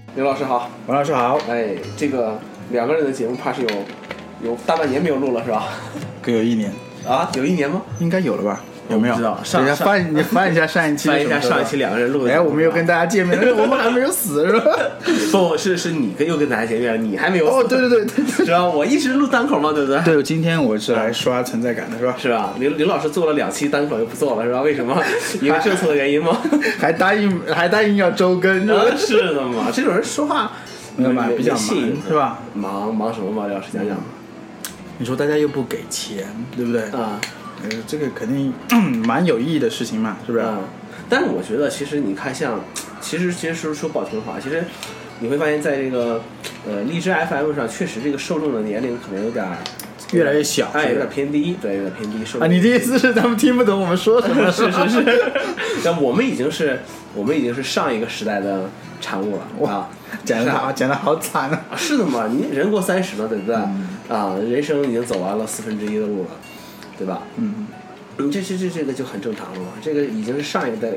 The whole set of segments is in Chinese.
刘老师好， 王老师好。 哎，这个两个人的节目怕是有大半年没有录了是吧？ 各有1年啊？有1年吗？ 应该有了吧？有没有？ 不知道。 你翻一下上一期。 翻一下上一期两个人录的。 哎，我们又跟大家见面了，我们还没有死是吧？ 不是你又跟大家见面了，你还没有死。 哦，对， 是吧？我一直录单口嘛，对不对？ 对，今天我是来刷存在感的是吧？ 是吧？刘老师做了2期单口又不做了是吧？为什么？因为政策的原因吗？ 还答应要周更是吧？ 是的嘛，这种人说话比较忙是吧？ 忙什么嘛？刘老师讲讲。 你说大家又不给钱，对不对？ 啊。 这个肯定蛮有意义的事情嘛，是不是？ 但是我觉得，其实你看其实说不好听的话，其实你会发现在这个荔枝 FM 上，确实这个受众的年龄可能有点越来越小， 有点偏低，对，有点偏低。受众你的意思是他们听不懂我们说什么？ 是。但我们已经是上一个时代的产物了啊！ 讲得好惨啊！ 是的嘛，你人过30了，对不对？人生已经走完了1/4的路了。对吧？这个就很正常了嘛。这个已经是上一个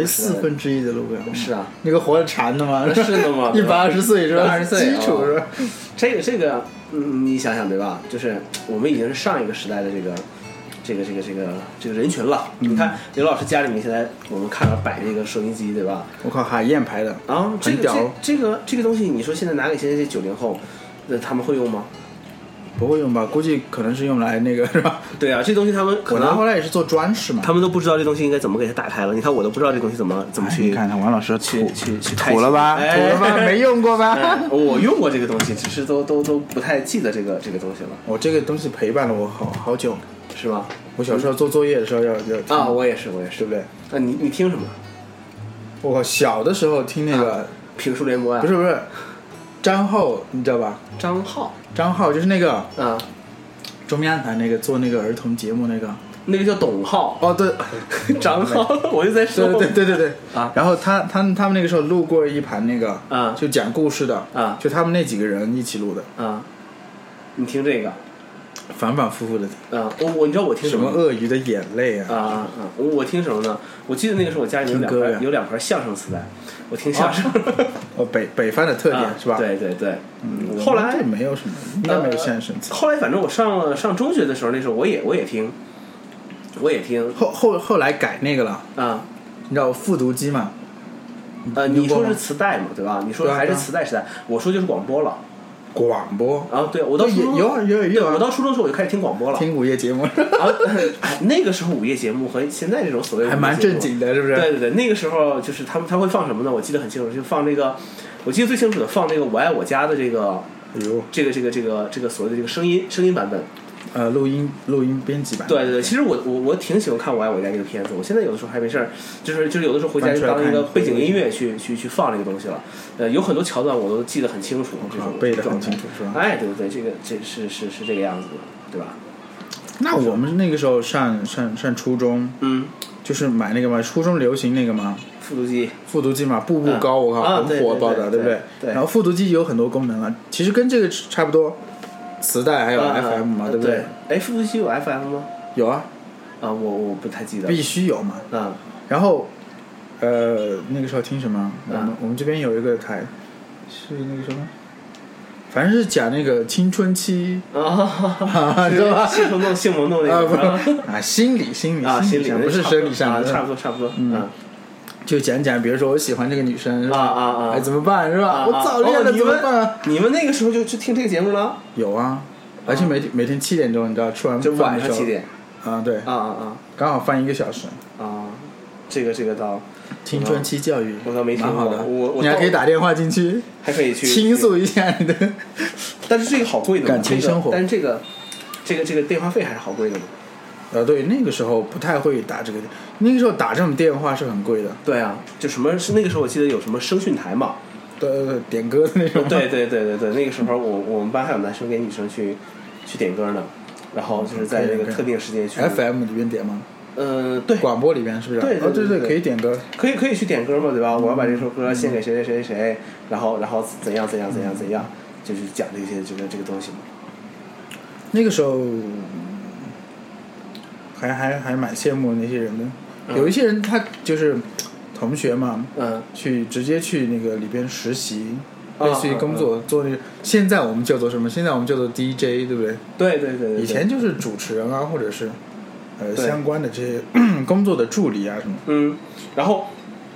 1/4的路标。 是啊， 那个活得馋的嘛。 是的嘛。 120岁是吧？120岁基础是吧？ 这个，你想想对吧？就是我们已经是上一个时代的这个人群了。你看刘老师家里面现在我们看到摆这个收音机对吧？ 我靠，海燕牌的啊，这个东西，你说现在拿给现在这90后，那他们会用吗？ 不会用吧？估计可能是用来那个是吧？ 对啊，这东西他们我拿回来也是做装饰嘛。 他们都不知道这东西应该怎么给它打开了。你看我都不知道这东西怎么去。 你看王老师去土了吧？土了吧？没用过吧？ 我用过这个东西，只是都不太记得这个东西了。 我这个东西陪伴了我好久， 是吧？ 我小时候做作业的时候要啊，我也是，对不对？ 你听什么？ 我小的时候听那个评书联播啊。 不是，张浩你知道吧？ 张浩就是那个中央台那个做那个儿童节目那个叫董浩。 哦，对， 张浩，我就在说。 对啊。然后他们那个时候录过一盘那个就讲故事的就他们那几个人一起录的你听这个， 反反复复的你知道我听什么鳄鱼的眼泪我听什么呢？我记得那个时候我家里有两盘相声磁带，我听相声。 北方的特点是吧？ 对。后来没有什么，应该没有相声磁带。 后来反正我上中学的时候，那时候我也听。 后来改那个了你知道复读机嘛？ 你说是磁带嘛，对吧？你说还是磁带时代，我说就是广播了。 广播对，我到初中有我到初中的时候我就开始听广播了， 听午夜节目那个时候午夜节目和现在这种所谓的还蛮正经的，是不是？ 对，那个时候就是他会放什么呢？我记得很清楚，就放那个，我记得最清楚的放那个《我爱我家》的这个所谓的这个声音版本。 录音编辑版。 对，其实我挺喜欢看《我爱我家》这个片子。我现在有的时候还没事儿，就是有的时候回家就当一个背景音乐去放这个东西了。有很多桥段我都记得很清楚，这种背得很清楚是吧？ 哎，对，这是这个样子的，对吧？ 那我们那个时候上初中，就是买那个嘛，初中流行那个嘛，复读机嘛，步步高，我靠，很火爆的，对不对？ 对。 然后复读机有很多功能了，其实跟这个差不多。磁带还有 FM 嘛，对不对？ 哎，复读机有 FM 吗？ 有啊。 我不太记得。 必须有嘛。然后，那个时候听什么？我们这边有一个台，是那个什么，反正是讲那个青春期知道吧？性萌动那个心理不是生理上的， 差不多。 就讲，比如说我喜欢这个女生哎，怎么办是吧？我早恋了怎么办？ 你们那个时候就听这个节目了？ 有啊，而且每天7点钟，你知道吃完饭就晚上7点对刚好放1个小时这个倒青春期教育， 我倒没听过。 你还可以打电话进去， 还可以去倾诉一下你的。 但是这个好贵的感情生活， 但是这个电话费还是好贵的嘛。 对，那个时候不太会打这个，那个时候打这种电话是很贵的。 对啊，就什么是那个时候我记得有什么声讯台嘛， 对，点歌的那种。 对，那个时候我们班还有男生给女生去点歌呢，然后就是在那个特定时间去。 FM 里边点吗？ 对。 广播里边是不是？对，可以点歌。 可以去点歌嘛，对吧？我要把这首歌献给谁，然后怎样，就是讲这些这个东西嘛。 那个时候。还蛮羡慕那些人的，有一些人他就是同学嘛，直接去那个里边实习， 类似于工作做那个。现在我们叫做什么？现在我们叫做 DJ， 对不对？ 对。 以前就是主持人啊，或者是相关的这些工作的助理啊什么。 然后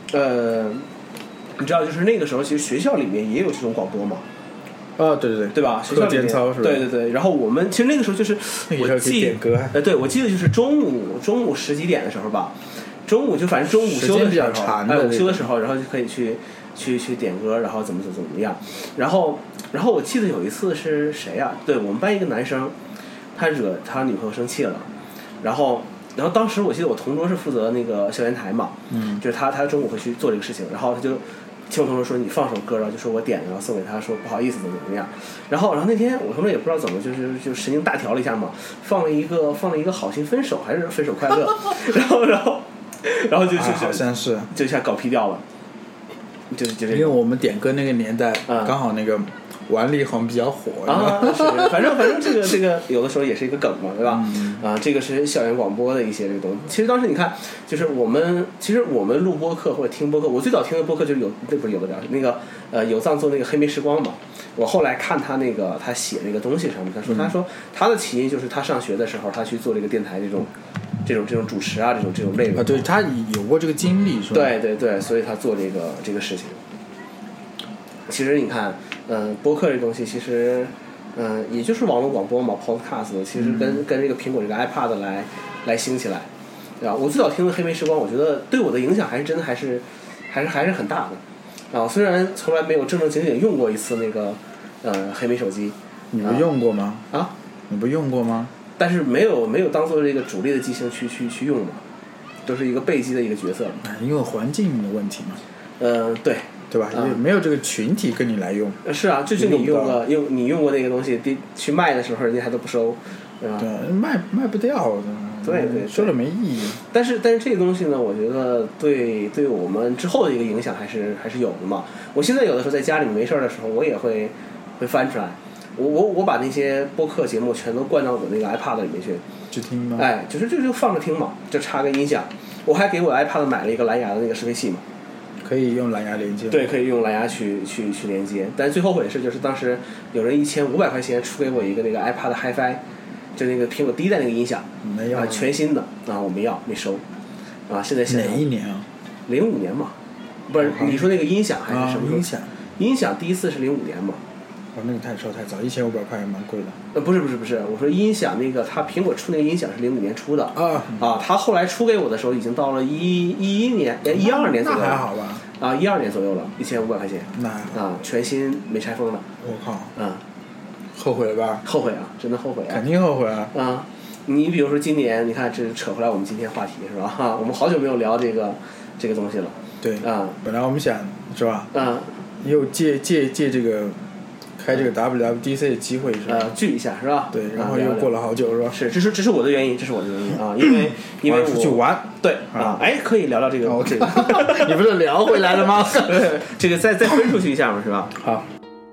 你知道，就是那个时候，其实学校里面也有这种广播嘛。 对吧？学校里面课间操是吧？ 对。然后我们其实那个时候就是我记点歌， 对，我记得就是中午10几点的时候吧，中午就反正中午休的时候，午休的时候，然后就可以去点歌，然后怎么样。然后我记得有一次是谁呀？对，我们班一个男生，他惹他女朋友生气了，然后当时我记得我同桌是负责那个校园台嘛，就是他中午会去做这个事情，然后他就听我同桌说你放首歌，然后就说我点，然后送给他说不好意思怎么样，然后那天我同桌也不知道怎么就神经大条了一下嘛，放了一个好心分手还是分手快乐，然后就好像是就一下搞劈掉了，就因为我们点歌那个年代刚好那个玩力红比较火是，反正这个有的时候也是一个梗嘛，对吧？这个是校园广播的一些这个东西。其实当时你看，就是我们录播客或者听播客，我最早听的播客就是那个有藏做那个黑莓时光嘛。我后来看他写那个东西上面，他说他的起因就是他上学的时候，他去做这个电台这种主持啊，这种内容对，他有过这个经历是吧？ 对，所以他做这个事情。其实你看，播客这东西其实，也就是网络广播嘛 ，podcast， 其实跟这个苹果这个 iPad 来兴起来，对吧？我最早听的黑莓时光，我觉得对我的影响还是很大的，虽然从来没有正经用过一次那个黑莓手机。 你不用过吗？你不用过吗？ 但是没有当做这个主力的机型去用嘛，都是一个备机的一个角色。 因为环境的问题嘛。对吧？因为没有这个群体跟你来用。 是啊，就是你用过那个东西，去卖的时候人家还都不收，对吧？ 对，卖不掉。 对， 收了没意义。 但是这个东西呢，我觉得对我们之后的一个影响还是有的嘛。我现在有的时候在家里没事的时候，我也会翻出来，我把那些播客节目全都灌到我那个 iPad 里面去听吗？ 就放着听嘛，就插个音响。我还给我 iPad 买了一个蓝牙的那个适配器嘛。 可以用蓝牙连接。 对，可以用蓝牙去连接。但是最后悔的是，就是当时有人1500块钱出给我一个那个 iPad HiFi， 就那个苹果第一代那个音响， 没要全新的我没要，没收。现在哪一年啊 ？05年嘛，不是你说那个音响还是什么？音响第一次是05年嘛。 那个太早，1500块也蛮贵的。 不是，我说音响那个，他苹果出那个音响是05年出的他后来出给我的时候已经到了12年左右。 那还好吧 ？12年左右了，1500块钱。 那全新没拆封的。 我靠。后悔了吧？ 后悔啊，真的后悔啊。 肯定后悔啊。 你比如说今年，你看这扯回来我们今天话题是吧？我们好久没有聊这个东西了。 对。本来我们想是吧？又借这个。开这个 WWDC 的机会是吧？ 聚一下是吧？ 对，然后又过了好久是吧？ 这是我的原因，因为出去玩。 对可以聊聊这个。 你不是聊回来了吗？ 这个再分出去一下嘛，是吧？ 好。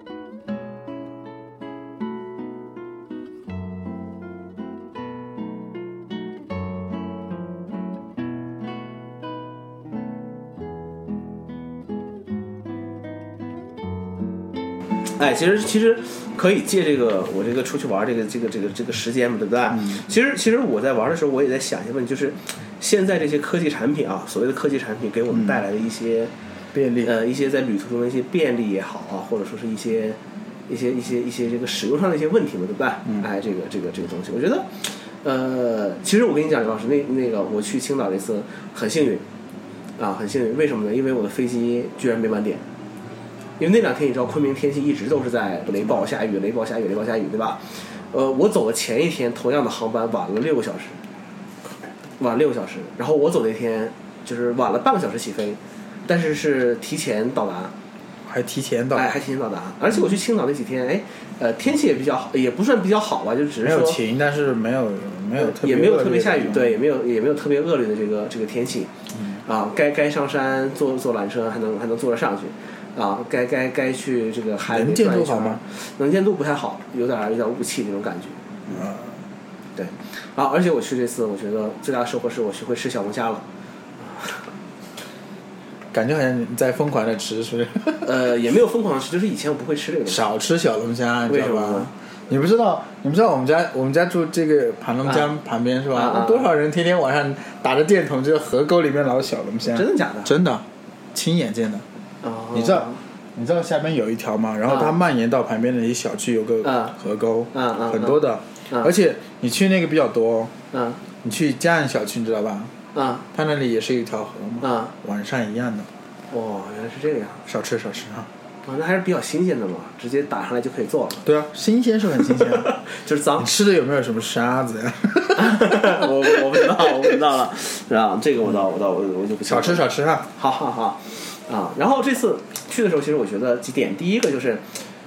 其实可以借我这个出去玩这个时间嘛，对不对？其实我在玩的时候，我也在想一些问题，就是现在这些科技产品所谓的科技产品给我们带来的一些便利， 一些在旅途中的一些便利也好或者说是一些这个使用上的一些问题嘛，对不对？这个东西，我觉得其实我跟你讲，刘老师，那个我去青岛那次很幸运很幸运，为什么呢？因为我的飞机居然没晚点。因为那2天你知道昆明天气一直都是在雷暴下雨，对吧？我走的前一天同样的航班晚了6个小时，然后我走那天就是晚了半个小时起飞，但是提前到达， 还提前到达，而且我去青岛那几天，天气也比较好，也不算比较好吧，就只是说没有晴，但是没有也没有特别下雨，对，也没有特别恶劣的这个天气，该上山坐缆车还能坐得上去。该去这个海里转一圈。能见度好吗？能见度不太好，有点雾气那种感觉。对。而且我去这次，我觉得最大的收获是我学会吃小龙虾了。 感觉好像你在疯狂的吃，是不是？ 也没有疯狂的吃，就是以前我不会吃这个东西。 少吃小龙虾，你知道吧？ 为什么呢？ 你不知道我们家住这个盘龙江旁边是吧？多少人天天晚上打着电筒，这个河沟里面捞小龙虾？ 真的假的？ 真的，亲眼见的。你知道下边有一条吗？然后它蔓延到旁边的一小区有个河沟，很多的，而且你去那个比较多，你去嘉安小区你知道吧？它那里也是一条河嘛，晚上一样的。 哦，原来是这样。 少吃啊。 那还是比较新鲜的嘛，直接打上来就可以做了。 对啊，新鲜是很新鲜， 就是脏。 你吃的有没有什么沙子呀？ 我不知道了，是吧？这个我就不少吃哈。 好然后这次去的时候，其实我觉得几点，第一个就是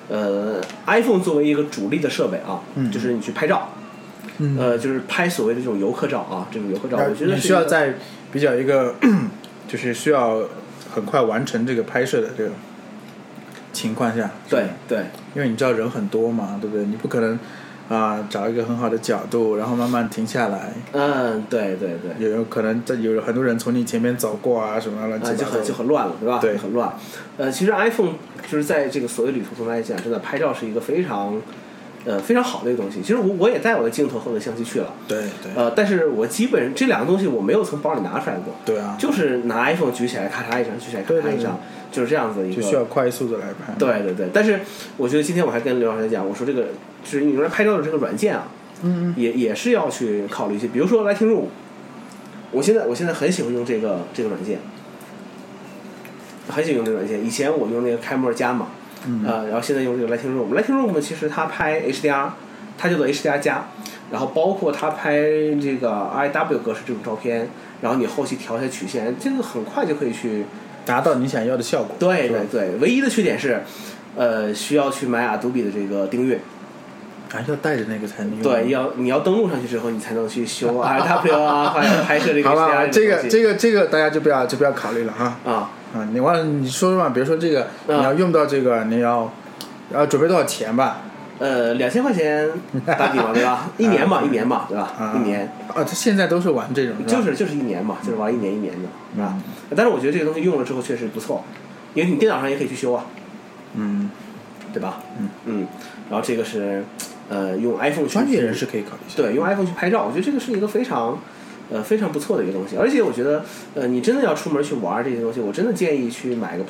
，iPhone 作为一个主力的设备啊，就是你去拍照，就是拍所谓的这种游客照啊，这种游客照，我觉得你需要在比较一个就是需要很快完成这个拍摄的这个情况下， 对， 因为你知道人很多嘛，对不对？你不可能找一个很好的角度，然后慢慢停下来。 对。 有可能有很多人从你前面走过啊，什么乱七八糟就很乱了，对吧？ 对， 很乱。其实 iPhone 就是在这个所谓旅途中来讲，真的拍照是一个非常好的一个东西。其实我也带我的镜头和我的相机去了。 对。 但是我基本这两个东西我没有从包里拿出来过。 对啊。 就是拿 iPhone 举起来咔嚓一张，举起来咔嚓一张，就是这样子一个。 就需要快速的来拍。 对。但是我觉得今天我还跟刘老师讲，我说这个就是你用来拍照的这个软件啊，也是要去考虑一些，比如说 Lightroom， 我现在很喜欢用这个软件，很喜欢用这个软件。以前我用那个开幕加嘛，然后现在用这个 Lightroom 其实它拍 HDR， 它叫做 HDR 加，然后包括它拍这个 IW 格式这种照片，然后你后期调一下曲线，这个很快就可以去达到你想要的效果。 对，唯一的缺点是，需要去买 Adobe 的这个订阅。 要带着那个才能用。 对，你要登录上去之后，你才能去修 RW 啊，拍摄这个。 好吧，这个大家就不要考虑了哈。你忘了你说嘛？比如说这个，你要用到这个，你要准备多少钱吧 ？2000块钱打底嘛，对吧？一年嘛，对吧？一年。 他现在都是玩这种。 就是一年嘛，就是玩一年的，是吧？但是我觉得这个东西用了之后确实不错，因为你电脑上也可以去修啊。对吧？然后这个是。用 iPhone 去专业人士可以考虑一下。 对，用 iPhone 去拍照，我觉得这个是一个非常不错的一个东西。而且我觉得，你真的要出门去玩这些东西，我真的建议去买个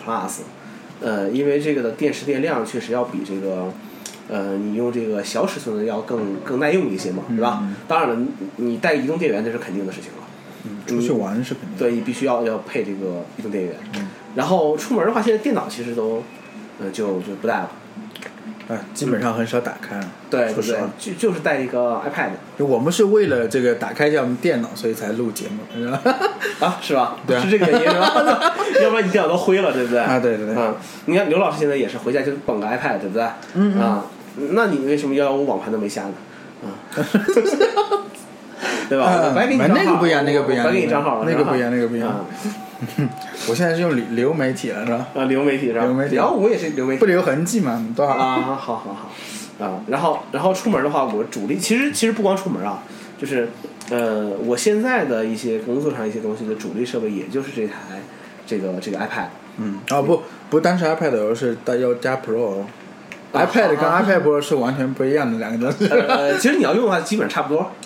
Plus，因为这个的电池电量确实要比这个，你用这个小尺寸的要更耐用一些嘛，对吧？当然了，你带移动电源这是肯定的事情了。 出去玩是肯定的。 对，你必须要配这个移动电源。然后出门的话，现在电脑其实都，就不带了。 基本上很少打开了。 对，就是带一个 iPad。 我们是为了这个打开一下我们电脑，所以才录节目，是吧？ 是吧？ 对啊， 是这个原因是吧？要不然你电脑都灰了，对不对？ 对。 你看刘老师现在也是回家就绑个 iPad，对不对？那你为什么要我网盘都没下呢？对吧？白给你账号。 那个不一样， 白给你账号了。 那个不一样。我现在是用流媒体了，是吧？ 流媒体是吧？然后我也是流媒体， 不留痕迹嘛，多好好然后出门的话，我主力其实不光出门啊，就是我现在的一些工作上一些东西的主力设备，也就是这台这个 iPad。 不单是 iPad， 而是要加 Pro。iPad 跟 iPad Pro 是完全不一样的两个东西。 其实你要用的话，基本上差不多。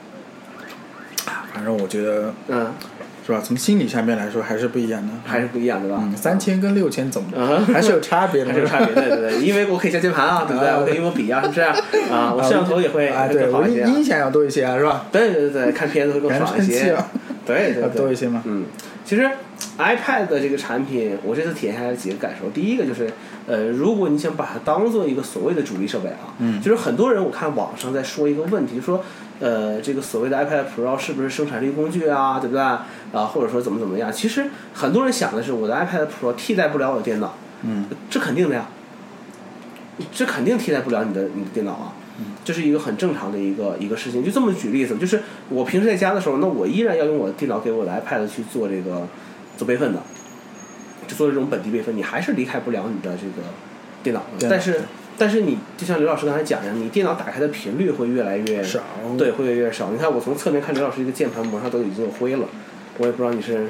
反正我觉得，是吧？从心理上面来说，还是不一样的， 对吧 ？3000跟6000总还是有差别的， 对，因为我可以加键盘啊，对不对？我可以用笔啊，是不是啊？我摄像头也会更好一些， 音响要多一些啊，是吧？ 对，看片子会更爽一些，对， 要多一些嘛。 其实 iPad 的这个产品，我这次体验下来几个感受。第一个就是，如果你想把它当做一个所谓的主力设备啊，就是很多人我看网上在说一个问题，就说，这个所谓的 iPad Pro 是不是生产力工具啊，对不对？或者说怎么样？其实很多人想的是，我的 iPad Pro 替代不了我的电脑，这肯定的呀，这肯定替代不了你的电脑啊。这是一个很正常的一个事情。就这么举例子，就是我平时在家的时候，那我依然要用我的电脑给我的 iPad 去做备份的，就做这种本地备份，你还是离开不了你的这个电脑的。但是你就像刘老师刚才讲的，你电脑打开的频率会越来越少，对，会越来越少。你看我从侧面看刘老师这个键盘膜上都已经有灰了，我也不知道你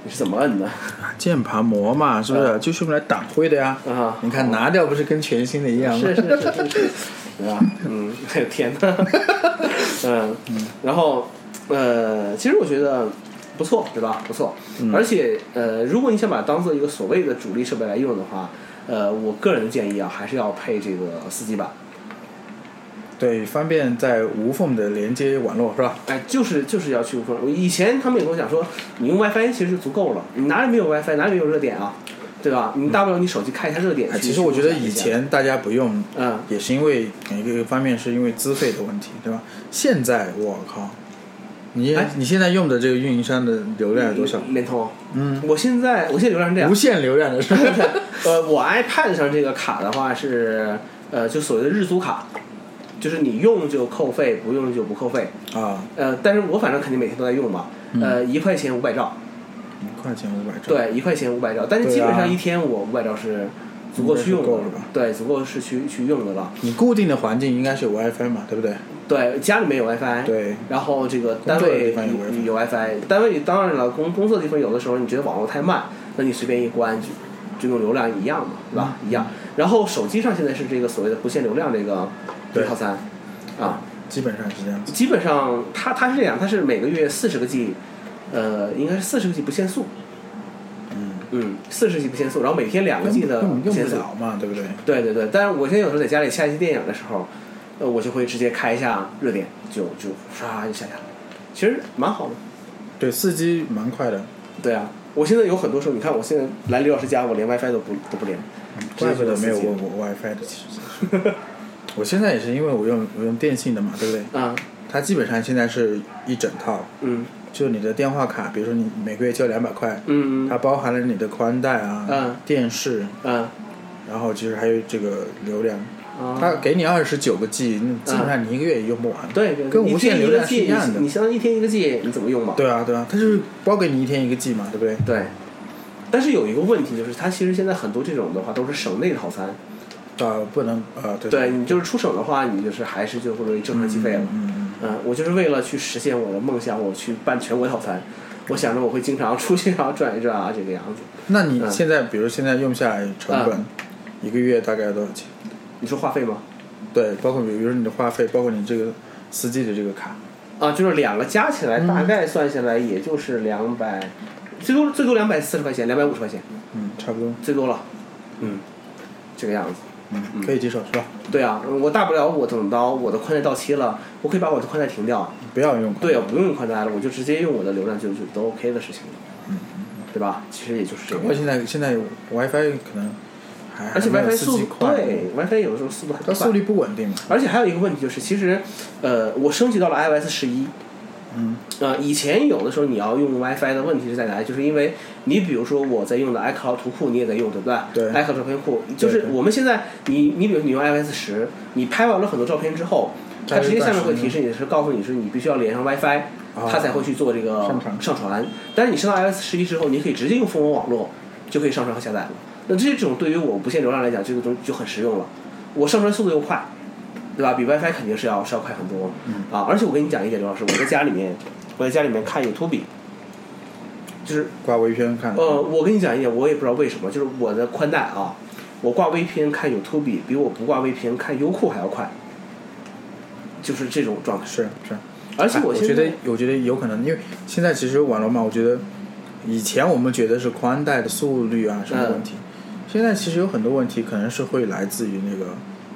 你是怎么摁的？ 键盘膜嘛，是不是？就是用来挡灰的呀。你看拿掉不是跟全新的一样吗？ 是，对吧？还有天呐。然后其实我觉得不错，对吧？不错。而且如果你想把它当做一个所谓的主力设备来用的话，我个人的建议啊，还是要配这个4G版。 对，方便在无缝的连接网络，是吧？ 哎，就是要去无缝。以前他们也跟我讲说，你用 WiFi 其实就足够了，你哪里没有 WiFi， 哪里没有热点啊，对吧？你大不了你手机看一下热点。 其实我觉得以前大家不用，也是因为一个方面是因为资费的问题，对吧？现在我靠，你现在用的这个运营商的流量有多少？ 联通。我现在流量是这样。 无限流量的是。 我 iPad 上这个卡的话是就所谓的日租卡。就是你用就扣费，不用就不扣费啊。 但是我反正肯定每天都在用嘛。1块钱500兆。 1块钱500兆。 对，1块钱500兆，但是基本上一天我500兆是足够去用的，对，足够是去用的了。 你固定的环境应该是有 WiFi 嘛，对不对？ 对，家里面有 WiFi。 对。 然后这个单位有 WiFi， 单位里当然了，工作的地方有的时候你觉得网络太慢，那你随便一关就用流量一样嘛，对吧？一样。然后手机上现在是这个所谓的不限流量这个套餐， 基本上是这样子。 基本上它是这样，它是每个月40个 G， 应该是40个 G 不限速。40G 不限速，然后每天2个 G 的不限速。 用不了嘛，对不对？ 对。但是我现在有时候在家里下一些电影的时候，我就会直接开一下热点，就唰就下来了，其实蛮好的。 对，4G 蛮快的。 对啊，我现在有很多时候，你看我现在来李老师家，我连 WiFi 都不连。 怪不得没有问我 WiFi 的，其实。我现在也是因为我用电信的嘛，对不对？它基本上现在是一整套。就你的电话卡，比如说你每个月交200块，它包含了你的宽带啊，电视，然后其实还有这个流量，它给你29个 G， 基本上你一个月也用不完。 对， 跟无限流量是一样的。 你相当于1天1个 G， 你怎么用嘛？ 对啊，它就是包给你1天1个 G 嘛，对不对？ 对。但是有一个问题就是，它其实现在很多这种的话都是省内套餐。 不能对你就是出省的话，你就是还是就会为正常计费了。我就是为了去实现我的梦想，我去办全国套餐。我想着我会经常出去，然后转一转啊，这个样子。 那你现在，比如现在用下来成本，一个月大概多少钱？ 你说话费吗？ 对，包括比如说你的话费，包括你这个4G的这个卡。 就是2个加起来，大概算下来也就是200，最多240块钱，250块钱。 差不多。 最多了。这个样子。 可以接受是吧？ 对啊，我大不了我等到我的宽带到期了，我可以把我的宽带停掉， 不要用。 对啊，不用宽带了，我就直接用我的流量就都 OK 的事情了。对吧？其实也就是这个。 不过现在 WiFi 可能而且 WiFi 速度对 WiFi 有的时候速度还快， 速率不稳定嘛。 而且还有一个问题就是，其实我升级到了 iOS 11。以前有的时候你要用 WiFi 的问题是在哪里？就是因为你比如说我在用的 iCloud 图库你也在用，对不对？ 对。 iCloud 照片库就是我们现在你比如你用 iOS 10，你拍完了很多照片之后，它直接下面会提示你是告诉你是你必须要连上 WiFi，它才会去做这个上传。但是你升到 iOS 11之后，你可以直接用蜂窝网络就可以上传和下载了。那这种对于我不限流量来讲，这个东西就很实用了。我上传速度又快，对吧？比 WiFi 肯定是要快很多。而且我跟你讲一点，刘老师，我在家里面看 YouTube， 就是挂 VPN 看。 我跟你讲一点，我也不知道为什么，就是我的宽带啊，我挂 VPN 看 YouTube 比我不挂 VPN 看优酷还要快，就是这种状态。 是。 而且我觉得有可能，因为现在其实网络嘛，我觉得以前我们觉得是宽带的速率啊什么问题，现在其实有很多问题可能是会来自于那个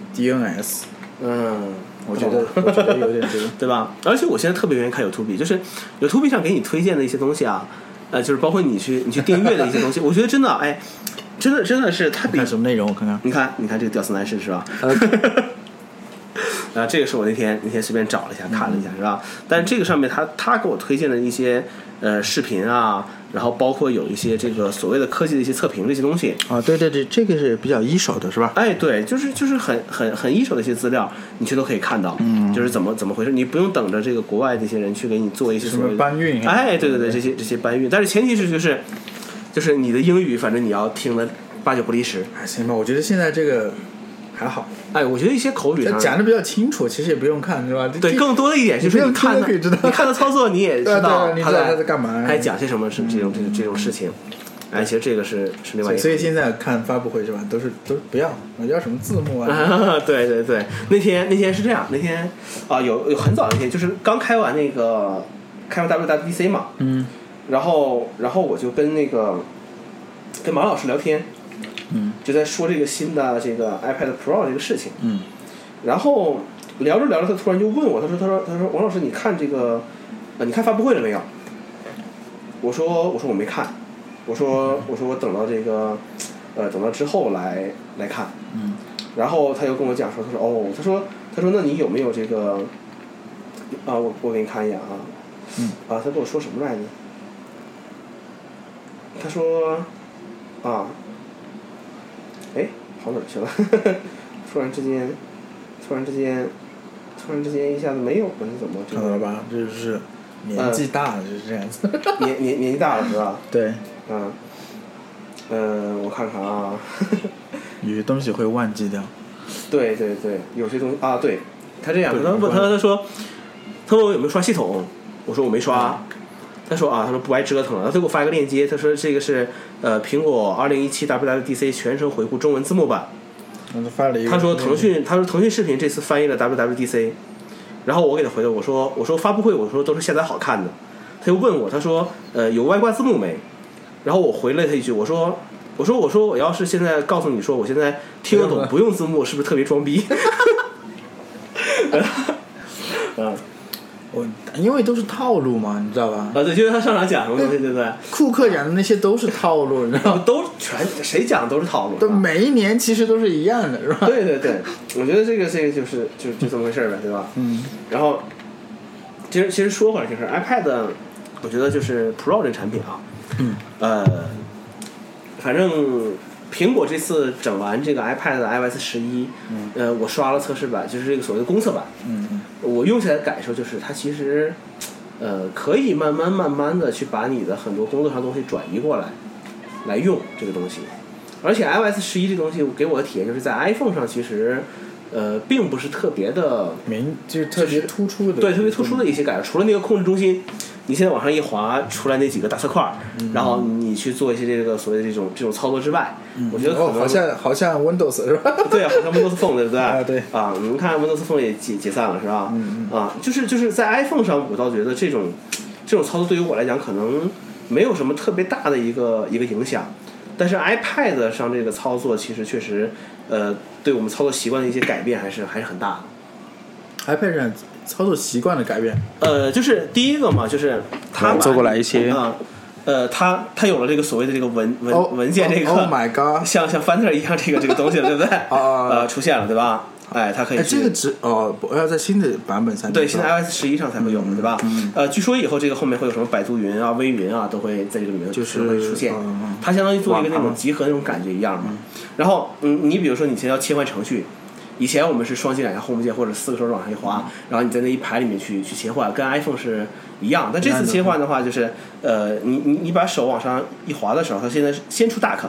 DNS。我觉得有点这个， 对吧？而且我现在特别愿意看 YouTube， 就是 YouTube 上给你推荐的一些东西啊，就是包括你去订阅的一些东西，我觉得真的，真的是它比看什么内容？我看看， 你看这个屌丝男士是吧？这个是我那天随便找了一下看了一下是吧？但是这个上面他给我推荐的一些视频啊，然后包括有一些这个所谓的科技的一些测评这些东西啊，对，这个是比较一手的是吧？ 对，就是很一手的一些资料，你去都可以看到，就是怎么回事，你不用等着这个国外这些人去给你做一些什么搬运， 对，这些搬运，但是前提是就是你的英语，反正你要听得8、9不离10。 行吧，我觉得现在这个还好。 哎，我觉得一些口语上讲的比较清楚，其实也不用看，是吧？ 对，更多的一点就是你看可以知道， 你看他操作，你也知道他在干嘛， 还讲些什么是这种事情。哎，其实这个是另外一个。 所以现在看发布会是吧，都不要什么字幕啊。 对对对，那天是这样，那天有很早的一天，就是刚开完 WWDC 嘛，然后我就跟马老师聊天，就在说这个新的这个 iPad Pro 这个事情，然后聊着聊着，他突然就问我，他说王老师，你看这个你看发布会了没有？我说我没看。我说我等到这个等到之后来看，然后他又跟我讲说，他说那你有没有这个我给你看一眼他跟我说什么来着？他说跑哪儿去了？突然之间一下子没有了，是怎么？ 看到了吧？这就是年纪大了，就是这样子。 年纪大了是吧？ 对。 我看看啊。 有些东西会忘记掉。 对对对，有些东西对，他这样，他说我有没有刷系统？我说我没刷。他说他说不爱折腾了，他给我发一个链接，他说这个是苹果2017 WWDC 全程回顾中文字幕版。他说腾讯视频这次翻译了 WWDC， 然后我给他回的我说发布会我说都是下载好看的，他又问我他说有外挂字幕没？然后我回了他一句我说我要是现在告诉你说我现在听得懂不用字幕是不是特别装逼？ 因为都是套路嘛，你知道吧？ 对，就是他上场讲什么东西，对不对？ 库克讲的那些都是套路，你知道吗？ 谁讲的都是套路。 对，每一年其实都是一样的，是吧？ 对对对，我觉得这个就是这么回事呗，对吧？然后，其实说回来就是 iPad， 我觉得就是 Pro 这个产品反正苹果这次整完这个 iPad 的 iOS 11，我刷了测试版，就是这个所谓的公测版，我用起来的感受就是它其实，可以慢慢的去把你的很多工作上的东西转移过来用这个东西，而且 iOS 11这个东西给我的体验就是在 iPhone 上其实，并不是特别的就是特别突出的， 对，特别突出的一些改变，除了那个控制中心。你现在往上一滑出来那几个大色块，然后你去做一些这个所谓的这种操作之外，我觉得可能好像 Windows 是吧？ 对，好像 Windows Phone 对不对？ 对你们看 Windows Phone 也解散了是吧？就是在 iPhone 上，我倒觉得这种操作对于我来讲可能没有什么特别大的一个影响，但是 iPad 上这个操作其实确实对我们操作习惯的一些改变还是很大的。iPad 上操作习惯的改变， 就是第一个嘛，就是它做过来一些它有了这个所谓的这个文件这个 ，Oh my god， 像 Finder 一样这个东西了，对不对？出现了，对吧？它可以。 这个要在新的版本才对，现在 iOS 11上才会有，对吧？据说以后这个后面会有什么百度云啊、微云啊，都会在这个里面就是会出现。它相当于做一个那种集合那种感觉一样嘛。然后你比如说你现在要切换程序。以前我们是双击2下 Home 键或者4个手指往上一滑，然后你在那一排里面去切换，跟 iPhone 是一样。但这次切换的话，就是你把手往上一滑的时候，它现在先出 Dock，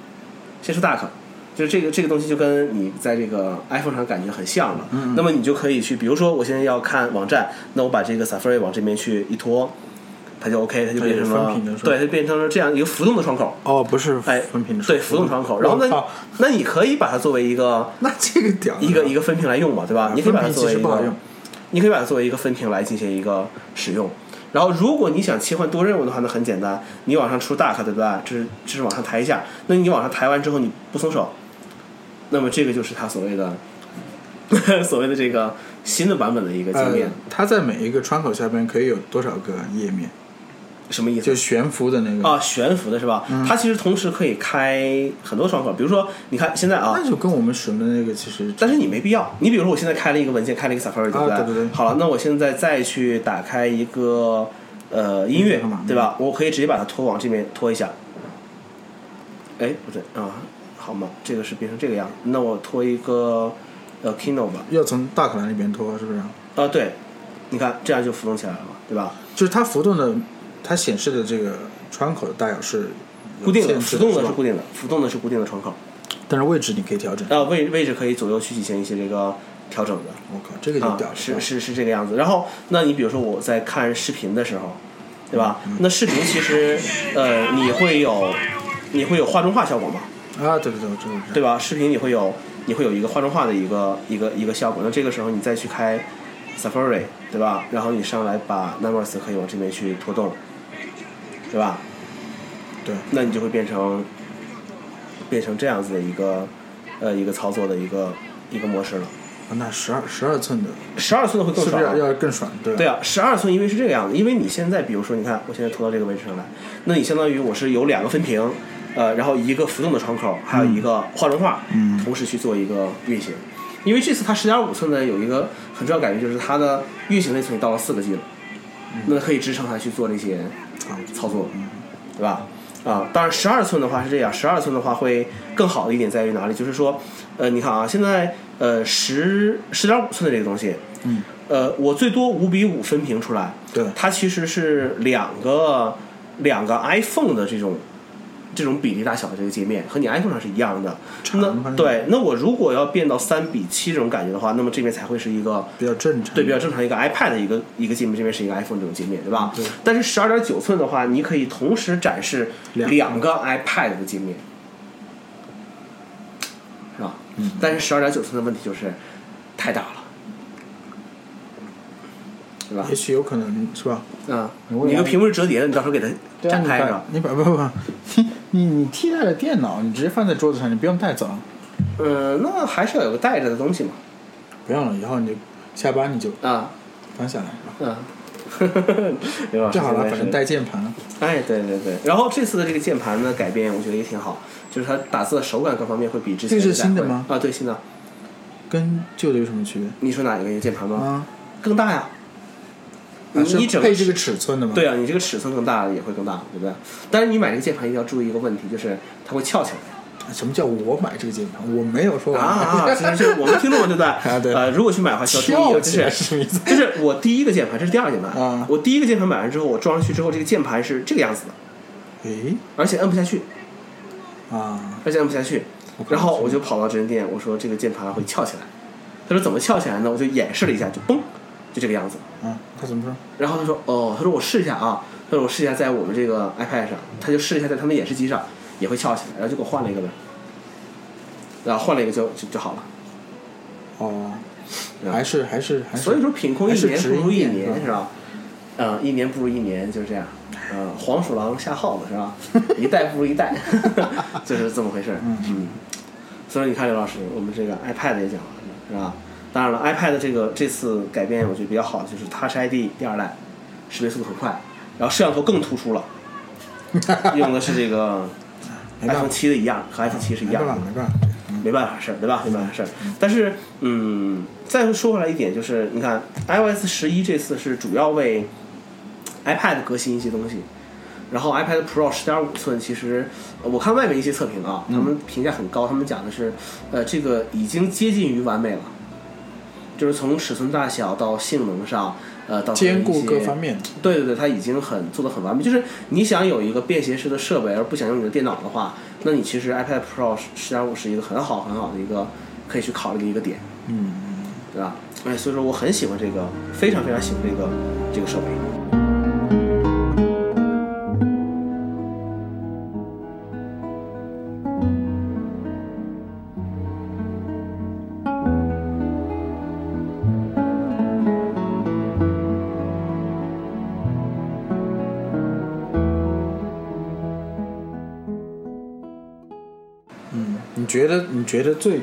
就是这个东西就跟你在这个 iPhone 上感觉很像了。那么你就可以去，比如说我现在要看网站，那我把这个 Safari 往这边去一拖。它就 OK， 它就变成了，对，它变成了这样一个浮动的窗口。 不是分屏的。 对，浮动窗口。然后呢，那你可以把它作为一个， 那这个屌， 一个分屏来用嘛，对吧？你可以把它作为一个，你可以把它作为一个分屏来进行一个使用。然后，如果你想切换多任务的话，那很简单，你往上出 Dock， 对不对？这是往上抬一下。那你往上抬完之后，你不松手，那么这个就是它所谓的这个新的版本的一个界面。 它在每一个窗口下边可以有多少个页面？ 什么意思？ 就悬浮的那个悬浮的是吧？它其实同时可以开很多窗口，比如说你看现在那就跟我们使用的那个其实， 但是你没必要。你比如说我现在开了一个文件，开了一个 Safari， 对不对？ 对。 好了，那我现在再去打开一个音乐，对吧？我可以直接把它拖往这边拖一下。不对好嘛，这个是变成这个样，那我拖一个Keynote 吧。 要从大可栏里边拖，是不是？ 对，你看这样就浮动起来了嘛，对吧？ 就是它浮动的。它显示的这个窗口的大小是固定的，浮动的是固定的，浮动的是固定的窗口。 但是位置你可以调整。 位置可以左右去进行一些这个调整的。 我靠，这个就屌了。 是这个样子。然后，那你比如说我在看视频的时候，对吧？那视频其实你会有画中画效果吗？ 啊，对， 对吧？视频你会有一个画中画的一个效果。那这个时候你再去开 Safari， 对吧？然后你上来把 Numbers 可以往这边去拖动，对吧？ 对。 那你就会变成这样子的一个操作的一个模式了。 那12寸的 ，12寸的会更爽， 是不是要更爽？ 对啊，12寸因为是这个样子，因为你现在比如说你看，我现在拖到这个位置上来，那你相当于我是有2个分屏，然后一个浮动的窗口，还有一个画中画，同时去做一个运行。因为这次它10.5寸的有一个很重要改变，就是它的运行内存到了4个 G 了，那可以支撑它去做这些操作，对吧？当然12寸的话是这样，12寸的话会更好的一点在于哪里？就是说，你看啊，现在10.5寸的这个东西，我最多5:5分屏出来， 对， 它其实是两个 iPhone 的这种比例大小的这个界面，和你 iPhone 上是一样的。那我如果要变到3:7这种感觉的话，那么这边才会是一个比较正常， 对，比较正常一个 iPad 的一个界面，这边是一个 iPhone 这种界面，对吧？ 对。 但是12.9寸的话，你可以同时展示2个 iPad 的界面，是吧？但是12.9寸的问题就是太大了。对吧？ 也许有可能是吧？ 你个屏幕是折叠的，你到时候给它展开是吧？ 你把不，你替代了电脑，你直接放在桌子上，你不用带走。 那还是要有个带着的东西嘛。 不用了，以后你就下班你就放下来。正好了，反正带键盘。 哎，对。然后这次的这个键盘的改变，我觉得也挺好，就是它打字的手感各方面会比之前。 这个是新的吗？ 对，新的。 跟旧的有什么区别？ 你说哪一个键盘吗？更大呀。 你配这个尺寸的吗？ 对啊，你这个尺寸更大也会更大，对不对？但是你买这个键盘一定要注意一个问题，就是它会翘起来。 什么叫我买这个键盘？我没有说就是我们听众对不对？ 对。 如果去买的话，需要注意，就是我第一个键盘，这是第2个键盘。我第一个键盘买完之后，我装上去之后，这个键盘是这个样子的。而且摁不下去。然后我就跑到直人店，我说这个键盘会翘起来。他说怎么翘起来呢？我就演示了一下，就嘣。就这个样子。 他怎么说？ 然后他说他说我试一下啊，他说我试一下在我们这个 iPad 上，他就试一下在他们演示机上也会翘起来，然后就给我换了一个呗，然后换了一个就好了。 还是。 所以说品控1年不如1年是吧？1年不如1年，就是这样。黄鼠狼下耗子是吧？一代不如一代，就是这么回事。所以你看刘老师，我们这个 iPad 也讲了是吧？当然了 ，iPad 这次改变我觉得比较好，就是 Touch ID 第2代，识别速度很快，然后摄像头更突出了，用的是这个 iPhone 7的一样，和 iPhone 7是一样的，没办法事儿，对吧？没办法事儿。但是再说回来一点，就是你看 iOS 11这次是主要为 iPad 革新一些东西，然后 iPad Pro 10.5寸，其实我看外面一些测评啊，他们评价很高，他们讲的是这个已经接近于完美了。就是从尺寸大小到性能上，到兼顾各方面。 对，它已经做得很完美。就是你想有一个便携式的设备，而不想用你的电脑的话，那你其实 iPad Pro 10.5是一个很好的一个可以去考虑的一个点。对吧？所以说我很喜欢这个，非常非常喜欢这个设备。 你觉得最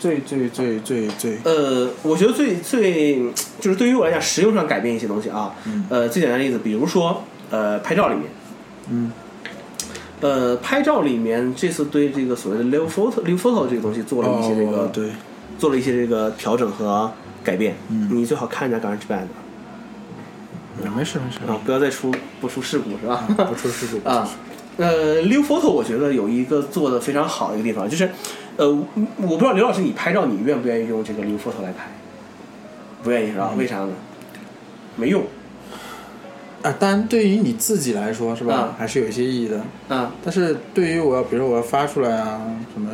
我觉得最就是对于我来讲，实用上改变一些东西啊。最简单的例子，比如说拍照里面，拍照里面这次对这个所谓的 Live Photo 这个东西做了一些做了一些这个调整和改变。你最好看一下 GarageBand。 没事啊，不要再不出事故是吧？ 不出事故啊。 Live Photo 我觉得有一个做的非常好的一个地方，就是我不知道刘老师你拍照你愿不愿意用这个 Live Photo 来拍？不愿意是吧？为啥呢？没用。 当然对于你自己来说是吧，还是有一些意义的。但是对于比如说我要发出来啊什么，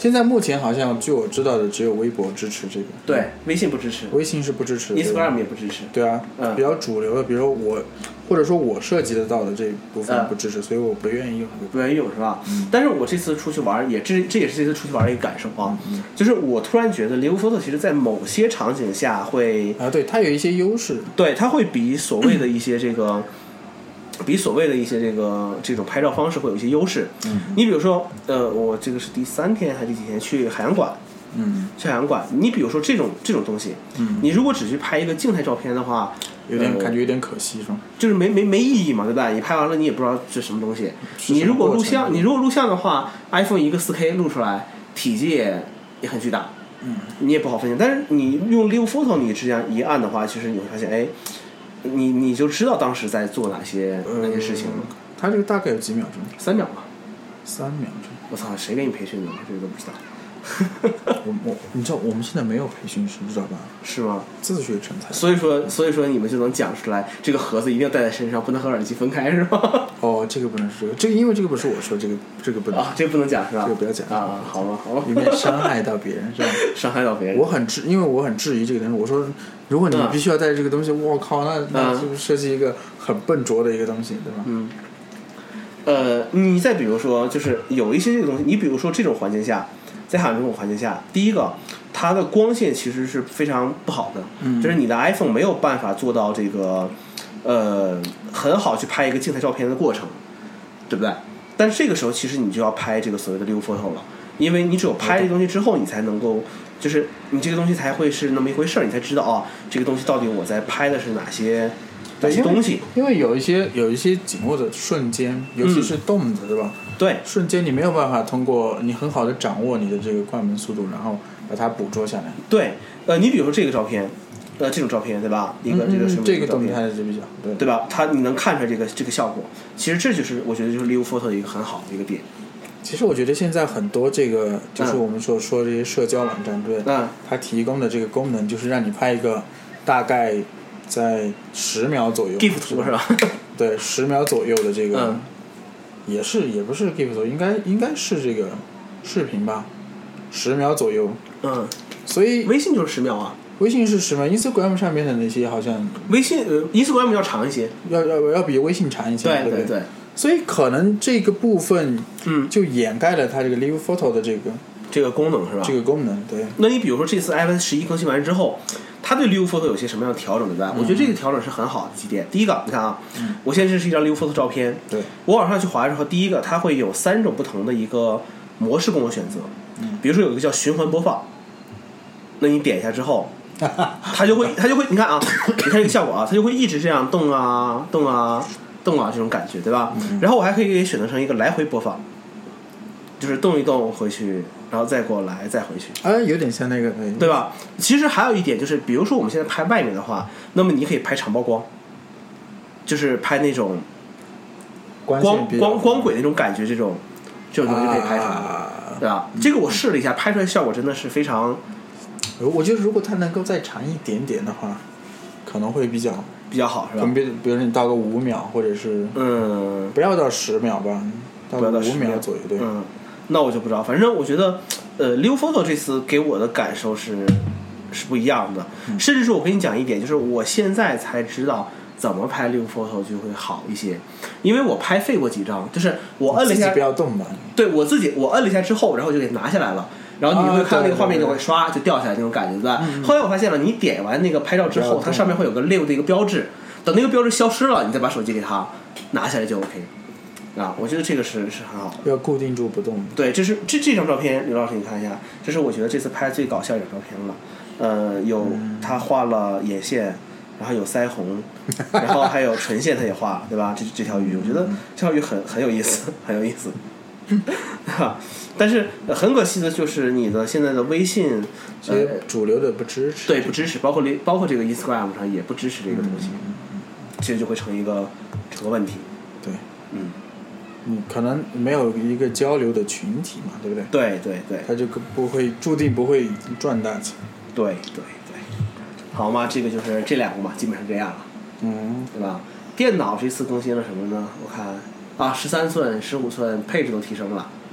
现在目前好像据我知道的，只有微博支持这个。 对，微信不支持。 微信是不支持 ，Instagram 也不支持。 对啊，比较主流的，比如说我，或者说我涉及得到的这一部分不支持，所以我不愿意用。 不愿意用是吧？但是我这次出去玩这也是这次出去玩的一个感受啊，就是我突然觉得 Live Photo 其实在某些场景下会对它有一些优势。 对，它会比所谓的一些这个。比所谓的一些这种拍照方式会有一些优势。你比如说，我这个是第3天还是第几天去海洋馆？去海洋馆，你比如说这种东西，你如果只去拍一个静态照片的话， 感觉有点可惜，是吧？ 就是没意义嘛，对吧？你拍完了你也不知道是什么东西。你如果录像的话 ，iPhone 一个4K 录出来，体积也很巨大，你也不好分析。但是你用 Live Photo， 你这样一按的话，其实你会发现，哎。你就知道当时在做哪些事情了。 它这个大概有几秒钟 ？3秒吧。 3秒钟。 我操，谁给你培训的？这个都不知道。 你知道我们现在没有培训师，知道吧？ 是吗？ 自学成才。 所以说你们就能讲出来，这个盒子一定要带在身上，不能和耳机分开，是吧？ 这个不能说，因为这个不是我说，这个不能啊，这个不能讲是吧？ 这个不要讲啊，好吧， 以免伤害到别人，是吧？ 伤害到别人。 因为我很质疑这个东西，我说，如果你必须要带这个东西，我靠，那是不是设计一个很笨拙的一个东西，对吧？ 你再比如说，就是有一些这个东西，你比如说这种环境下。在海洋这种环境下，第一个，它的光线其实是非常不好的，就是你的 iPhone 没有办法做到这个，很好去拍一个静态照片的过程，对不对？但是这个时候其实你就要拍这个所谓的 Live Photo 了，因为你只有拍这个东西之后，你才能够，就是你这个东西才会是那么一回事儿，你才知道这个东西到底我在拍的是哪些东西。 因为有一些景物的瞬间，尤其是动的，对吧？ 对， 瞬间你没有办法通过你很好的掌握你的这个快门速度，然后把它捕捉下来。 对，你比如说这个照片，这种照片对吧？一个这个动态是比较对吧？你能看出来这个效果。其实这就是我觉得就是 Live Photo 的一个很好的一个点。 其实我觉得现在很多这个就是我们说这些社交网站，对，它提供的这个功能就是让你拍一个大概在10秒左右 GIF 图是吧？ 对，10秒左右的这个。也不是 GIF 图，应该是这个视频吧，10秒左右。所以微信就是10秒啊。 微信是10秒 ，Instagram 上面的那些好像微信Instagram 要长一些， 要比微信长一些。对。所以可能这个部分就掩盖了它这个 Live Photo 的这个功能是吧？这个功能对。 那你比如说这次 iOS 11更新完之后，它对 Live Photo 有些什么样的调整，对吧？我觉得这个调整是很好的几点。第一个，你看啊，我现在这是一张 Live Photo 照片， 对， 我往上去滑之后，第一个它会有3种不同的一个模式供我选择，比如说有一个叫循环播放，那你点一下之后，它就会，你看啊，你看这个效果啊，它就会一直这样动啊这种感觉，对吧？然后我还可以选择成一个来回播放，就是动一动回去。然后再过来，再回去， 有点像那个， 对吧？其实还有一点就是，比如说我们现在拍外面的话，那么你可以拍长曝光，就是拍那种光轨那种感觉，这种东西可以拍出来，对吧？这个我试了一下，拍出来效果真的是非常。 我觉得如果它能够再长一点点的话，可能会比较好，是吧？ 比如说你到个5秒，或者是不要到10秒吧，到5秒左右，对。 那我就不知道，反正我觉得，Live Photo 这次给我的感受是不一样的，甚至是我跟你讲一点，就是我现在才知道怎么拍 Live Photo 就会好一些，因为我拍废过几张，就是我摁了一下， 自己不要动吧。 对，我摁了一下之后，然后就给拿下来了，然后你就会看到那个画面就会刷就掉下来那种感觉，对吧？后来我发现了，你点完那个拍照之后，它上面会有个 Live 的一个标志，等那个标志消失了，你再把手机给它拿下来就 OK。我觉得这个是很好的， 要固定住不动。 对，这是这张照片，刘老师你看一下，这是我觉得这次拍最搞笑一张照片了。有他画了眼线，然后有腮红，然后还有唇线他也画了，对吧？这条鱼，我觉得这条鱼很有意思，很有意思。但是很可惜的就是你的现在的微信， 主流的不支持， 对，不支持，包括这个 Instagram 上也不支持这个东西，其实就会成一个问题。 对，你可能没有一个交流的群体嘛，对不对？ 对， 他就注定不会赚大钱。 对，好嘛，这个就是这2个嘛，基本上这样了，对吧？电脑这次更新了什么呢？我看13寸、15寸配置都提升了，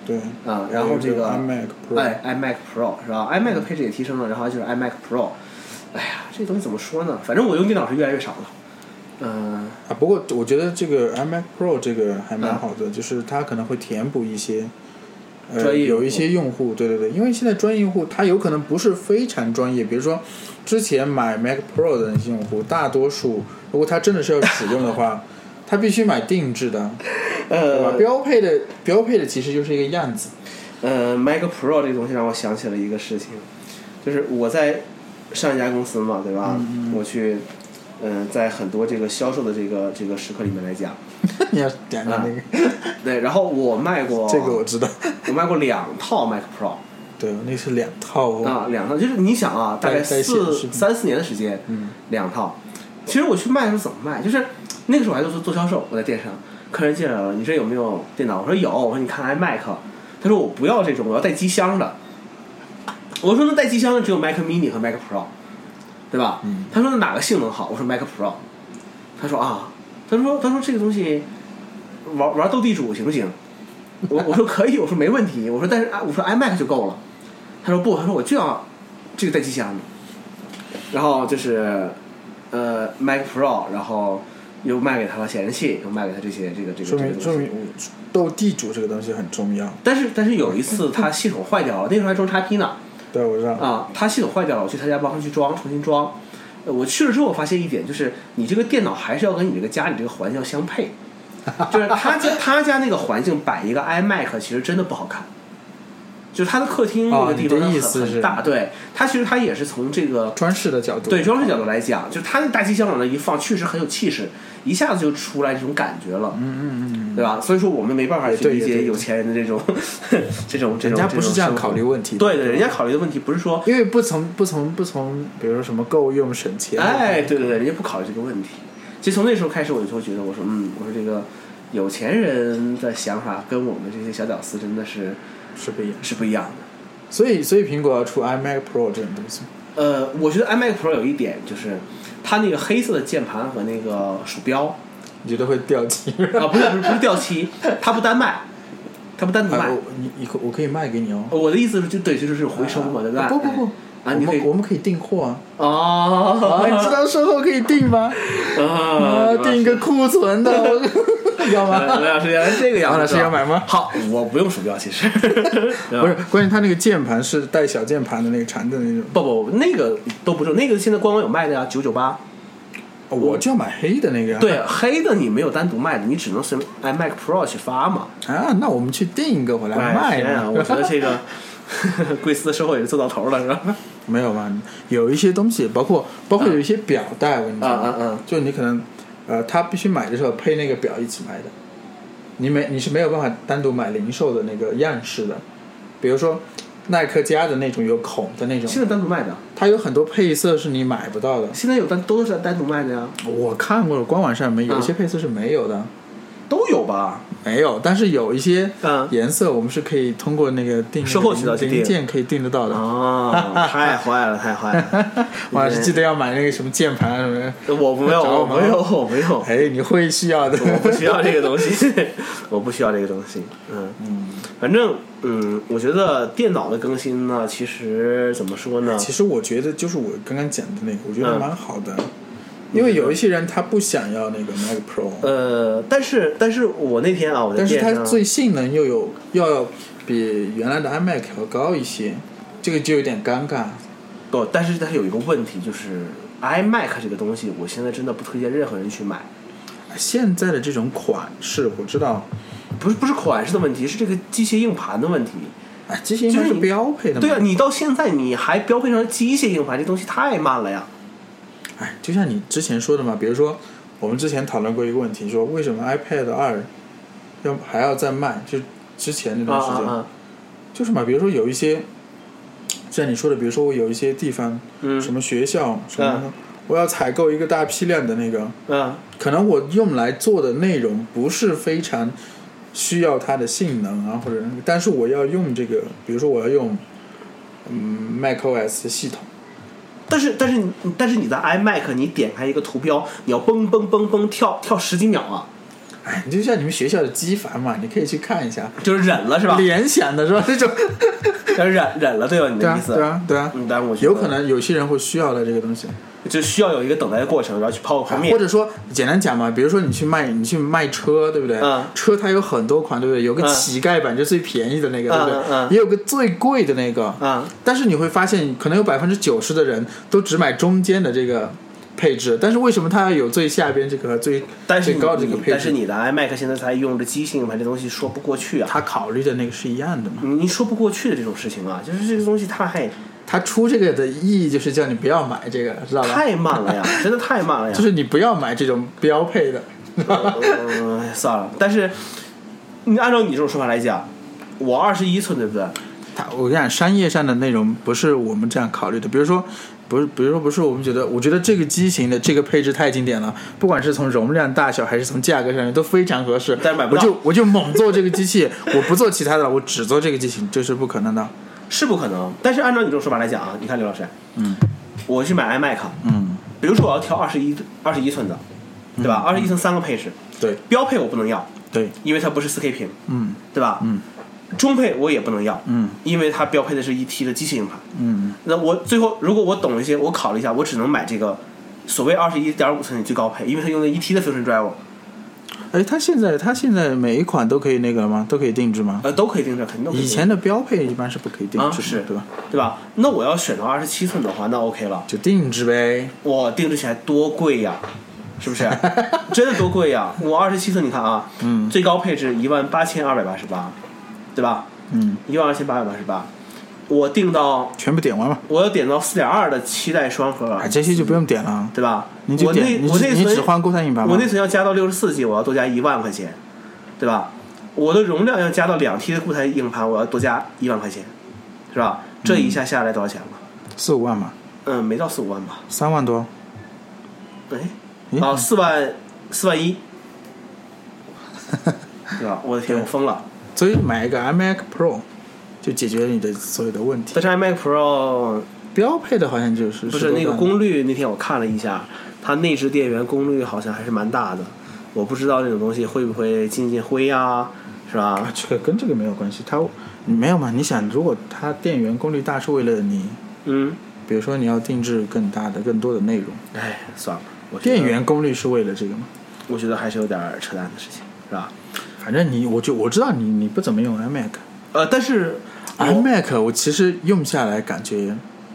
对然后这个 iMac Pro， iMac Pro 是吧 ？iMac 配置也提升了，然后就是 iMac Pro。哎呀，这东西怎么说呢？反正我用电脑是越来越少了。 不过我觉得这个 iMac Pro 这个还蛮好的，就是它可能会填补一些。有一些用户，对，因为现在专业用户他有可能不是非常专业，比如说之前买 Mac Pro 的那些用户，大多数如果他真的是要使用的话，他必须买定制的，对吧？标配的其实就是一个样子。 Mac Pro 这个东西让我想起了一个事情，就是我在上一家公司嘛，对吧？我去，在很多这个销售的这个时刻里面来讲。 你要讲讲那个对，然后我卖过这个我知道， 我卖过2套 Mac Pro。 对，那是2套 2套，就是你想啊，大概3-4年的时间，2套。其实我去卖的时候怎么卖？就是那个时候我还做销售，我在店上，客人进来了，你这有没有电脑？我说有，我说你看 iMac， 他说我不要这种，我要带机箱的。我说那带机箱的只有 Mac Mini 和 Mac Pro， 对吧？他说那哪个性能好？我说 Mac Pro。他说啊，他说这个东西玩斗地主行不行？我说可以，我说没问题，我说但是我说 iMac 就够了。他说不，他说我就要这个带机箱的。然后就是Mac Pro， 然后又卖给他了显示器，又卖给他这些这个说明斗地主这个东西很重要。 但是有一次他系统坏掉了，那时候还装 XP 呢。 对，我知道啊，他系统坏掉了，我去他家帮他去重新装。我去了之后，我发现一点，就是你这个电脑还是要跟你这个家里这个环境要相配。就是他家那个环境摆一个 iMac， 其实真的不好看。就是他的客厅那个地方很大，对，他其实他也是从这个装饰的角度， 对装饰角度来讲，就是他那大机箱往那一放，确实很有气势，一下子就出来这种感觉了，对吧？所以说我们没办法去理解有钱人的这种人家不是这样考虑问题的， 对，人家考虑的问题不是说因为不从，比如说什么够用省钱， 哎，对，人家不考虑这个问题。其实从那时候开始，我就会觉得，我说这个有钱人的想法跟我们这些小屌丝真的是不一样的。 所以苹果要出 iMac Pro 这种东西。 我觉得 iMac Pro 有一点就是，它那个黑色的键盘和那个鼠标， 你觉得会掉漆？ 不是掉漆，它不单卖，它不单独卖。 我可以卖给你哦。 我的意思是，就是回收嘛，对吧？ 不。我们可以订货啊！ 你知道售后可以订吗？订一个库存的，要吗？ 王老师原来这个样子， 王老师要买吗？ 好，我不用鼠标，其实不是，关键它那个键盘是带小键盘的那个长的那种。 不，那个都不是，那个现在官网有卖的呀，998。 我就要买黑的那个呀。 对，黑的你没有单独卖的，你只能随 iMac Pro 去发嘛。 那我们去订一个回来卖嘛。我觉得这个。贵司的售后也是做到头了，是吧？ 没有吧？有一些东西，包括有一些表带，我跟你讲，就你可能，他必须买的时候配那个表一起买的，你是没有办法单独买零售的那个样式的，比如说耐克家的那种有孔的那种， 现在单独卖的， 它有很多配色是你买不到的。 现在都是单独卖的呀。 我看过了，官网上有一些配色是没有的。 都有吧？ 没有，但是有一些颜色我们是可以通过那个售后渠道零件可以订得到的。 太坏了！ 我还是记得要买那个什么键盘什么的。 我没有。 哎，你会需要的。 我不需要这个东西，反正我觉得电脑的更新呢，其实怎么说呢？ 其实我觉得就是我刚刚讲的那个，我觉得蛮好的。因为有一些人他不想要那个 Mac Pro， 但是我那天我在店上， 但是它最性能又要比原来的 iMac 要高一些，这个就有点尴尬。 但是有一个问题，就是 iMac 这个东西，我现在真的不推荐任何人去买。 现在的这种款式，我知道， 不是款式的问题，是这个机械硬盘的问题。 机械硬盘是标配的嘛？ 对啊，你到现在你还标配上机械硬盘，这东西太慢了呀。 就像你之前说的嘛，比如说我们之前讨论过一个问题，说为什么 iPad 2还要再卖？就之前那段时间，就是嘛，比如说有一些像你说的，比如说我有一些地方，什么学校什么的，我要采购一个大批量的那个，可能我用来做的内容不是非常需要它的性能啊，或者但是我要用这个，比如说我要用macOS 系统。 但是你的 iMac 你点开一个图标，你要蹦跳10几秒啊！ 哎，你就像你们学校的机房嘛，你可以去看一下， 就是忍了是吧？ 联想的是吧？这种， 忍了对吧？你的意思？ 对啊。 但我有可能有些人会需要的这个东西， 就需要有一个等待的过程，然后去泡个泡面， 或者说简单讲嘛，比如说你去卖车，对不对？车它有很多款，对不对？有个乞丐版，就最便宜的那个，对不对？也有个最贵的那个，但是你会发现，可能有90%的人都只买中间的这个配置，但是为什么它要有最下边这个最高的这个配置？ 但是你的 iMac 现在才用着机性盘，这东西说不过去啊。 他考虑的那个是一样的嘛？ 你说不过去的这种事情啊，就是这个东西他出这个的意义就是叫你不要买这个，知道吧？ 太慢了呀，真的太慢了呀！ 就是你不要买这种标配的。 算了，但是你按照你这种说法来讲，我21寸对不对？ 我跟你讲，商业上的内容不是我们这样考虑的。比如说不是我们觉得，我觉得这个机型的这个配置太经典了，不管是从容量大小还是从价格上面都非常合适。 但是买不到， 我就猛做这个机器，我不做其他的了，我只做这个机型，这是不可能的。 是不可能，但是按照你这种说法来讲啊，你看刘老师，我去买 iMac，比如说我要挑21寸的，对吧？21寸3个配置， 对， 标配我不能要， 对， 因为它不是4K 屏，对吧？中配我也不能要，因为它标配的是1T 的机器硬盘，那我最后如果我懂一些，我考虑一下，我只能买这个所谓21.5寸的最高配，因为它用的1T 的 Fusion Driver。 哎，它现在每一款都可以那个了吗？都可以定制吗？ 都可以定制，肯定都可以定制。 以前的标配一般是不可以定制的， 是对吧？ 对吧？那我要选到27寸的话，那 OK 了， 就定制呗。 哇，定制起来多贵呀，是不是？真的多贵呀！我27寸，你看啊，最高配置18288，对吧？12888，我定到全部点完了， 我要点到4.2的7代双核， 这些就不用点了， 对吧？ 你就点，你只换固态硬盘吗？ 我内存要加到64G，我要多加1万块钱，对吧？我的容量要加到2T 的固态硬盘，我要多加1万块钱，是吧？这一下下来多少钱了 ？4-5万吧。 没到4-5万吧 ？3万多。 4万1，对吧？我的天，我疯了！ 所以买一个 iMac Pro 就解决你的所有的问题。 但是 iMac Pro 标配的好像就是不是那个功率，那天我看了一下，它内置电源功率好像还是蛮大的。我不知道这种东西会不会进灰啊，是吧？ 这个跟这个没有关系，你没有嘛？你想，如果它电源功率大是为了你，比如说你要定制更多的内容， 算了， 电源功率是为了这个吗？ 我觉得还是有点扯淡的事情，是吧？ 反正我知道你不怎么用 iMac， 但是 iMac 我其实用下来感觉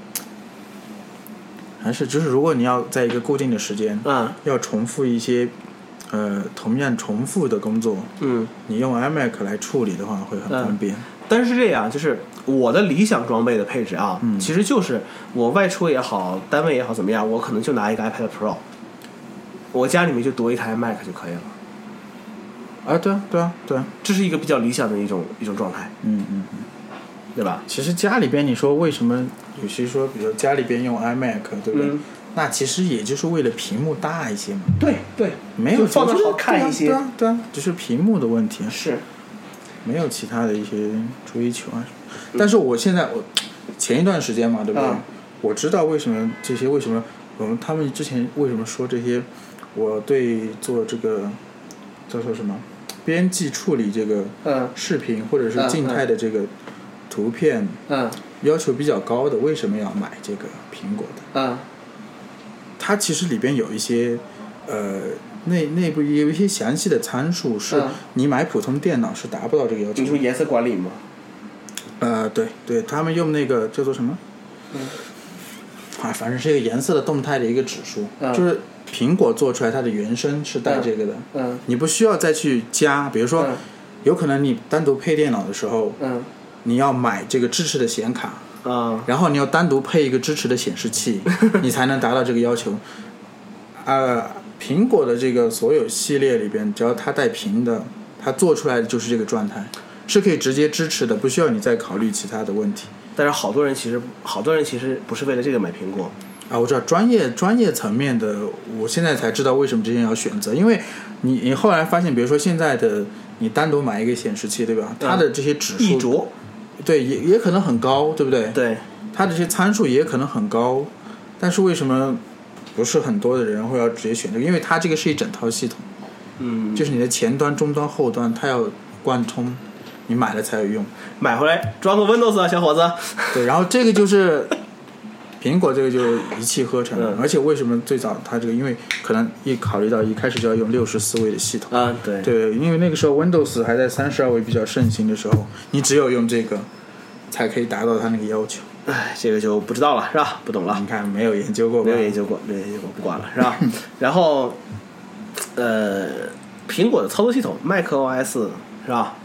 还是就是如果你要在一个固定的时间，要重复一些同样重复的工作，你用 iMac 来处理的话会很方便。 但是这样就是我的理想装备的配置啊，其实就是我外出也好，单位也好怎么样，我可能就拿一个 iPad Pro， 我家里面就多一台 Mac 就可以了。 对啊， 这是一个比较理想的一种状态。对吧？ 其实家里边你说为什么有些说，比如家里边用 iMac， 对不对？那其实也就是为了屏幕大一些嘛。 对， 没有放得好看一些。 对啊，只是屏幕的问题。 是， 没有其他的一些追求啊。但是我前一段时间嘛，对不对？我知道为什么他们之前为什么说这些，我对做这个叫做什么编辑处理这个视频或者是静态的这个图片要求比较高的，为什么要买这个苹果的？它其实里边有一些内部也有一些详细的参数，是你买普通电脑是达不到这个要求的。 你说颜色管理吗？ 对，他们用那个叫做什么？反正是一个颜色的动态的一个指数，就是苹果做出来它的原生是带这个的，你不需要再去加，比如说，有可能你单独配电脑的时候，你要买这个支持的显卡，然后你要单独配一个支持的显示器，你才能达到这个要求。苹果的这个所有系列里边，只要它带屏的，它做出来的就是这个状态，是可以直接支持的，不需要你再考虑其他的问题。 但是好多人其实不是为了这个买苹果我知道专业层面的，我现在才知道为什么这些人要选择，因为你后来发现，比如说现在的你单独买一个显示器，对吧？它的这些指数对也可能很高，对不对？ 对， 它的这些参数也可能很高，但是为什么不是很多的人会要直接选这个？因为它这个是一整套系统， 就是你的前端、中端、后端，它要贯通，你买了才有用。 买回来装个 Windows 啊，小伙子。 对，然后这个就是苹果这个就一气呵成，而且为什么最早它这个，因为可能考虑到一开始就要用64位的系统对，因为那个时候 Windows 还在32位比较盛行的时候，你只有用这个才可以达到它那个要求。 这个就不知道了，是吧？不懂了。 你看没有研究过， 不管了，是吧？然后苹果的操作系统 macOS 是吧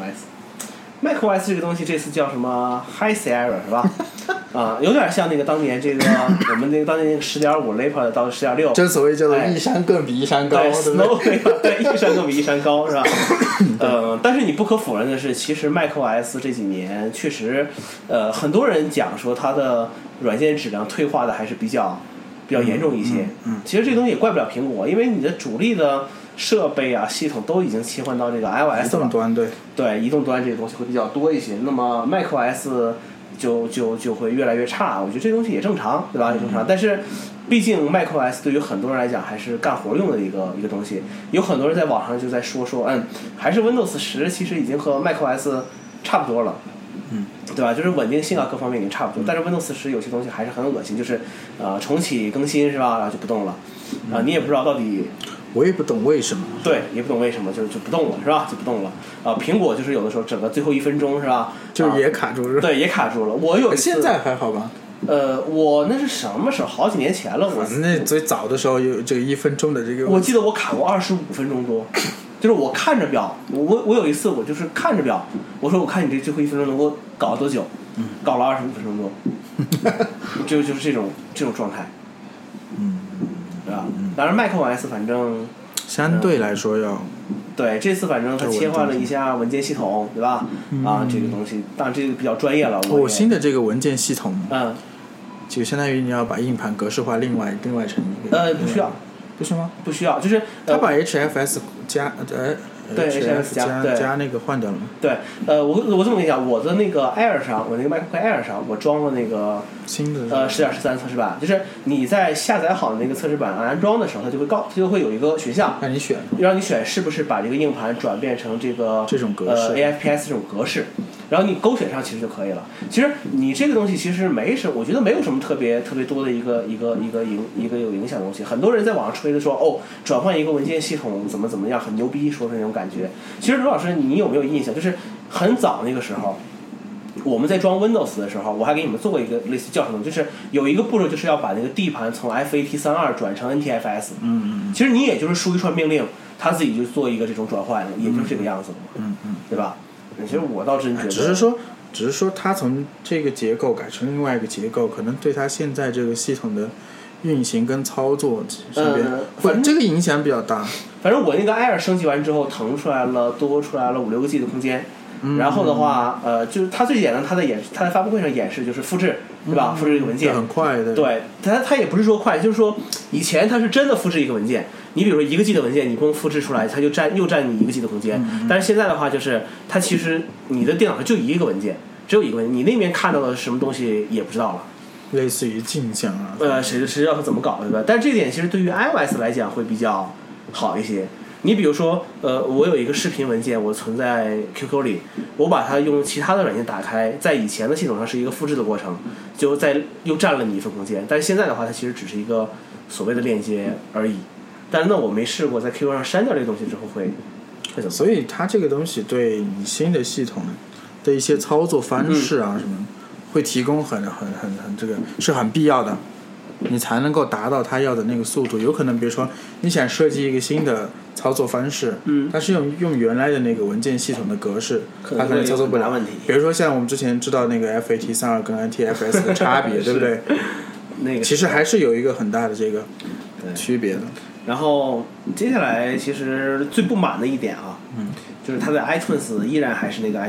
？macOS 这个东西这次叫什么 High Sierra 是吧？有点像那个当年这个我们那个当年那个10.5 Leopard 到10.6， 正所谓叫做一山更比一山高， 对 ，Snow 对，一山更比一山高是吧？但是你不可否认的是，其实 macOS 这几年确实，很多人讲说它的软件质量退化的还是比较严重一些。其实这个东西也怪不了苹果，因为你的主力的设备啊系统都已经切换到这个 iOS 了， 移动端对，移动端这个东西会比较多一些。那么 macOS 就会越来越差，我觉得这东西也正常，对吧？也正常。但是毕竟 macOS 对于很多人来讲还是干活用的一个东西。有很多人在网上就在说，还是 Windows 10其实已经和 macOS 差不多了。对吧？就是稳定性啊，各方面已经差不多。但是 Windows 10有些东西还是很恶心，就是重启更新是吧？然后就不动了，你也不知道到底。 我也不懂为什么。 对，也不懂为什么就不动了是吧？就不动了。苹果就是有的时候整个最后1分钟是吧？ 就也卡住了。 对，也卡住了。我有一次现在还好吧？ 我那是什么时候？好几年前了。 那最早的时候有这个1分钟的这个。 我记得我卡过25分钟多。就是我看着表，我有一次我就是看着表，我说我看你这最后1分钟能给我搞多久？搞了25分钟多，就是这种状态，对吧？当然 macOS 反正相对来说要， 对这次反正它切换了一下文件系统，对吧？这个东西，当然这个比较专业了。 新的这个文件系统，就相当于你要把硬盘格式化，另外成一个。 不需要。 不是吗？ 不需要，就是他把 HFS 加对 HFS 加那个换掉了吗？ 对，我这么跟你讲，我的那个 Air 上，我那个 MacBook Air 上，我装了那个新的 10.13测试版，就是你在下载好的那个测试版安装的时候，它就会有一个选项， 让你选是不是把这个硬盘转变成这种格式 AFPS 这种格式。然后你勾选上其实就可以了。其实你这个东西其实我觉得没有什么特别多的一个有影响的东西。很多人在网上吹的说转换一个文件系统怎么样很牛逼，说的那种感觉。其实刘老师你有没有印象？就是很早那个时候，我们在装 Windows 的时候，我还给你们做过一个类似教程，就是有一个步骤就是要把那个 D 盘从 FAT32 转成 NTFS。其实你也就是输一串命令，它自己就做一个这种转换，也就是这个样子了。对吧？其实我倒真觉得， 只是说它从这个结构改成另外一个结构，可能对它现在这个系统的运行跟操作上边，这个影响比较大。 反正我那个 Air 升级完之后，多出来了5-6个 G 的空间。然后的话，就是它最简单，它在发布会上演示就是复制，对吧？复制一个文件很快的。 对，它也不是说快，就是说以前它是真的复制一个文件，你比如说1个 G 的文件，你光复制出来，它就又占你1个 G 的空间。但是现在的话，就是它其实你的电脑上就一个文件，只有一个文件，你那边看到的什么东西也不知道了。 类似于镜像啊。 谁知道它怎么搞的，对吧？但这点其实对于 iOS 来讲会比较好一些。你比如说，我有一个视频文件，我存在 QQ 里，我把它用其他的软件打开，在以前的系统上是一个复制的过程，又占了你一份空间。但是现在的话，它其实只是一个所谓的链接而已。但是呢，我没试过在 QQ 上删掉这个东西之后会怎么。 所以它这个东西对你新的系统的一些操作方式啊什么，会提供很这个是很必要的。你才能够达到它要的那个速度。有可能比如说你想设计一个新的操作方式，它是用原来的那个文件系统的格式，它可能操作不了问题。 比如说像我们之前知道那个 FAT32 跟 NTFS 的差别对不对？ 那个其实还是有一个很大的这个区别的。 然后接下来其实最不满的一点就是它的 iTunes 依然还是那个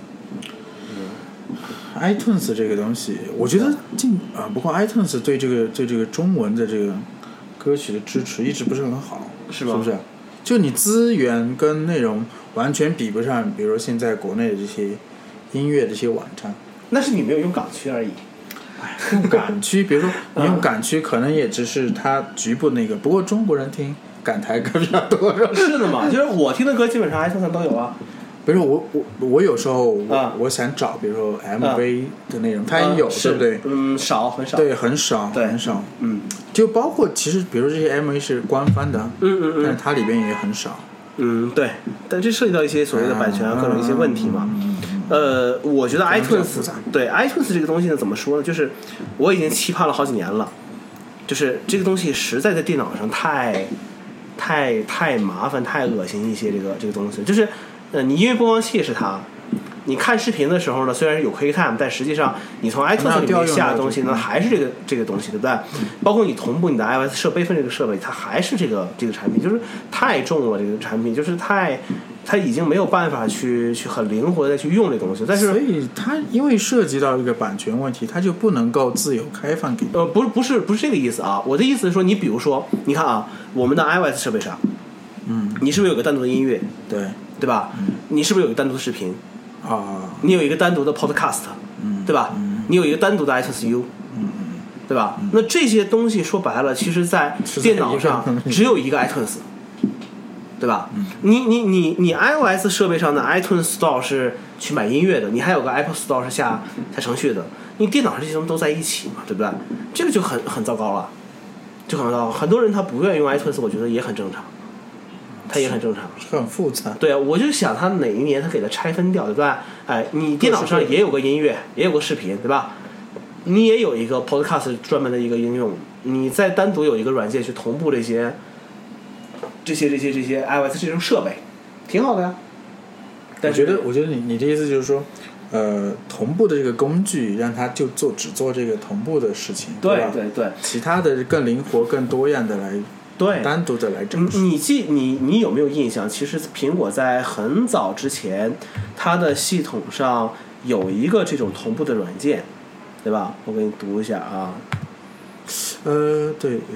iTunes。iTunes 这个东西，我觉得不过 iTunes 对这个中文的这个歌曲的支持一直不是很好， 是吧？ 是不是？就你资源跟内容完全比不上，比如说现在国内的这些音乐这些网站。 那是你没有用港区而已。 用港区，比如说你用港区，可能也只是它局部那个。不过中国人听港台歌比较多， 是的嘛？就是我听的歌基本上 iTunes 上都有啊。 比如说我有时候我想找，比如说 MV 的内容，它也有，对不对？ 少，很少。 对，很少，很少。就包括其实，比如说这些 MV 是官方的，但是它里边也很少。 对，但这涉及到一些所谓的版权各种一些问题嘛。我觉得 iTunes 对 iTunes 这个东西呢，怎么说呢？就是我已经期盼了好几年了，就是这个东西实在在电脑上太麻烦、太恶心一些。这个东西就是。你音乐播放器是它，你看视频的时候呢，虽然是有 QuickTime，但实际上你从 iTunes 里面下的东西呢，还是这个东西，对不对？包括你同步你的 iOS 设备分这个设备，它还是这个产品，就是太重了。这个产品就是它已经没有办法去很灵活的去用这东西。但是， 所以它因为涉及到一个版权问题，它就不能够自由开放给你。 不是这个意思啊！我的意思是说，你比如说，你看啊，我们的 iOS 设备上，你是不是有个单独的音乐？对吧？你是不是有一个单独的视频？你有一个单独的 podcast，对吧？你有一个单独的 iTunes U，对吧？那这些东西说白了，其实在电脑上只有一个 iTunes，对吧？你 iOS 设备上的 iTunes Store 是去买音乐的，你还有个 Apple Store 是下程序的，你电脑上这些东西都在一起嘛，对不对？这个就很糟糕了，就很糟糕。很多人他不愿意用 iTunes， 我觉得也很正常。它也很正常， 很复杂。 对啊，我就想它哪一年它给它拆分掉，对吧？哎，你电脑上也有个音乐，也有个视频，对吧？你也有一个 podcast 专门的一个应用，你再单独有一个软件去同步这些 iOS 这种设备，挺好的呀。 我觉得你的意思就是说，同步的这个工具让它就只做这个同步的事情， 对吧？ 对， 其他的更灵活、更多样的来。 对， 单独的来整。 你有没有印象？其实苹果在很早之前，它的系统上有一个这种同步的软件，对吧？我给你读一下啊。 对。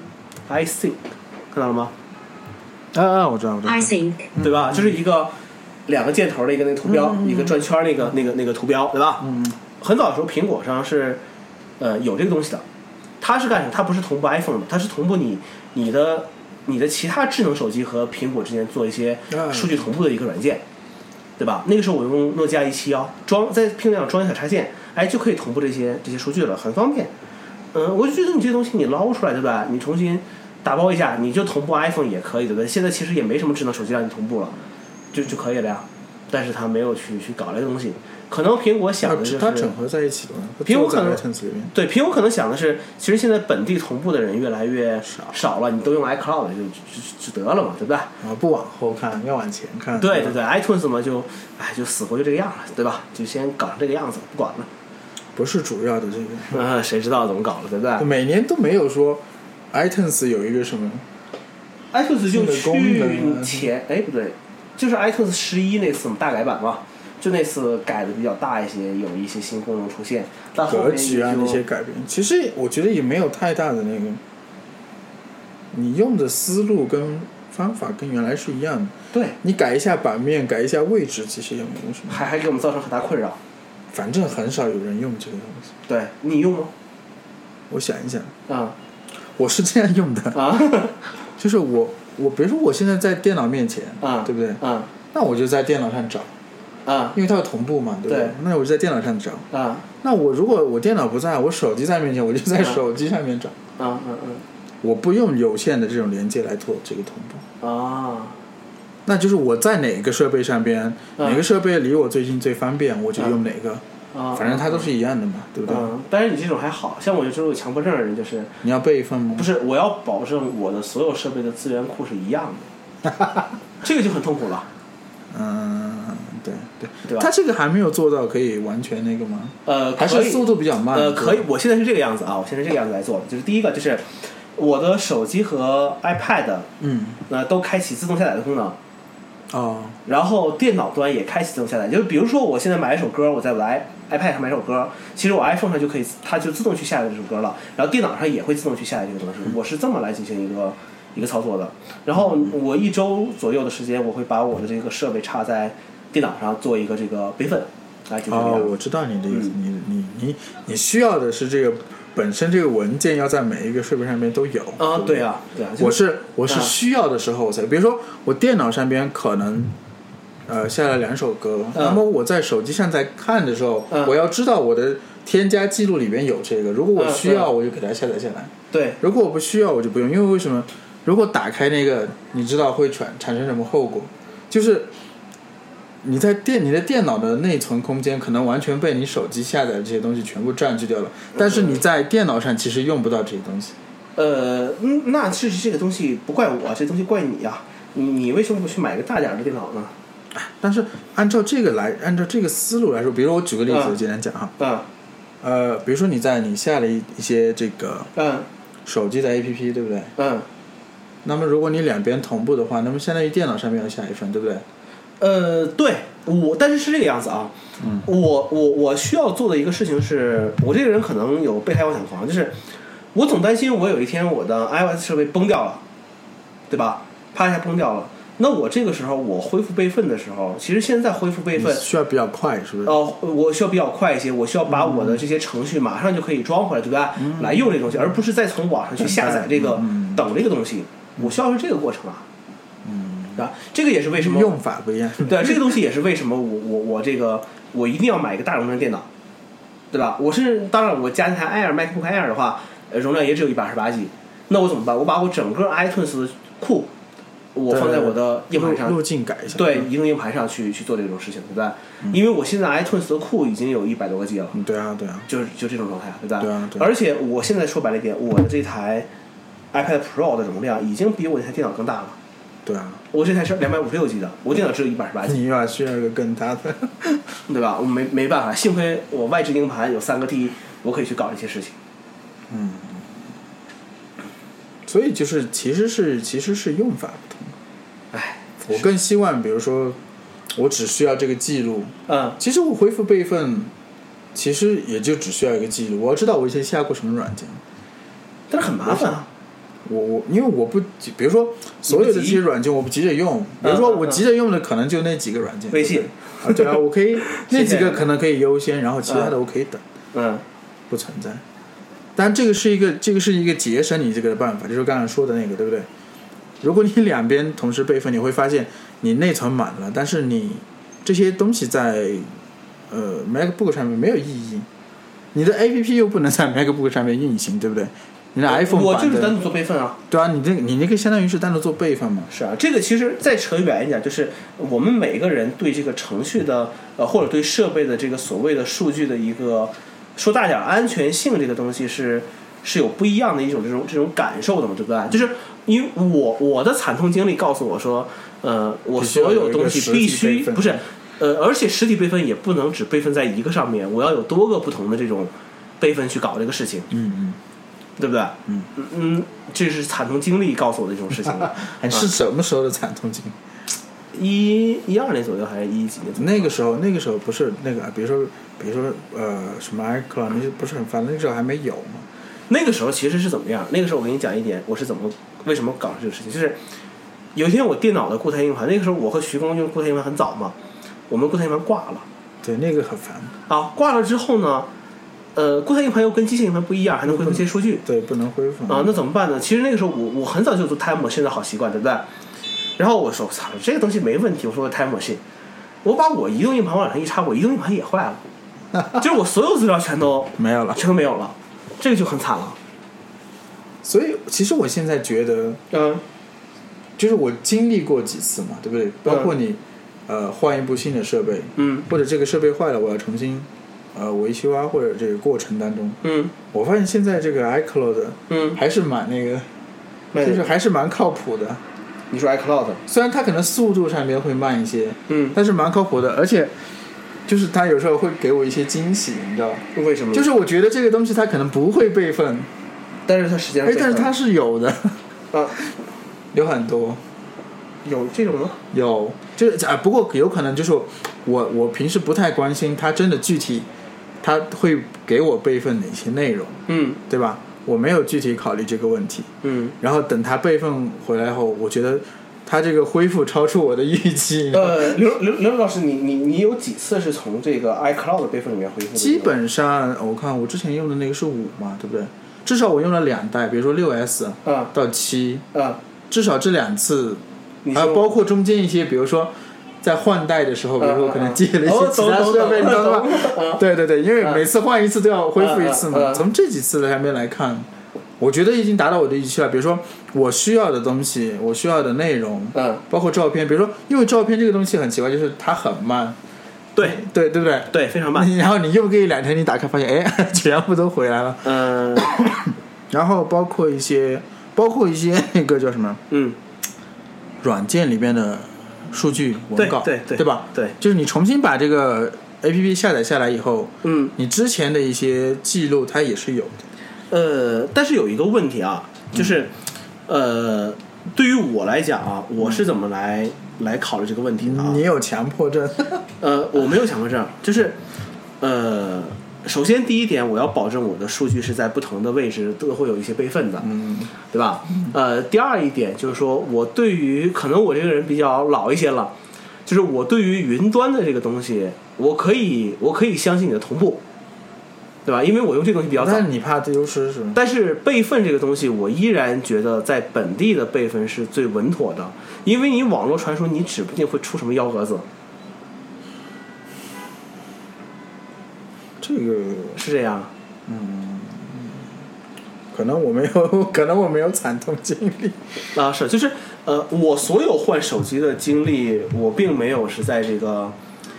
iSync， 看到了吗？ 我知道。 iSync， 对吧？就是一个2个箭头的一个那个图标，一个转圈那个图标，对吧？很早的时候，苹果上是有这个东西的。它是干什么？它不是同步 iPhone 的，它是同步你的其他智能手机和苹果之间做一些数据同步的一个软件，对吧？那个时候我用诺基亚171在苹果上装一小插件，就可以同步这些数据了，很方便。我就觉得你这些东西你捞出来，对吧？你重新打包一下，你就同步 iPhone 也可以，对不对？现在其实也没什么智能手机让你同步了，就可以了呀。但是他没有去搞这个东西。可能苹果想的就是它整合在一起了。 苹果可能对苹果可能想的是，其实现在本地同步的人越来越少了，你都用 iCloud 就得了嘛，对不对？ 不往后看，要往前看。 对 ，iTunes 嘛就死活就这个样了，对吧？就先搞成这个样子，不管了。 不是主要的这个。谁知道怎么搞了，对不对？ 每年都没有说 iTunes 有一个什么 ，iTunes 就去前不对，就是 iTunes 11那次大改版嘛。就那次改的比较大一些，有一些新功能出现，但后面格局那些改变，其实我觉得也没有太大的那个，你用的思路跟方法跟原来是一样的。 对， 你改一下版面，改一下位置，其实也没有什么。 还给我们造成很大困扰。 反正很少有人用这个东西。 对，你用吗？ 我想一想。 我是这样用的。就是我比如说我现在在电脑面前，对不对？那我就在电脑上找。因为它有同步嘛，对不对？那我就在电脑上找。那如果我电脑不在，我手机在面前，我就在手机上面找。我不用有线的这种连接来做这个同步。那就是我在哪个设备上边，哪个设备离我最近最方便，我就用哪个。反正它都是一样的嘛，对不对？ 但是你这种还好像我就是有强迫症的人，就是你要备份吗？ 不是，我要保证我的所有设备的资源库是一样的。这个就很痛苦了。 对吧？它这个还没有做到可以完全那个吗？还是速度比较慢。 可以，我现在是这个样子啊，我现在这个样子来做的。就是第一个，就是我的手机和 iPad，都开启自动下载的功能。然后电脑端也开启自动下载，就是比如说我现在买一首歌，我在我的 iPad 上买一首歌，其实我 iPhone 上就可以，它就自动去下载这首歌了。然后电脑上也会自动去下载这个东西。我是这么来进行一个操作的。然后我1周左右的时间，我会把我的这个设备插在电脑上做一个这个备份，就这样。 我知道你的意思，你需要的是这个本身这个文件要在每一个设备上面都有啊，对啊，对啊， 我是需要的时候才，比如说我电脑上边可能下了2首歌，那么我在手机上在看的时候，我要知道我的添加记录里边有这个，如果我需要我就给它下载下来， 对， 如果我不需要我就不用，因为为什么？如果打开那个，你知道会产生什么后果？就是你的电脑的内存空间可能完全被你手机下载的这些东西全部占据掉了，但是你在电脑上其实用不到这些东西。 那是这个东西不怪我，这东西怪你呀！你为什么不去买个大点的电脑呢？ 但是按照这个思路来说，比如我举个例子，我简单讲哈。比如说你下了一些这个手机的 APP， 对不对？那么如果你两边同步的话，那么相当于电脑上面要下一份，对不对？ 对，但是这个样子啊。我需要做的一个事情是，我这个人可能有备胎妄想狂，就是我总担心我有一天我的 iOS 设备崩掉了，对吧？啪一下崩掉了。那我这个时候我恢复备份的时候，其实现在恢复备份需要比较快，是不是？ 我需要比较快一些，我需要把我的这些程序马上就可以装回来，对吧？来用这个东西，而不是再从网上去下载这个等这个东西。我需要是这个过程啊，对吧？这个也是为什么用法不一样。 对，这个东西也是为什么我一定要买一个大容量电脑，对吧？当然我加一台 MacBook Air 的话，容量也只有128G，那我怎么办？我把我整个 iTunes 的库我放在我的硬盘上， 路径改一下， 对，移动硬盘上去做这种事情，对吧？因为我现在 iTunes 的库已经有100多个 G 了， 对啊， 就这种状态，对吧？ 对啊。 而且我现在说白了一点，我的这台 iPad Pro 的容量已经比我这台电脑更大了。 对啊， 我这台是256 G 的，我电脑只有128G。 你需要一个更大的， 对吧？我没办法，幸亏我外置硬盘有3个 T， 我可以去搞这些事情。 所以就是其实是用法不同。我更希望，比如说，我只需要这个记录。其实我恢复备份，其实也就只需要一个记录。我要知道我以前下过什么软件， 但是很麻烦啊。 因为我不，比如说所有的这些软件我不急着用，比如说我急着用的可能就那几个软件， 微信对啊，我可以那几个可能可以优先，然后其他的我可以等，不存在。但这个是一个节省你这个的办法，就是刚才说的那个，对不对？如果你两边同时备份，你会发现你内存满了，但是你这些东西在MacBook 上面没有意义，你的 APP 又不能在 MacBook 上面运行，对不对？你的 iPhone 我就是单独做备份啊。 对啊，你那个相当于是单独做备份嘛。 是啊，这个其实再扯远一点，就是我们每个人对这个程序的或者对设备的这个所谓的数据的一个说大点安全性这个东西是有不一样的一种这种感受的嘛，对不对？就是因为我的惨痛经历告诉我说，我所有东西必须不是而且实体备份也不能只备份在一个上面，我要有多个不同的这种备份去搞这个事情。对不对？这是惨痛经历告诉我的这种事情。 是什么时候的惨痛经历 ？12年左右还是11几年左右？ 那个时候不是那个，比如说什么 iCloud 那些不是很烦，那个时候还没有嘛。 那个时候其实是怎么样？那个时候我跟你讲一点，我是为什么搞这个事情，就是有一天我电脑的固态硬盘，那个时候我和徐工用固态硬盘很早嘛，我们固态硬盘挂了。 对，那个很烦啊。挂了之后呢？固态硬盘又跟机械硬盘不一样，还能恢复一些数据。 对，不能恢复啊，那怎么办呢？其实那个时候我很早就做 Time Machine 的好习惯，对不对？然后我说，操，这个东西没问题。我说 Time Machine， 我把我移动硬盘往上一插，我移动硬盘也坏了，就是我所有资料全都没有了， 这个就很惨了。 所以其实我现在觉得，就是我经历过几次嘛，对不对？包括你换一部新的设备，或者这个设备坏了，我要重新。维修啊，或者这个过程当中，我发现现在这个 iCloud，还是蛮那个，就是还是蛮靠谱的。 你说 iCloud， 虽然它可能速度上面会慢一些，但是蛮靠谱的，而且就是它有时候会给我一些惊喜，你知道为什么？ 就是我觉得这个东西它可能不会备份， 但是它实际上， 但是它是有的，有很多。 有这种吗？ 有，就是不过有可能就是我平时不太关心它真的具体。他会给我备份哪些内容，对吧？我没有具体考虑这个问题，然后等他备份回来后，我觉得它这个恢复超出我的预期。 刘老师，你有几次是从这个 iCloud 备份里面恢复的？ 基本上我看我之前用的那个是5嘛，对不对？至少我用了2代，比如说6S 到7，至少这2次，还有包括中间一些，比如说在换代的时候，比如说我可能接了一些其他设备，你知道吗？对对对，因为每次换一次都要恢复一次嘛。从这几次的上面来看，我觉得已经达到我的预期了。比如说我需要的东西，我需要的内容，包括照片，比如说因为照片这个东西很奇怪，就是它很慢。对不对？ 对，非常慢。 然后你用个1-2天，你打开发现，哎，全部都回来了。然后包括一些那个叫什么？软件里边的数据文稿， 对吧？ 对， 就是你重新把这个 APP 下载下来以后，你之前的一些记录它也是有的。但是有一个问题啊，就是对于我来讲啊，我是怎么来考虑这个问题的啊？ 你有强迫症？ 我没有强迫症，就是首先第一点，我要保证我的数据是在不同的位置都会有一些备份的，对吧？第二一点就是说，我对于可能我这个人比较老一些了，就是我对于云端的这个东西，我可以相信你的同步，对吧？因为我用这个东西比较早。 但是你怕丢失是吗？ 但是备份这个东西，我依然觉得在本地的备份是最稳妥的，因为你网络传输，你指不定会出什么幺蛾子。 这个是这样， 可能我没有惨痛经历啊，是就是我所有换手机的经历，我并没有是在这个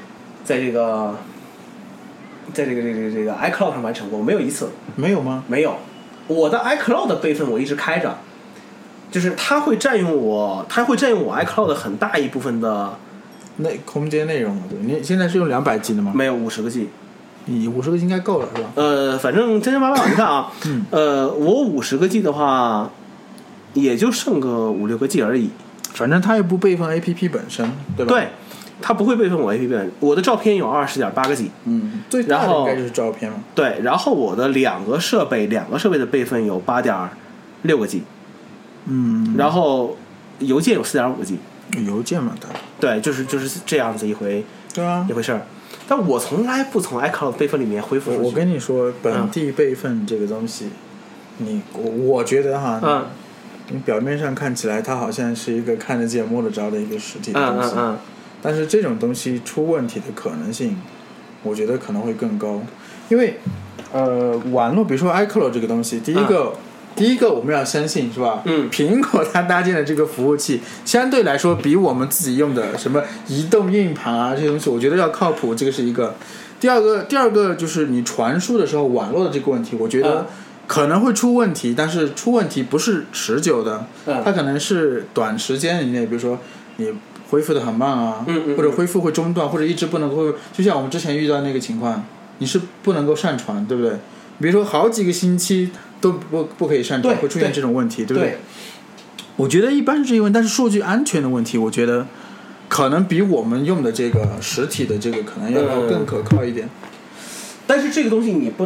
iCloud 上完成过，我没有一次。 没有吗？ 没有，我的 iCloud 的备份我一直开着，就是它会占用我 iCloud 的很大一部分的空间内容。对，你现在是用200G 的吗？ 没有，50个G。 你50个应该够了是吧？ 反正真八百，你看啊，我50个G 的话，也就剩个5-6个G 而已。 反正它也不备份 APP 本身，对吧？ 对，它不会备份我 APP 本身。我的照片有20.8个G， 最大的应该就是照片嘛。 对，然后我的两个设备的备份有8.6个G，然后邮件有4.5个G。 邮件嘛， 对，就是这样子一回事儿。但我从来不从 iCloud 备份里面恢复出去。 我跟你说，本地备份这个东西，我觉得哈，你表面上看起来它好像是一个看得见摸得着的一个实体的东西，但是这种东西出问题的可能性，我觉得可能会更高，因为网络，比如说 iCloud 这个东西，第一个我们要相信是吧？苹果它搭建的这个服务器相对来说比我们自己用的什么移动硬盘啊这些东西，我觉得要靠谱，这个是一个。第二个就是你传输的时候网络的这个问题，我觉得可能会出问题，但是出问题不是持久的，它可能是短时间以内，比如说你恢复的很慢啊，或者恢复会中断，或者一直不能够，就像我们之前遇到那个情况，你是不能够上传，对不对？比如说好几个星期都不可以上传，会出现这种问题，对不对？我觉得一般是这一问题，但是数据安全的问题，我觉得可能比我们用的这个实体的这个可能要更可靠一点。 但是这个东西你不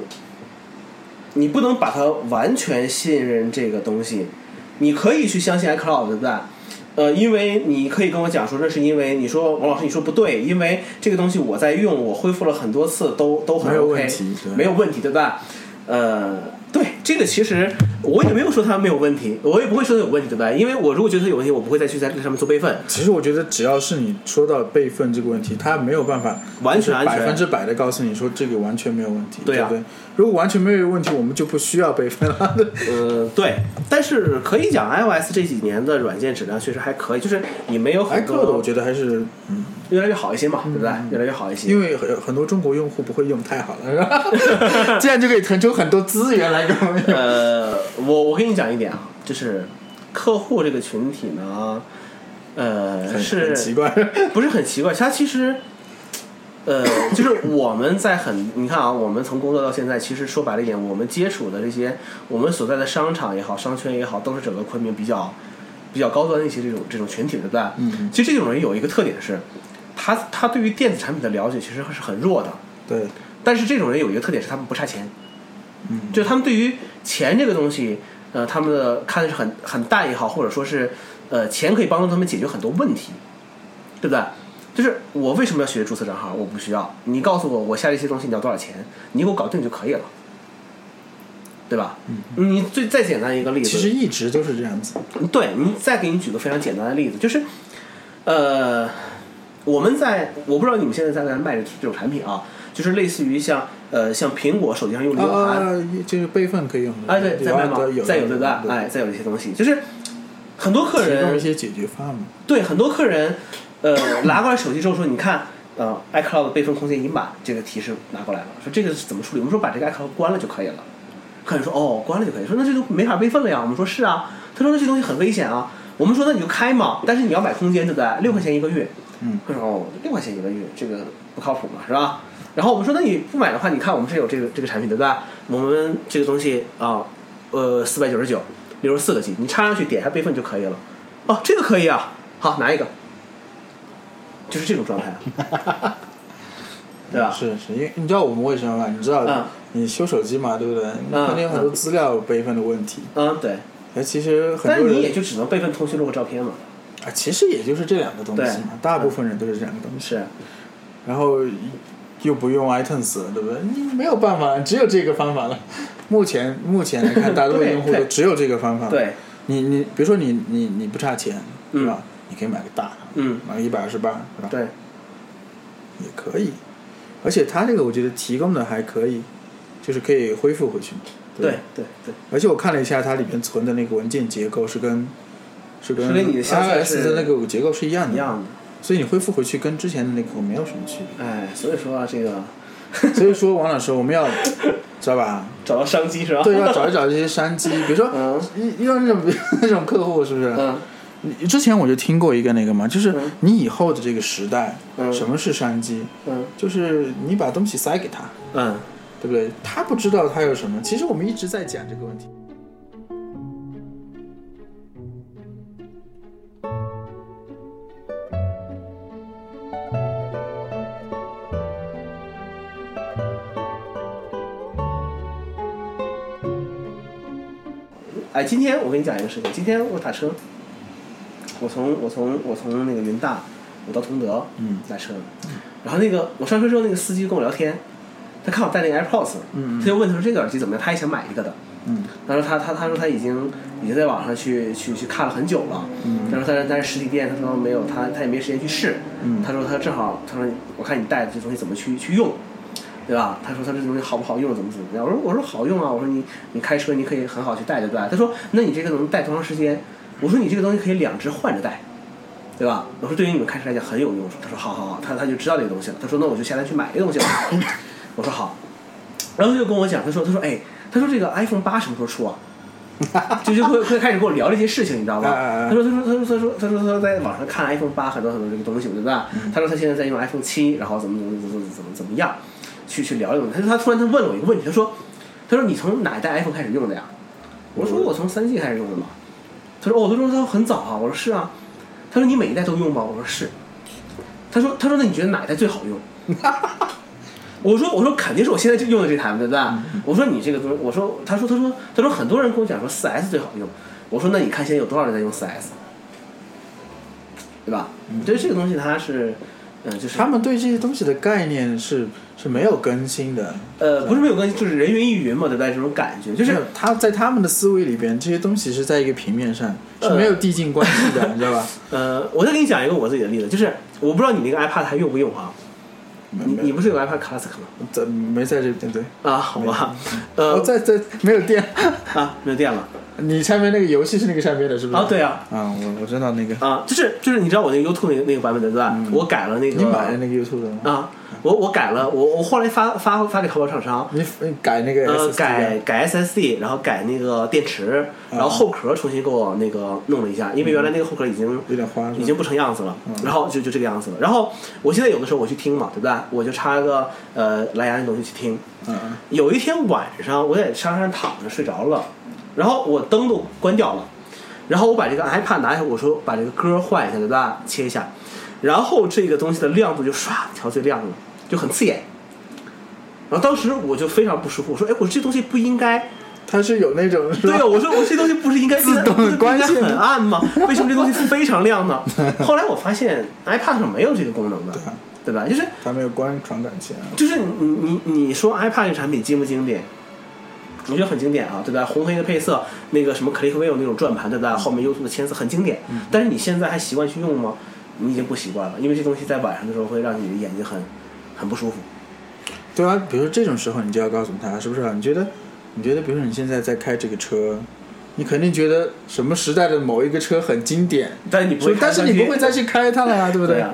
能把它完全信任这个东西，你可以去相信 iCloud， 对不对？因为你可以跟我讲说，那是因为你说王老师你说不对，因为这个东西我在用，我恢复了很多次都很 OK， 没有问题，对吧？对，这个其实我也没有说它没有问题，我也不会说它有问题，对吧？因为我如果觉得它有问题，我不会再去在这个上面做备份。 其实我觉得只要是你说到备份这个问题，它没有办法完全安全 100%的告诉你说这个完全没有问题， 对啊， 对不对？如果完全没有问题，我们就不需要备份了。 对，但是可以讲 iOS 这几年的软件质量确实还可以，就是你没有很多 iCloud 我觉得还是越来越好一些嘛，对不对？越来越好一些， 因为很多中国用户不会用，太好了，是吧？这样就可以腾出很多资源来给我们用。 我跟你讲一点啊，就是客户这个群体呢，是很奇怪， 不是很奇怪，它其实。就是我们在你看啊，我们从工作到现在，其实说白了一点，我们接触的这些，我们所在的商场也好，商圈也好，都是整个昆明比较高端的一些这种群体，对不对？其实这种人有一个特点是，他对于电子产品的了解其实是很弱的。 对。 但是这种人有一个特点是，他们不差钱。就他们对于钱这个东西，他们的看的是很淡也好，或者说是钱可以帮助他们解决很多问题，对不对？就是我为什么要学注册账号？我不需要，你告诉我，我下这些东西你要多少钱，你给我搞定就可以了，对吧？你再简单一个例子， 其实一直都是这样子。 对，你再给你举个非常简单的例子，就是，我不知道你们现在在卖这种产品啊，就是类似于像苹果手机上用的 U 盘， 这个备份可以用的。 对，在卖吗？再有对吧？再有这些东西，就是很多客人提供一些解决方案嘛。 对，很多客人。拿过来手机之后说，你看，iCloud 备份空间已经把这个提示拿过来了，说这个是怎么处理？我们说把这个 iCloud 关了就可以了。客人说关了就可以，说那这就没法备份了呀。我们说是啊，他说那这东西很危险啊。我们说那你就开嘛，但是你要买空间对不对？6块钱一个月。他说6块钱一个月，这个不靠谱嘛，是吧？然后我们说那你不买的话，你看我们这有这个产品对不对？我们这个东西499，64个 G， 你插上去点一下备份就可以了。这个可以啊，好拿一个。就是这种状态，对吧？ 是，因为你知道我们为什么吗？你知道，你修手机嘛，对不对？肯定有很多资料备份的问题。 对。 其实很多人， 但你也就只能备份通讯录和照片嘛。 其实也就是这2个东西嘛，大部分人都是这2个东西。 是。 然后又不用 iTunes 了，对不对？你没有办法，只有这个方法了。目前来看，大多数用户都只有这个方法。 对。 你比如说你不差钱，是吧？你可以买个大的，买个128，是吧？ 对， 也可以，而且它这个我觉得提供的还可以，就是可以恢复回去。 对。 而且我看了一下，它里面存的那个文件结构是跟你的 iOS 的那个结构是一样的。 一样的。 所以你恢复回去跟之前的那个没有什么区别。所以说这个， 所以说王老师，我们要知道吧？ 找到商机是吧？ 对，要找一找这些商机，比如说，遇到那种客户是不是？之前我就听过一个那个嘛，就是你以后的这个时代，什么是商机？就是你把东西塞给他，对不对？他不知道他有什么。其实我们一直在讲这个问题。 今天我跟你讲一个事情。今天我打车，我从那个云大，我到同德，打车，然后我上车之后，那个司机跟我聊天，他看我戴那个 AirPods，他就问他说这个耳机怎么样，他也想买一个的，他说他说他已经在网上去看了很久了，他说但是实体店他说没有，他也没时间去试，他说他正好他说我看你带的这东西怎么去用。对吧？他说他这东西好不好用，怎么样？我说好用啊！我说你开车你可以很好去带，对吧？他说那你这个能带多长时间？我说你这个东西可以2只换着带，对吧？我说对于你们开车来讲很有用。他说好，他就知道这个东西了。他说那我就下单去买这个东西了。我说好，然后他就跟我讲，他说他说这个 iPhone 8什么时候出啊？就会开始跟我聊这些事情，你知道吗？他说在网上看 iPhone 8很多这个东西，对吧？他说他现在在用 iPhone 7，然后怎么样？去聊这个问题。他突然问了我一个问题，他说你从哪一代 iPhone 开始用的呀？我说我从3G 开始用的嘛。他说很早啊。我说是啊。他说你每一代都用吗？我说是。他说那你觉得哪一代最好用？我说肯定是我现在就用的这台嘛，对不对？我说你这个东西，他说很多人跟我讲说 4S 最好用。我说那你看现在有多少人在用 4S， 对吧？所以这个东西它是。就是他们对这些东西的概念是没有更新的。 不是没有更新，就是人云亦云嘛，对吧？这种感觉就是他在他们的思维里边，这些东西是在一个平面上，是没有递进关系的，你知道吧？ 我再给你讲一个我自己的例子，就是我不知道你那个 iPad 还用不用啊？你不是有 iPad Classic 吗？ 没在这边对。 好吧。 在没有电啊，没有电了。 你上面那个游戏是那个上面的，是不是？ 对啊。 我知道那个。 就是你知道我那个 YouTube 那个版本的对吧？我改了那个。 你买的那个 YouTube 的吗？ 我改了，我后来发给淘宝厂商。 你改那个 SSD，改 SSD， 然后改那个电池，然后后壳重新给我那个弄了一下，因为原来那个后壳已经有点花， 已经不成样子了。然后就这个样子了。然后我现在有的时候我去听嘛，对不对？我就插个蓝牙的东西去听。有一天晚上我在沙发上躺着睡着了，然后我灯都关掉了，然后我把这个 iPad 拿下，我说把这个歌换一下，对吧？切一下，然后这个东西的亮度就唰调最亮了，就很刺眼。然后当时我就非常不舒服，我说我这东西不应该它是有那种对啊，我说这东西不是应该自动的关系很暗吗？为什么这东西非常亮呢？后来我发现 iPad 上没有这个功能的，对吧？就是它没有传感器。 就是你说 iPad 这个产品经不经典？我觉得很经典啊，对吧？红黑的配色，那个什么 ClickWheel 那种转盘，对吧？后面 YouTube 的签字很经典。但是你现在还习惯去用吗？你已经不习惯了，因为这东西在晚上的时候会让你的眼睛很不舒服。 对啊，比如说这种时候，你就要告诉他，是不是啊？你觉得，比如说你现在在开这个车，你肯定觉得什么时代的某一个车很经典， 但是你不会再去开它了呀，对不对？ 对啊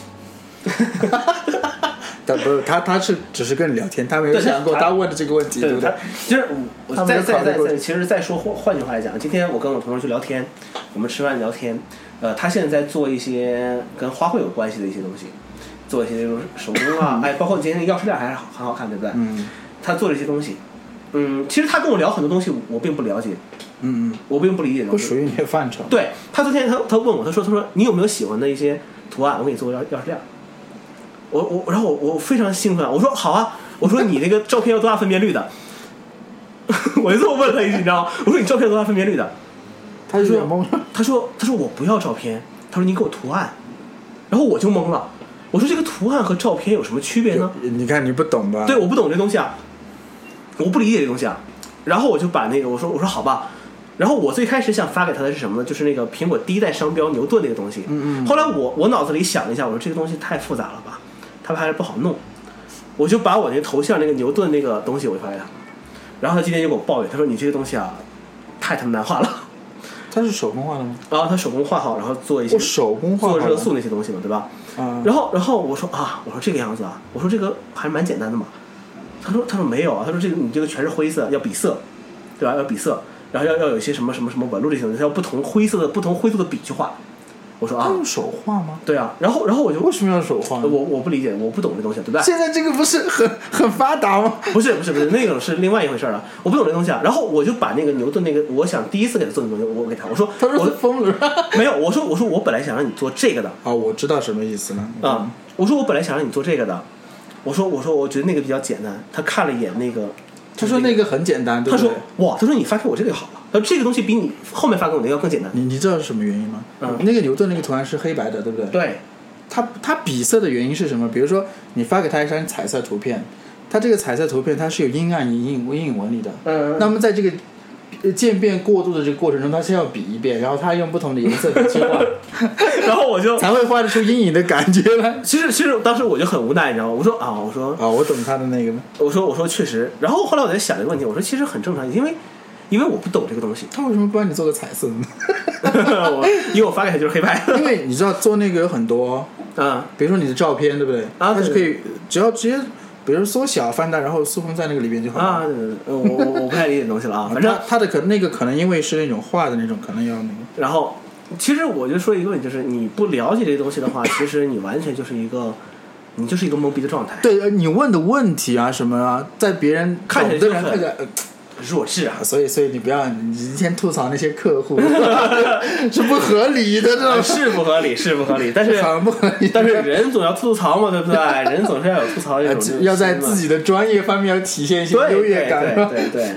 他不是他是只是跟你聊天，他没有想过他问的这个问题，对不对？ 就是我其实再说换句话来讲，今天我跟我同事去聊天，我们吃饭聊天，他现在在做一些跟花卉有关系的一些东西，做一些那种手工啊，包括今天那钥匙链还是很好看，对不对？他做了一些东西，其实他跟我聊很多东西，我并不了解，我并不理解， 不属于你的范畴。 对，他昨天他问我，他说你有没有喜欢的一些图案，我给你做个钥匙链。然后我非常兴奋，我说好啊，我说你那个照片要多大分辨率的？我就这么问了他一句，你知道吗？我说你照片多大分辨率的？他说我不要照片，他说你给我图案，然后我就懵了，我说这个图案和照片有什么区别呢？ 你看你不懂吧？ 对，我不懂这东西啊，我不理解这东西啊，然后我就把那个我说好吧。然后我最开始想发给他的是什么呢？就是那个苹果第一代商标牛顿那个东西。后来我脑子里想了一下，我说这个东西太复杂了吧，他还是不好弄。我就把我那个头像那个牛顿那个东西我就发给他，然后他今天就给我抱怨，他说你这个东西啊，太他妈难画了。 他是手工画的吗？ 啊，他手工画好，然后做一些手工画做热塑那些东西嘛，对吧？然后我说这个样子啊，我说这个还蛮简单的嘛。他说没有啊，他说这个你这个全是灰色，要比色，对吧？要比色。然后要有一些什么纹路这些东西，要不同灰色的笔去画。我说啊， 用手画吗？ 对啊，然后我就为什么要手画？ 我不理解，我不懂这东西，对不对？ 现在这个不是很发达吗？ 不是，那个是另外一回事了，我不懂这东西啊。然后我就把那个牛顿那个，我想第一次给他做的东西，我给他， 他说疯了， 没有，我说我本来想让你做这个的啊，我知道什么意思了我说我本来想让你做这个的，我说我觉得那个比较简单，他看了一眼那个。 他说那个很简单，对不对？ 他说哇，他说你发给我这个就好了。他说这个东西比你后面发给我那个要更简单。 你知道是什么原因吗？那个牛顿那个图案是黑白的，对不对？ 对。 他比色的原因是什么？比如说你发给他一张彩色图片，他这个彩色图片它是有阴暗阴影纹理的。那么在这个渐变过渡的这个过程中，他先要比一遍，然后他用不同的颜色去画， 然后我就才会画得出阴影的感觉来。 其实当时我就很无奈，你知道吗？我说我懂他的那个。 我说确实，然后后来我在想一个问题，我说其实很正常，因为我不懂这个东西。 他为什么不让你做个彩色呢？ 因为我发给他就是黑白。 因为你知道做那个有很多比如说你的照片，对不对？它是可以只要直接。比如缩小、放大，然后塑封在那个里边就好了。 我不太理解东西了啊。反正它的那个可能因为是那种画的那种，可能要那个。 然后，其实我就说一个问题，就是你不了解这些东西的话，其实你完全就是一个懵逼的状态。 对，你问的问题啊什么啊，在别人看起来就很弱智啊，所以你不要你先吐槽那些客户是不合理的，这种是不合理，但是很不合理。 但是人总要吐槽嘛，对不对？人总是要有吐槽这种， 要在自己的专业方面要体现一些优越感。 对。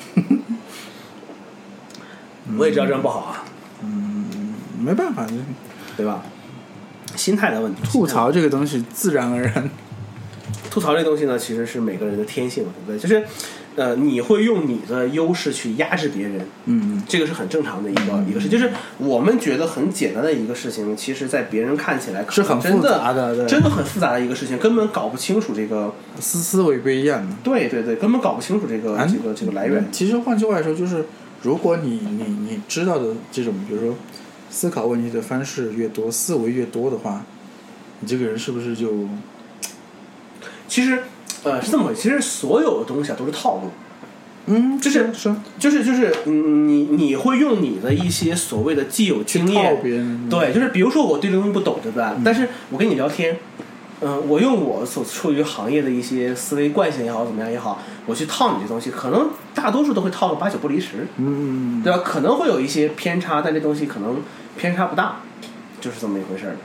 我也知道这样不好啊， 没办法， 对吧？心态的问题。 吐槽这个东西自然而然， 吐槽这个东西呢，其实是每个人的天性，对不对？就是你会用你的优势去压制别人，这个是很正常的一个事，就是我们觉得很简单的一个事情，其实在别人看起来是很复杂的， 真的很复杂的一个事情，根本搞不清楚这个思维不一样的， 对，根本搞不清楚这个来源。 其实换句话来说，就是如果你知道的这种，比如说思考问题的方式越多，思维越多的话，你这个人是不是就其实？是这么回事，其实所有的东西啊都是套路，就是你会用你的一些所谓的既有经验，对，就是比如说我对这东西不懂，对不对？但是我跟你聊天，我用我所处于行业的一些思维惯性也好，怎么样也好，我去套你这东西，可能大多数都会套个8、9不离十，对吧？可能会有一些偏差，但这东西可能偏差不大，就是这么一回事儿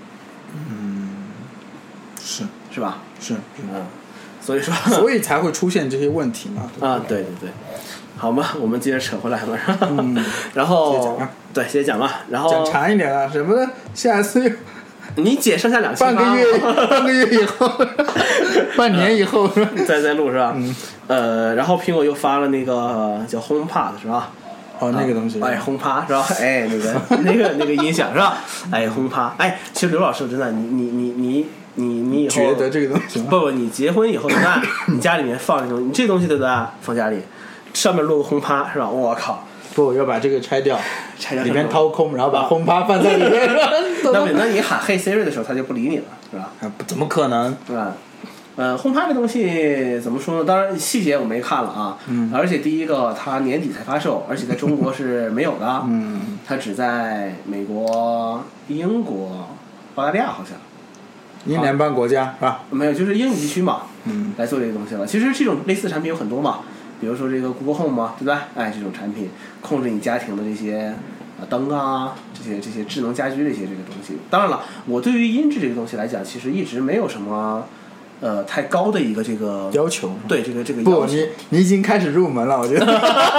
呗。是吧？ 是。 所以才会出现这些问题嘛？ 对。 好嘛，我们接着扯回来嘛。然后对，接着讲吧。然后讲长一点啊，什么的，下次你姐剩下2期半个月以后，半年以后再录是吧？然后苹果又发了那个叫 HomePod 是吧？ 那个东西， HomePod 是吧？那个音响是吧？HomePod，其实刘老师真的，你以后觉得这个东西不，你结婚以后对吧？你家里面放这东西，你这东西对吧？放家里，上面落个HomePod是吧？我靠！ 不，要把这个拆掉，里面掏空，然后把HomePod放在里面。 那你喊 Hey Siri 的时候，他就不理你了，是吧？ 怎么可能？ 对吧？HomePod 这东西怎么说呢？当然细节我没看了啊。而且第一个，它年底才发售，而且在中国是没有的。它只在美国、英国、澳大利亚好像。 英联邦国家是吧？ 没有，就是英语地区嘛。来做这个东西了。其实这种类似的产品有很多嘛。比如说这个 Google Home 嘛，对吧？这种产品控制你家庭的这些灯啊，这些智能家居这些这个东西。当然了，我对于音质这个东西来讲，其实一直没有什么太高的一个这个要求。 对这个不，你已经开始入门了，我觉得。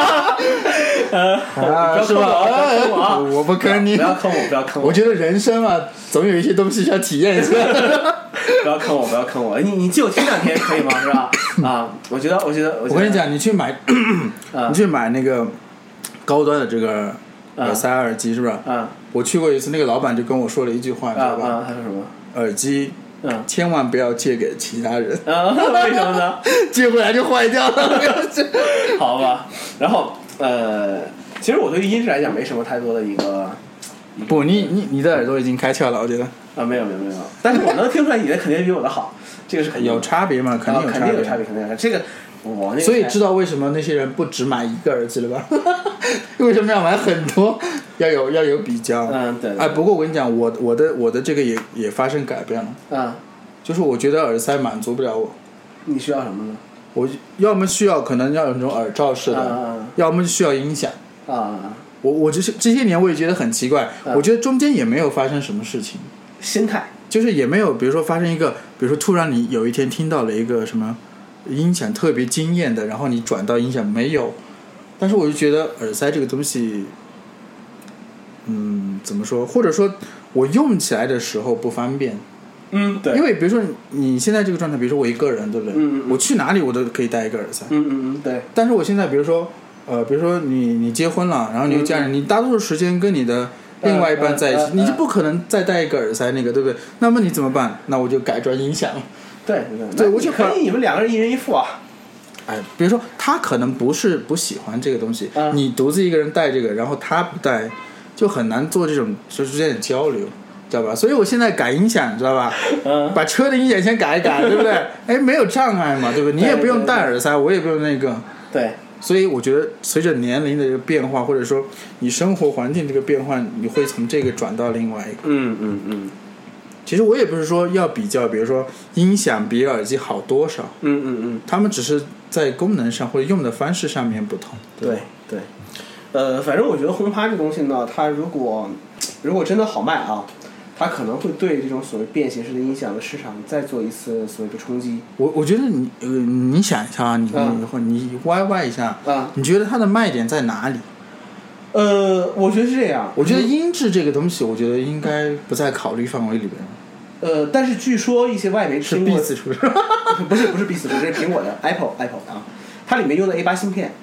是吧？ 我不坑你， 不要坑我。 我觉得人生嘛，总有一些东西需要体验一下。 不要坑我，你借我听2天可以吗？是吧？我觉得。 我跟你讲，你去买那个高端的这个耳塞耳机，是不是？我去过一次，那个老板就跟我说了一句话，知道吧？ 他说什么？ 耳机，千万不要借给其他人。 为什么呢？ 借回来就坏掉了。 好吧，然后其实我对于音质来讲没什么太多的一个。 不，你的耳朵已经开窍了，我觉得。 没有，但是我能听出来你的肯定比我的好，这个是肯定有差别嘛，肯定有差别， 这个我那个。 所以知道为什么那些人不只买一个耳机了吧？为什么要买很多？要有比较。 对。 不过我跟你讲，我的这个也发生改变了。就是我觉得耳塞满足不了我。 你需要什么呢？ 我要么需要可能要有那种耳罩式的，要么需要音响。我就是这些年我也觉得很奇怪，我觉得中间也没有发生什么事情。 心态就是也没有，比如说发生一个，比如说突然你有一天听到了一个什么音响特别惊艳的，然后你转到音响没有，但是我就觉得耳塞这个东西，怎么说？或者说我用起来的时候不方便。 对。 因为比如说你现在这个状态，比如说我一个人，对不对？我去哪里我都可以带一个耳塞。 对。 但是我现在比如说你结婚了，然后你有家人，你大多数时间跟你的另外一半在一起，你就不可能再带一个耳塞那个，对不对？那么你怎么办？那我就改装音响。对，我就可以，你们2个人一人一副啊。 比如说他可能不喜欢这个东西，你独自一个人带这个，然后他不带，就很难做这种就是这种交流，知道吧？所以我现在改音响，知道吧？把车的音响先改一改，对不对？没有障碍嘛，对不对？你也不用戴耳塞，我也不用那个。 对。 所以我觉得随着年龄的这个变化，或者说你生活环境这个变化，你会从这个转到另外一个。其实我也不是说要比较，比如说音响比耳机好多少。他们只是在功能上或者用的方式上面不同。 对。反正我觉得HomePod这东西呢，它如果真的好卖啊，它可能会对这种所谓便携式的音响的市场再做一次所谓的冲击。 我觉得你想一下啊，你歪一下，你觉得它的卖点在哪里？ 我觉得是这样。 我觉得音质这个东西，我觉得应该不在考虑范围里边。 但是据说一些外媒是 Beats 出的， 不是 Beats 出，这是苹果的 Apple 啊，它里面用的 A8 芯片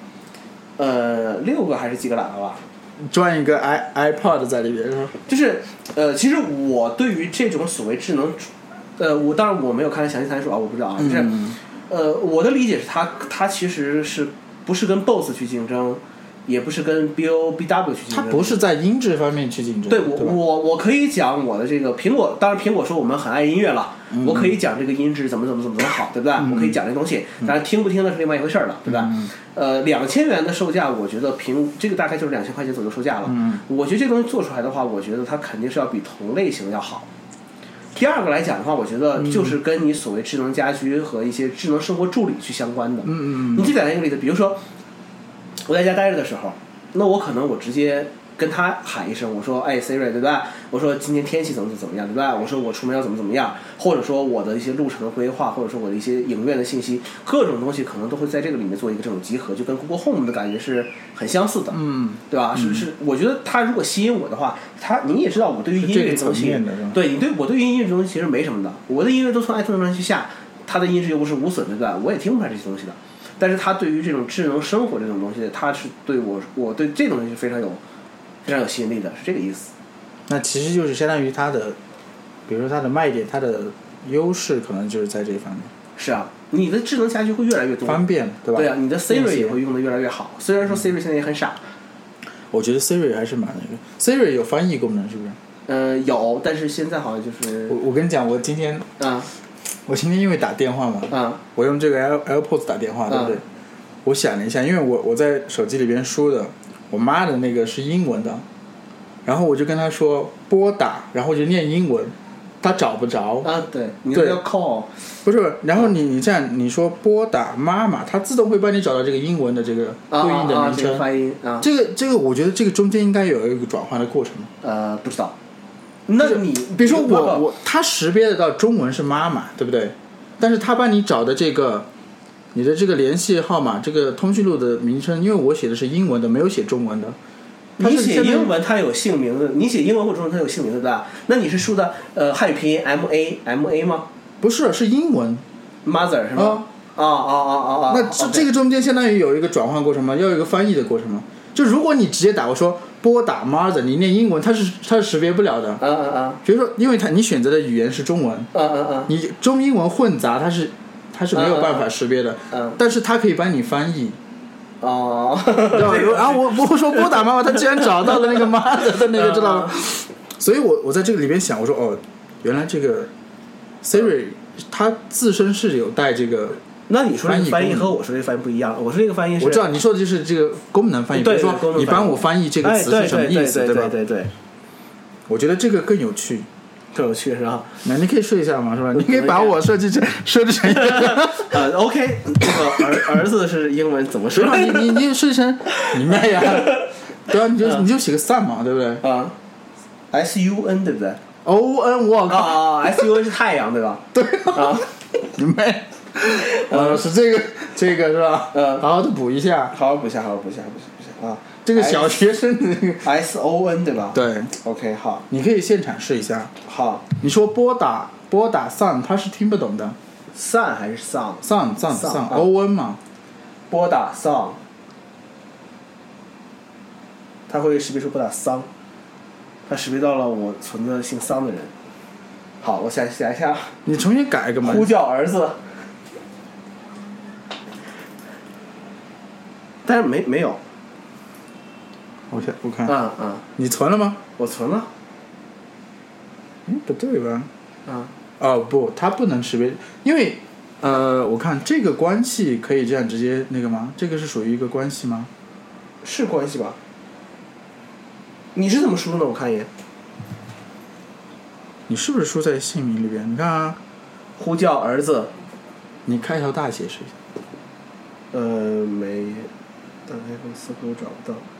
，6个还是几个喇叭吧？ 装一个 iPod 在里边是吧？ 就是其实我对于这种所谓智能，我当然我没有看详细参数啊，我不知道啊，就是我的理解是它其实是不是跟 BOSS 去竞争，也不是跟 BW 去竞争， 它不是在音质方面去竞争。 对，我可以讲我的这个苹果，当然苹果说我们很爱音乐了，我可以讲这个音质怎么好，对不对？我可以讲这东西，当然听不听的是另外一回事了，对吧？2000元的售价，我觉得这个大概就是2000块钱左右售价了。我觉得这东西做出来的话，我觉得它肯定是要比同类型要好。第二个来讲的话，我觉得就是跟你所谓智能家居和一些智能生活助理去相关的。你就举一个例子，比如说我在家待着的时候，那我可能我直接跟他喊一声，我说哎 Siri 对吧？我说今天天气怎么样对吧？我说我出门要怎么样，或者说我的一些路程的规划，或者说我的一些影院的信息，各种东西可能都会在这个里面做一个这种集合，就跟 Google Home 的感觉是很相似的，对吧？是，我觉得他如果吸引我的话，你也知道我对于音乐这东西，对我对于音乐这东西其实没什么的，我的音乐都从 iTunes 上去下，它的音质又不是无损对吧？我也听不出来这些东西的。但是他对于这种智能生活这种东西，他是对我对这种东西是非常有吸引力的，是这个意思。 那其实就是相当于它的，比如说它的卖点，它的优势可能就是在这一方面。 是啊，你的智能家居会越来越多， 方便，对吧？ 对啊，你的 Siri 也会用的越来越好。虽然说 Siri 现在也很傻， 我觉得 Siri 还是蛮那个。Siri 有翻译功能是不是？ 有，但是现在好像就是我跟你讲，我今天因为打电话嘛，我用这个 AirPods 打电话，对不对？我想了一下，因为我在手机里边输的，我妈的那个是英文的，然后我就跟她说拨打，然后就念英文，她找不着啊。对，你要 call， 不是，然后你这样你说拨打妈妈，它自动会帮你找到这个英文的这个对应的名称。 这个发音啊， 这个我觉得这个中间应该有一个转换的过程。 不知道。那你比如说它识别得到中文是妈妈，对不对？但是它帮你找的这个你的这个联系号码，这个通讯录的名称，因为我写的是英文的，没有写中文的。 你写英文它有姓名的，你写英文或者中文它有姓名的，对吧？那你是输的汉语拼音 MA 吗？ 不是，是英文 mother 是吗？ 那这个中间相当于有一个转换过程吗？要有一个翻译的过程吗？就如果你直接打我说拨打 mother， 你念英文它是识别不了的。比如说，因为你选择的语言是中文，你中英文混杂，它是没有办法识别的。但是它可以帮你翻译。然后我说拨打妈妈，他竟然找到了那个妈的那个，知道吗？所以我在这个里面想，我说原来这个 Siri 它自身是有带这个。 那你说这个翻译和我说这个翻译不一样，我说这个翻译是， 我知道你说的就是这个功能翻译，比如说你帮我翻译这个词是什么意思，对吧？ 对。 我觉得这个更有趣。 更有趣是吧？ 那你可以试一下嘛，是吧？你可以把我设置成一个 OK， 这个儿子是英文怎么说？ 你设置成你妹呀！对啊，你就写个 sun 嘛，对不对 ？SUN 对不对 ？ON 我靠 ！SUN 是太阳对吧？ 对啊，你妹！是这个是吧？好好的补一下， 好好补一下啊！ 这个小学生的那个 SON 对吧？ 对 ，OK 好， 你可以现场试一下。 好， 你说拨打 sun， 他是听不懂的。 sun 还是 sun ON 嘛？ 拨打 sun， 他会识别出拨打桑，他识别到了我存的姓桑的人。好，我想一下。 你重新改一个嘛。 呼叫儿子，但是没有。 我看。你存了吗？ 我存了。 不对吧？不，它不能识别，因为我看这个关系可以这样直接那个吗？这个是属于一个关系吗？ 是关系吧？你是怎么输的？我看一眼。 你是不是输在姓名里边？你看啊， 呼叫儿子。 你开头大写试一下。 没，打开公司我找不到。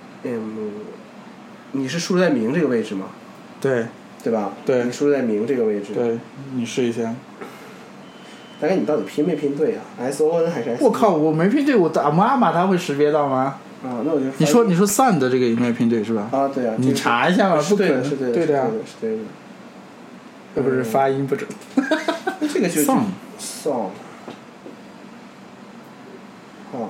你是输在名这个位置吗？对吧？ 对， 你输在名这个位置。 对，你试一下。 大概你到底拼没拼对啊 ？SON 还是 S？ 我靠，我没拼对，我打妈妈他会识别到吗？ 那我就你说 sun 的这个应该拼对是吧？ 对啊。 你查一下嘛，不可能是对的呀。 是对的。 要不是发音不准。 这个就是 song。好。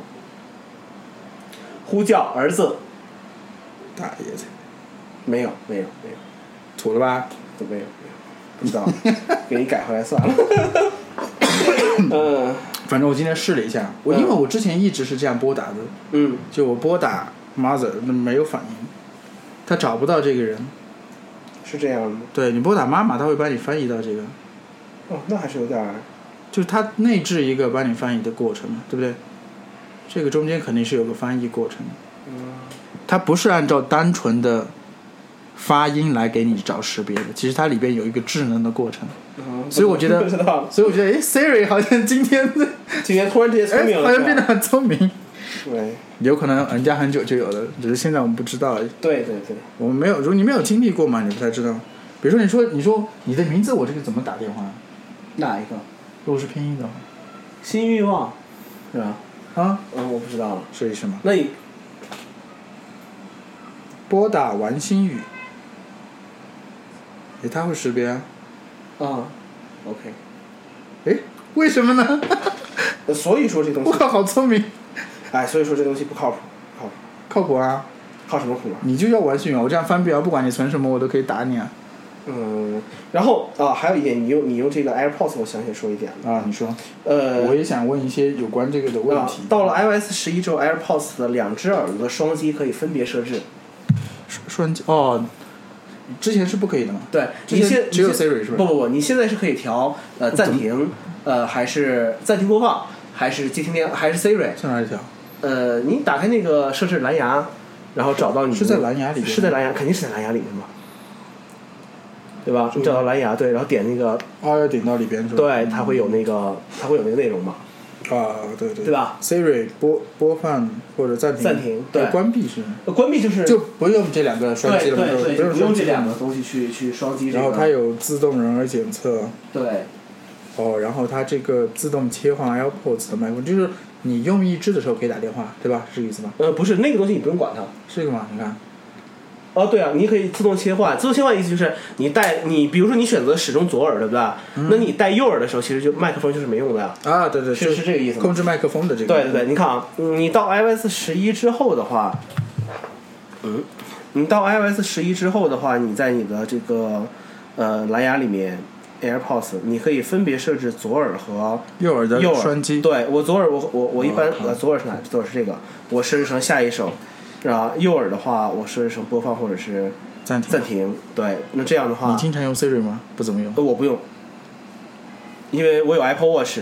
呼叫儿子。 大爷的。 没有。 土了吧？ 都没有，不知道，给你改回来算了。 反正我今天试了一下，因为我之前一直是这样拨打的，就我拨打 mother 没有反应，他找不到这个人。 是这样的。 对，你拨打妈妈，他会帮你翻译到这个。 那还是有点。 就是他内置一个帮你翻译的过程，对不对？这个中间肯定是有个翻译过程的。它不是按照单纯的发音来给你找识别的，其实它里边有一个智能的过程。所以我觉得，Siri 好像今天突然之间聪明了， 好像变得很聪明。 对， 有可能人家很久就有了，只是现在我们不知道而已。 对对对， 我们没有，如果你没有经历过嘛，你不太知道。比如说你说你的名字，我这个怎么打电话？ 哪一个？ 如果是拼音的话， 新欲望，是吧？ 啊？ 我不知道了。 是什么？ 那你拨打王新宇，它会识别啊。 OK。 为什么呢？ 所以说这东西。 我靠，好聪明。 所以说这东西不靠谱。 靠谱啊？ 靠什么谱啊？ 你就叫王新宇，我这样翻标，不管你存什么，我都可以打你啊。 然后还有一点，你用这个 AirPods， 我详细说一点啊，你说。我也想问一些有关这个的问题。 到了 iOS 11之后 ，AirPods 的2只耳朵的双击可以分别设置。 双击之前是不可以的嘛？ 对， 之前只有 Siri 是吧？ 不，你现在是可以调暂停，还是暂停播放，还是接听电，还是 Siri？ 在哪里调？ 你打开那个设置蓝牙，然后找到你是在蓝牙里面？ 是在蓝牙，肯定是在蓝牙里面嘛，对吧？你找到蓝牙，对，然后点那个要点到里边是吧？ 对，它会有那个内容嘛。 对， 对吧 ？Siri 播放或者暂停，对， 关闭是。 关闭就是就不用这两个双击了， 对，不用这两个东西去双击。 然后它有自动人耳检测。 对。 然后它这个自动切换 AirPods 的麦克风，就是你用一支的时候可以打电话，对吧？是这个意思吗？ 不是，那个东西你不用管它。 是这个吗？你看。 对啊，你可以自动切换。自动切换意思就是你比如说你选择始终左耳，对不对？那你戴右耳的时候，其实就麦克风就是没用的呀。 对， 是这个意思。 控制麦克风的这个。 对，你看啊，你到 iOS 11之后的话，你到 iOS 11之后的话，你在你的这个蓝牙里面 AirPods， 你可以分别设置左耳和右耳的双击。 对，我左耳我一般左耳是哪？左耳是这个，我设置成下一首。右耳的话，我设置成播放或者是暂停。对，那这样的话， 你经常用 Siri 吗？不怎么用。 我不用，因为我有 Apple Watch。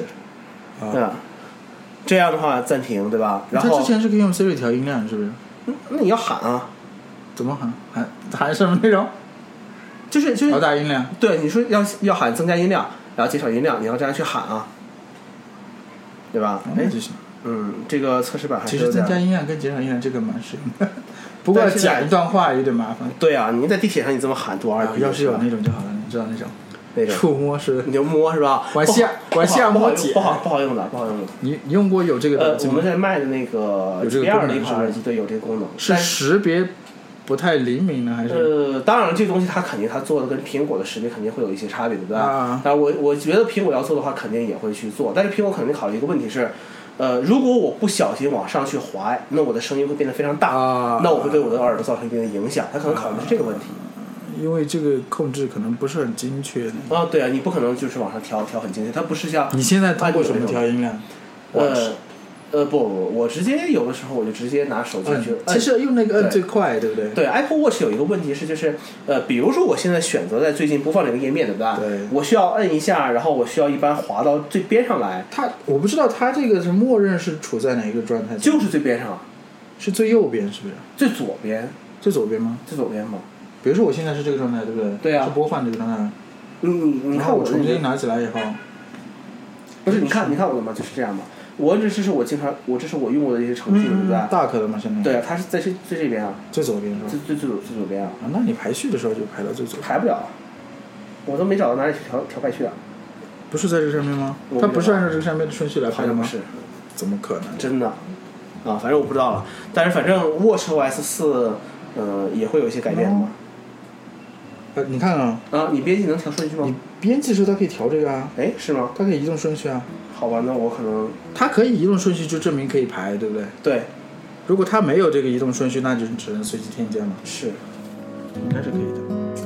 这样的话暂停，对吧？然后他之前是可以用 Siri 调音量，是不是？ 那你要喊啊。 怎么喊？喊什么内容？ 就是调大音量。 对，你说要喊增加音量，然后减少音量，你要这样去喊啊，对吧？ 就行。 这个测试版还是其实增加音量跟减少音量这个蛮实用的，不过讲一段话有点麻烦。 对啊，你在地铁上你这么喊多2 要是有那种就好了，你知道那种触摸式， 你就摸是吧？ 往下摸解， 不好用的。 你用过有这个的？ 我们在卖的那个第2的一款耳机，对，有这个功能。 是识别不太灵敏呢，还是？ 当然这个东西它肯定它做的跟苹果的识别肯定会有一些差别，对不对？但我觉得苹果要做的话，肯定也会去做，但是苹果肯定考虑一个问题是。如果我不小心往上去滑，那我的声音会变得非常大，那我会对我的耳朵造成一定的影响。他可能考虑的是这个问题， 因为这个控制可能不是很精确的。 对啊，你不可能就是往上调很精确，它不是像你现在通过什么调音量？ 不，我直接有的时候我就直接拿手机去摁。其实用那个摁最快，对不对？ 对 ，Apple Watch 有一个问题是，就是比如说我现在选择在最近播放这个页面，对不对？ 对。 我需要摁一下，然后我需要一般滑到最边上来。 我不知道它这个是默认是处在哪一个状态？ 就是最边上。 是最右边是不是？ 最左边。 最左边吗？ 最左边嘛。 比如说我现在是这个状态，对不对？ 对啊。 是播放这个状态。 你看我重新拿起来以后。 不是，你看我的嘛，就是这样嘛。这是这是我用过的一些程序，对不对？ 大颗的嘛，相当于。 对啊，它是在最这边啊。 最左边是吧？ 最左边啊。 那你排序的时候就排到最左。 排不了，我都没找到哪里调排序啊。 不是在这上面吗？它不是按照这个上面的顺序来排的吗？ 不是。 怎么可能？ 真的。反正我不知道了。但是反正 WatchOS 4，也会有一些改变嘛。 你看啊。 你编辑能调顺序吗？ 你编辑的时候它可以调这个啊。 是吗？ 它可以移动顺序啊。 好吧，那我可能。 它可以移动顺序，就证明可以排，对不对？ 对。 如果它没有这个移动顺序，那就只能随机添加嘛。 是。 应该是可以的。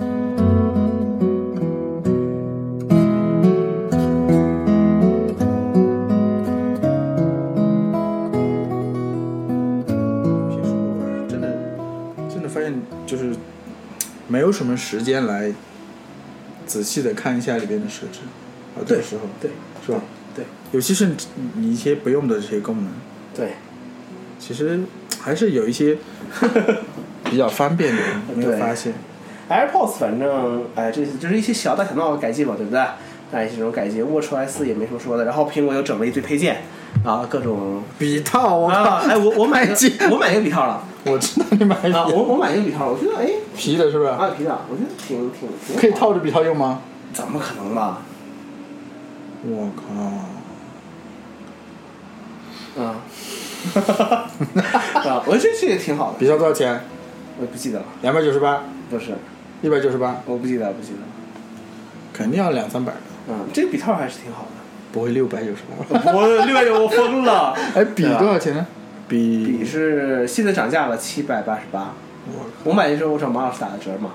真的发现就是没有什么时间来仔细的看一下里边的设置，这个时候对是吧？ 对， 尤其是你一些不用的这些功能， 对， 其实还是有一些比较方便的，没有发现。 AirPods 反正这就是一些小打小闹的改进嘛，对不对？一些这种改进 ，WatchOS 也没什么说的。然后苹果又整了一堆配件， 啊，各种笔套，我靠！ 哎，我买一个笔套了。 我知道你买一个。 啊，我买一个笔套，我觉得哎， 皮的是不是？ 啊，皮的，我觉得挺可以套着笔套用吗？ 怎么可能吧？ 我靠！ 啊，啊，我觉得这个挺好的。 笔套多少钱？ 我不记得了。 298？ 不是。 198？ 我不记得。 肯定要200-300的。 这个笔套还是挺好的。 不会698？ 我690，我疯了。 哎，笔多少钱呢？ 笔是现在涨价了，788。我买的时候我找马老师打的折嘛。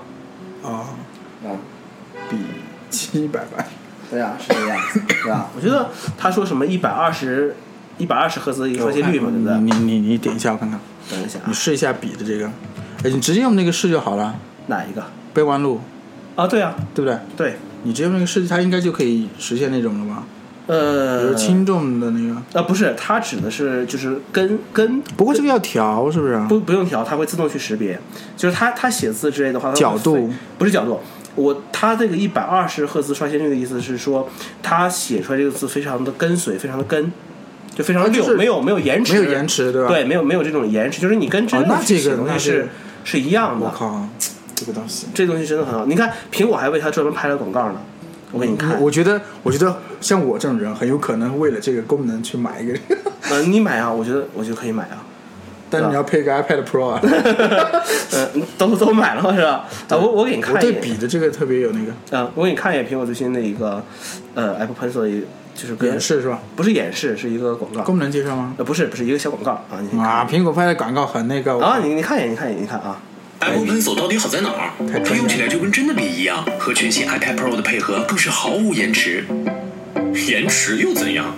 笔780。 对呀，是这个样子，对吧？我觉得他说什么120赫兹一个刷新率嘛，对不对？ 你点一下我看看。 等一下， 你试一下笔的这个，哎，你直接用那个试就好了。 哪一个？ 备忘录。 啊，对啊， 对不对？ 对， 你直接用那个试，它应该就可以实现那种了吧？比如轻重的那个。 不是，它指的是就是跟。 不过这个要调是不是？ 不用调，它会自动去识别。就是它写字之类的话， 角度不是角度。它这个120赫兹刷新率的意思是说，它写出来这个字非常的跟随，非常的跟，就非常的溜，没有延迟， 没有延迟，对吧？ 对，没有这种延迟，就是你跟真的写东西是一样的。 我靠，这个东西， 这东西真的很好。你看，苹果还为它专门拍了广告呢。我给你看。 我觉得像我这种人很有可能为了这个功能去买一个。 你买啊，我觉得可以买啊。 但是你要配个 iPad Pro 啊。 都买了是吧？我给你看一眼。 我对笔的这个特别有那个。我给你看一眼苹果最新的一个Apple Pencil 的就是演示是吧？ 不是演示，是一个广告。 功能介绍吗？ 不是一个小广告啊。 啊，苹果拍的广告很那个啊！你看一眼，你看啊。 Apple Pencil 到底好在哪儿？它用起来就跟真的笔一样，和全新 iPad Pro 的配合更是毫无延迟。延迟又怎样？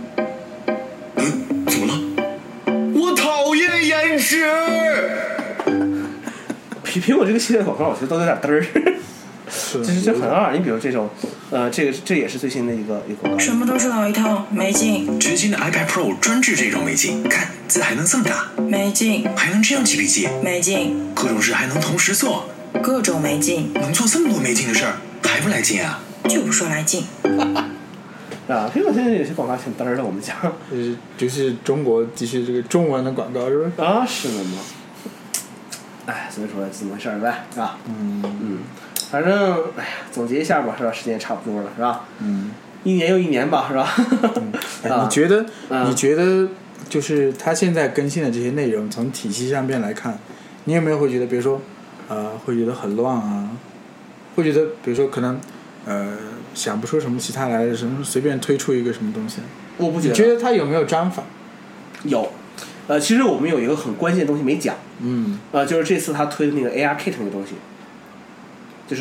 怎么了？我讨厌延迟。 苹果这个系列广告，我觉得都有点嘚儿。就很二。你比如这种，这也是最新的一个广告。 什么都是老一套，没劲。 全新的 iPad Pro 专治这种没劲，看字还能这么大， 没劲。 还能这样记笔记， 没劲。 各种事还能同时做， 各种没劲。 能做这么多没劲的事儿，还不来劲啊？ 就不说来劲。 啊，苹果现在有些广告挺嘚儿的，我们讲。 就是中国继续这个中文的广告是不是？ 啊，是的嘛。哎，所以说这么回事儿呗，是吧？反正哎呀，总结一下吧，是吧？时间也差不多了，是吧？一年又一年吧，是吧？ 你觉得就是它现在更新的这些内容，从体系上面来看，你有没有会觉得，比如说会觉得很乱啊？会觉得比如说可能想不出什么其他来的，什么随便推出一个什么东西？ 我不觉得。 你觉得它有没有章法？ 有。其实我们有一个很关键的东西没讲。就是这次他推的那个 ARKit 那个东西。就是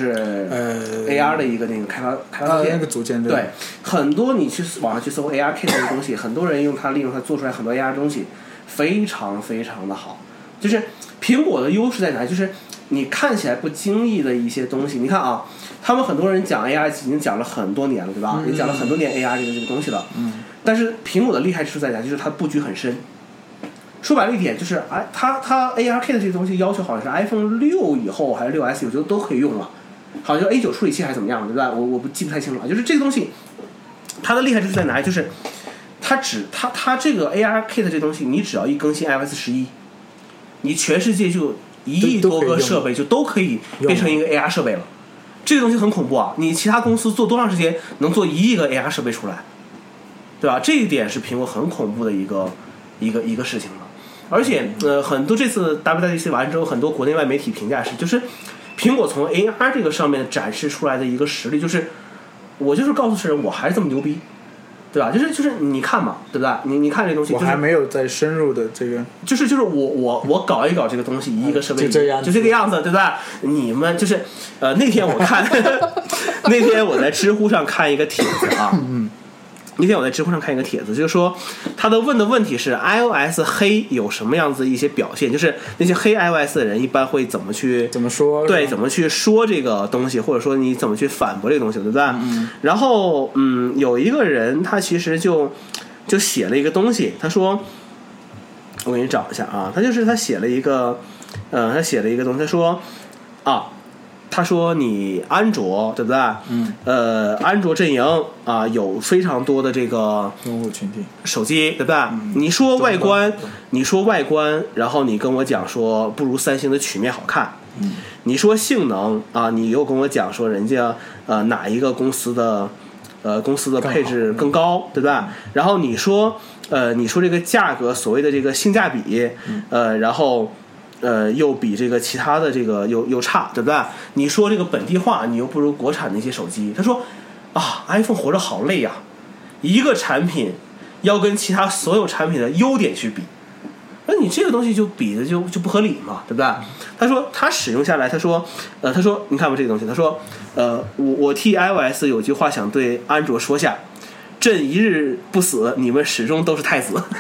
AR 的一个那个开发图片那个组件。 对，很多你去网上去搜 ARKit 这个东西，很多人利用它做出来很多 AR 东西，非常非常的好。就是苹果的优势在哪？就是你看起来不经意的一些东西，你看啊，他们很多人讲 AR 已经讲了很多年了，对吧？也讲了很多年 AR 这个东西了。但是苹果的厉害之处在哪？就是它布局很深。说白了一点就是，它 ARKit 这个东西要求好像是 iPhone 6以后还是6S， 我觉得都可以用了。好像 A9 处理器还是怎么样，对不对？我记不太清楚了。就是这个东西，它的厉害之处在哪？就是它这个 ARKit 这东西，你只要一更新 iOS 11，你全世界就1亿多个设备就都可以变成一个 AR 设备了。这个东西很恐怖啊！你其他公司做多长时间能做1亿个 AR 设备出来，对吧？这一点是苹果很恐怖的一个事情了。而且很多这次 WWDC 完之后，很多国内外媒体评价是，就是苹果从 AR 这个上面展示出来的一个实力，就是我就是告诉世人我还是这么牛逼，对吧？就是你看嘛，对不对？你看这东西， 我还没有再深入的这个， 就是我搞一搞这个东西，一个设备就这个样子，对吧？你们就是那天我看那天我在知乎上看一个帖子啊。那天我在知乎上看一个帖子，就是说他问的问题是 iOS 黑有什么样子一些表现，就是那些黑 iOS 的人一般会怎么说，对，怎么去说这个东西，或者说你怎么去反驳这个东西，对不对？然后有一个人他其实就写了一个东西，他说，我给你找一下啊，他写了一个东西，他说啊， 他说你安卓对不对？安卓阵营啊有非常多的这个用户群体手机对不对？你说外观，然后你跟我讲说不如三星的曲面好看。你说性能啊，你又跟我讲说人家哪一个公司的配置更高，对吧？然后你说这个价格所谓的这个性价比，然后又比这个其他的这个又差，对不对？你说这个本地化，你又不如国产的一些手机。他说啊 ，iPhone 活着好累呀，一个产品要跟其他所有产品的优点去比。那你这个东西就比的就不合理嘛，对不对？他说他使用下来，他说你看吧这个东西，他说我替 iOS 有句话想对安卓说下，朕一日不死，你们始终都是太子。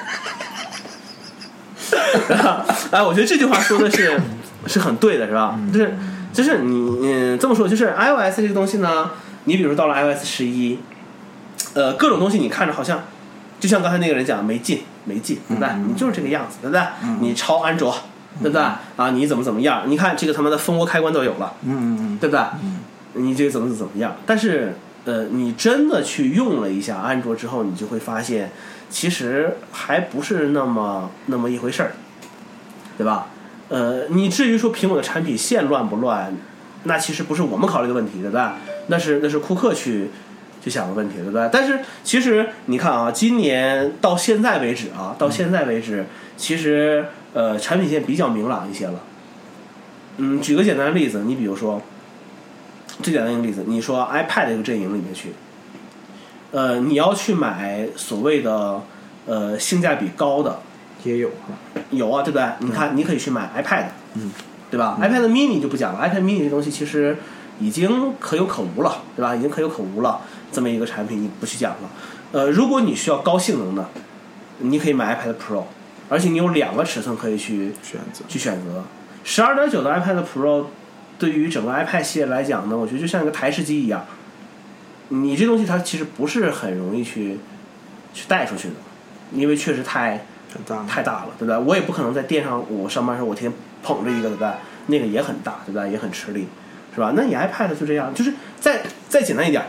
哎，我觉得这句话说的是很对的，是吧？就是你这么说，就是 iOS 这个东西呢，你比如说到了 iOS 11，各种东西你看着好像就像刚才那个人讲没劲，对不对？你就是这个样子，对不对？你抄安卓，对不对？啊，你怎么样？你看这个他妈的蜂窝开关都有了，对不对？你这个怎么样？但是你真的去用了一下安卓之后，你就会发现，其实还不是那么一回事儿，对吧？你至于说苹果的产品线乱不乱，那其实不是我们考虑的问题，对吧？那是库克去想的问题，对不对？但是其实你看啊，今年到现在为止，其实产品线比较明朗一些了。举个简单的例子，你比如说最简单的一个例子，你说 iPad 这个阵营里面去，你要去买所谓的性价比高的， 也有啊，对不对？你看，你可以去买 iPad，对吧？iPad mini 就不讲了 ，iPad mini 这东西其实已经可有可无了，对吧？已经可有可无了，这么一个产品你不去讲了。如果你需要高性能的，你可以买 iPad Pro， 而且你有2个尺寸可以去选择。12.9 的 iPad Pro 对于整个 iPad 系列来讲呢，我觉得就像一个台式机一样，你这东西它其实不是很容易去带出去的，因为确实太大了，对不对？我也不可能在店上我上班时候我天天捧着一个，对不对？那个也很大，对不对？也很吃力，是吧？那你 iPad 就这样，就是再简单一点，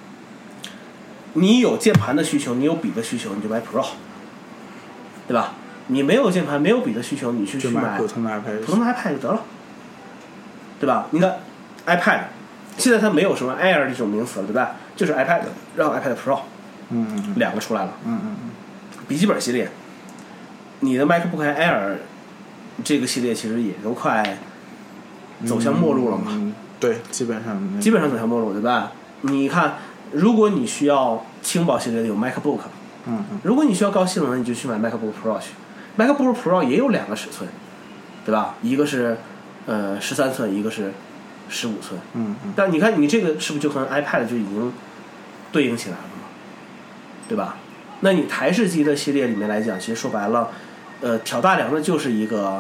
你有键盘的需求，你有笔的需求，你就买 Pro， 对吧？你没有键盘没有笔的需求，你去买普通的 iPad 就得了，对吧？你看 iPad 现在它没有什么 Air 这种名词了，对吧？就是 iPad， 然后 iPad Pro， 2个出来了，笔记本系列，你的 MacBook Air 这个系列其实也都快走向末路了嘛， 对，基本上走向末路，对吧？你看，如果你需要轻薄系列的有 MacBook，如果你需要高性能的，你就去买 MacBook Pro 去。MacBook Pro 也有2个尺寸，对吧？一个是13寸，一个是15寸。但你看你这个是不是就和 iPad 就已经对应起来了嘛？对吧？那你台式机的系列里面来讲，其实说白了，挑大梁的就是一个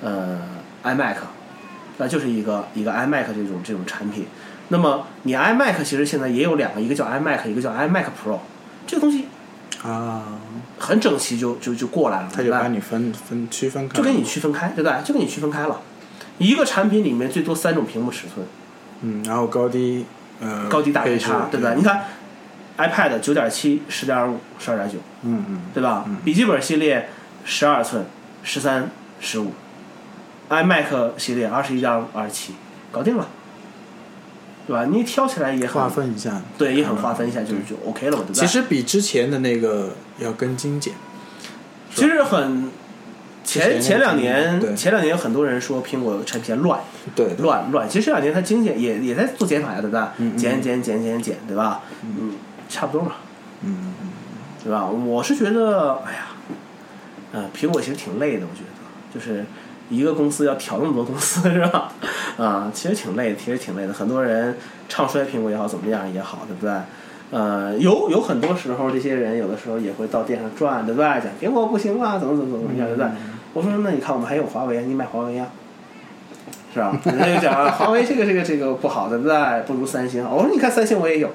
iMac， 那就是一个 iMac 这种产品。那么你 iMac 其实现在也有2个，一个叫 iMac， 一个叫 iMac Pro， 这个东西很整齐就过来了， 它就把你区分开， 就给你区分开，对不对？就给你区分开了。一个产品里面最多3种屏幕尺寸， 然后高低大配差，对不对？你看 iPad 9.7、10.5、12.9，对吧？笔记本系列12寸、13、15，iMac 系列21.5、27，搞定了。对吧？你挑起来也很划分一下， 对，也很划分一下就 OK 了嘛，对吧？ 其实比之前的那个要更精简。 其实前两年有很多人说苹果产品线乱， 对， 乱。其实这2年它精简也在做减法呀，对吧？减，对吧？差不多嘛，对吧？我是觉得，哎呀，苹果其实挺累的，我觉得，就是一个公司要挑那么多公司，是吧？其实挺累的。很多人唱衰苹果也好，怎么样也好，对不对？有很多时候，这些人有的时候也会到店上转，对不对？讲苹果不行啊，怎么样，对不对？我说那你看我们还有华为，你买华为呀，是吧？人家就讲华为这个不好，对不对？不如三星。我说你看三星我也有，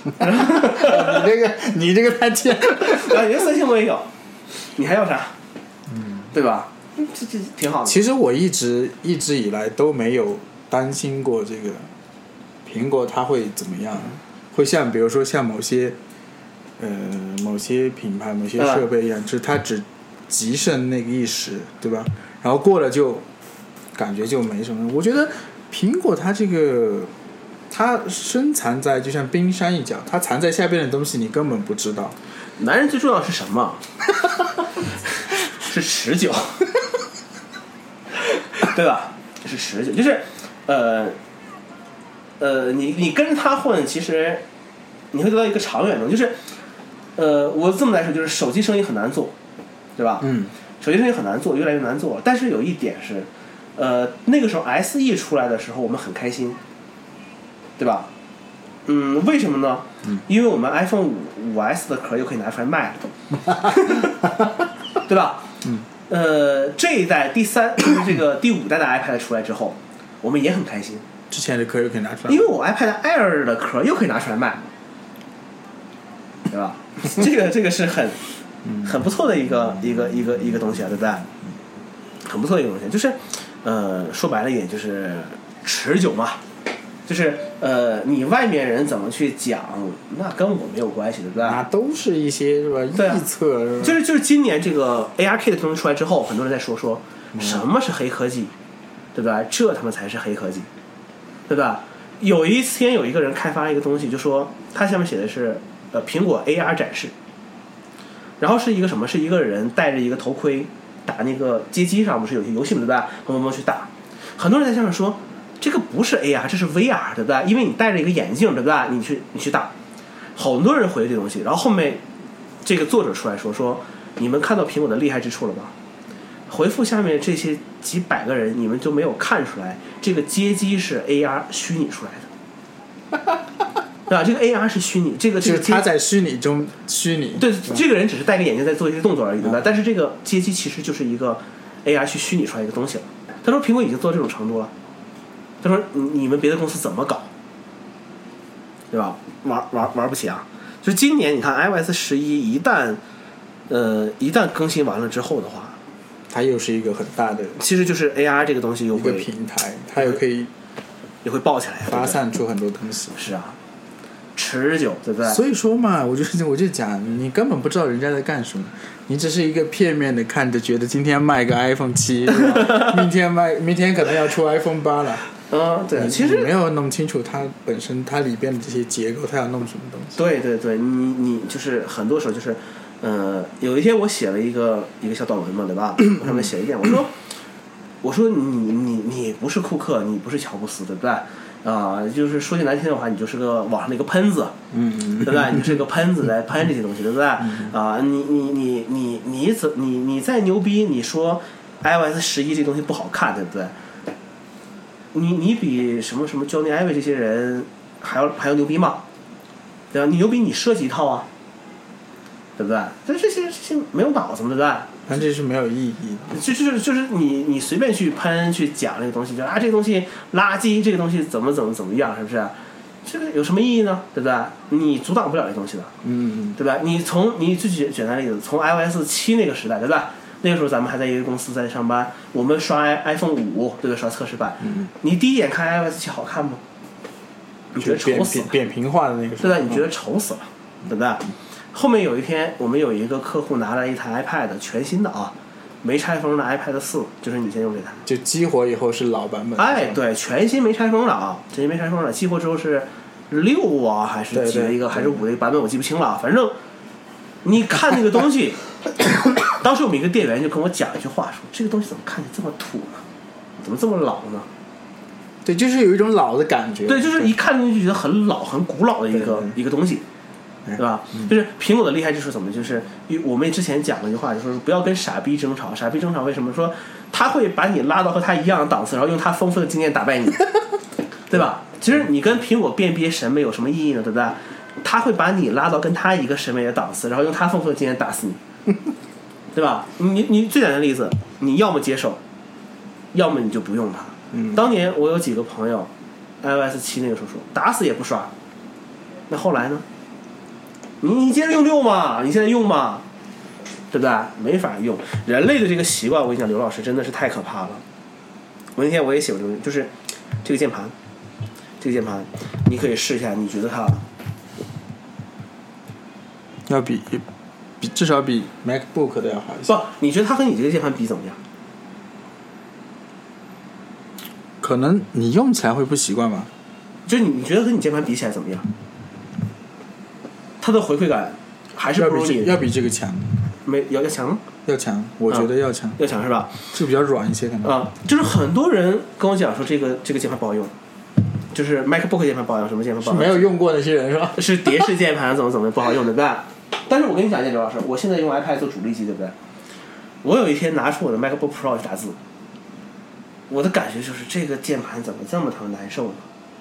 你这个太贱了。 你这三星我也有，你还要啥？对吧？这挺好的。 其实我一直以来都没有担心过这个苹果它会怎么样？会像比如说像某些品牌、某些设备一样，就是它只极盛那个一时，对吧？然后过了就感觉就没什么。我觉得苹果它这个它深藏在就像冰山一角，它藏在下边的东西你根本不知道。 男人最重要是什么？是持久，对吧？是持久，就是你跟着他混，其实你会得到一个长远的，就是我这么来说，就是手机生意很难做，对吧？手机生意很难做，越来越难做。但是有一点是，那个时候 SE 出来的时候，我们很开心，对吧？为什么呢？因为我们 iPhone 5S 的壳又可以拿出来卖了，对吧？这一代就是这个第5代的 iPad 出来之后，我们也很开心。 之前的壳又可以拿出来， 因为我 iPad Air 的壳又可以拿出来卖，对吧？这个是很不错的一个东西啊，对不对？很不错的一个东西，就是说白了一点就是持久嘛。就是你外面人怎么去讲，那跟我没有关系，对不对？ 那都是一些是吧？臆测是吧？ 就是今年这个 ARKit 的东西出来之后，很多人在说什么是黑科技，对吧？这他妈才是黑科技，对吧？有一天有一个人开发一个东西，就说他下面写的是苹果 AR 展示，然后是一个什么？是一个人戴着一个头盔打那个街机上不是有些游戏嘛，对吧？砰砰砰去打，很多人在下面说。这个不是 AR， 这是 VR， 对不对？因为你戴着一个眼镜，对不对？你去打，好多人回这东西。然后后面这个作者出来说，你们看到苹果的厉害之处了吗？回复下面这些几百个人，你们就没有看出来这个街机是 AR 虚拟出来的，对吧？这个 AR 是虚拟，这个就是他在虚拟中虚拟。 对，这个人只是戴个眼镜在做一些动作而已，对吧？但是这个街机其实就是一个 AR 去虚拟出来一个东西了。他说苹果已经做这种程度了。他说：“你们别的公司怎么搞，对吧？玩不起啊！就今年你看 iOS 11一旦更新完了之后的话， 它又是一个很大的， 其实就是 AR 这个东西又会一个平台，它又可以也会爆起来， 发散出很多东西。 是啊，持久，对不对？ 所以说嘛，我就讲，你根本不知道人家在干什么。”你只是一个片面的看着，觉得今天卖个 iPhone 7，明天可能要出 iPhone 8了。 对，其实没有弄清楚它本身它里边的这些结构，它要弄什么东西。 对，你就是很多时候就是，有一天我写了一个小短文嘛，对吧？我上面写一点，我说你不是库克，你不是乔布斯，对不对？就是说句难听的话，你就是个网上的一个喷子，对不对？你是个喷子在喷这些东西，对不对？你再牛逼，你说 iOS 11这东西不好看，对不对？你比什么 Johnny Ive 这些人还要牛逼吗？对吧？你牛逼，你设计一套啊，对不对？但这些没有脑子，对不对？ 但这是没有意义的。 就是你随便去喷去讲这个东西，就这个东西垃圾，这个东西怎么样，是不是？这个有什么意义呢？对不对？你阻挡不了这东西的，对吧？你最简单的例子，从 iOS 7那个时代，对吧？那个时候咱们还在一个公司在上班，我们刷 iPhone 5，对吧？刷测试版，你第一眼看 iOS 7好看吗？你觉得丑死了？ 扁平化的那个时候， 对吧？你觉得丑死了，对不对？后面有一天，我们有一个客户拿来一台 iPad， 全新的没拆封的 iPad 4，就是你现在用这台。 就激活以后是老版本。 对，全新没拆封了全新没拆封了。激活之后是6还是几的一个，还是5的一个版本，我记不清了。反正你看那个东西，当时我们一个店员就跟我讲一句话，说这个东西怎么看起来这么土呢？怎么这么老呢？ 对，就是有一种老的感觉。 对，就是一看就觉得很老、很古老的一个东西。对吧？就是苹果的厉害之处怎么？就是我们之前讲了一句话，就是不要跟傻逼争吵。傻逼争吵为什么？说他会把你拉到和他一样的档次，然后用他丰富的经验打败你，对吧？其实你跟苹果辨别审美有什么意义呢？对不对？他会把你拉到跟他一个审美的档次，然后用他丰富的经验打死你，对吧？你最简单的例子，你要么接受，要么你就不用它。当年我有几个朋友 iOS 7那个时候说打死也不刷，那后来呢？你接着用6嘛，你现在用嘛，对不对？没法用。人类的这个习惯，我跟你讲，刘老师真的是太可怕了。我那天我也写过这个，就是这个键盘， 这个键盘，你可以试一下，你觉得它要至少比 MacBook 的要好一些。 不，你觉得它和你这个键盘比怎么样？ 可能你用起来会不习惯吧。 就你觉得和你键盘比起来怎么样？它的回馈感还是不如你要比这个强。 要强吗？ 要强，我觉得要强。 要强是吧？ 就比较软一些可能。 啊，就是很多人跟我讲说这个键盘不好用，就是 MacBook 键盘不好用，什么键盘不好用？ 是没有用过那些人是吧？ 是蝶式键盘怎么不好用，对不对？但是我跟你讲一件刘老师，我现在用 iPad 做主力机，对不对？我有一天拿出我的 MacBook Pro 去打字，我的感觉就是这个键盘怎么这么难受呢？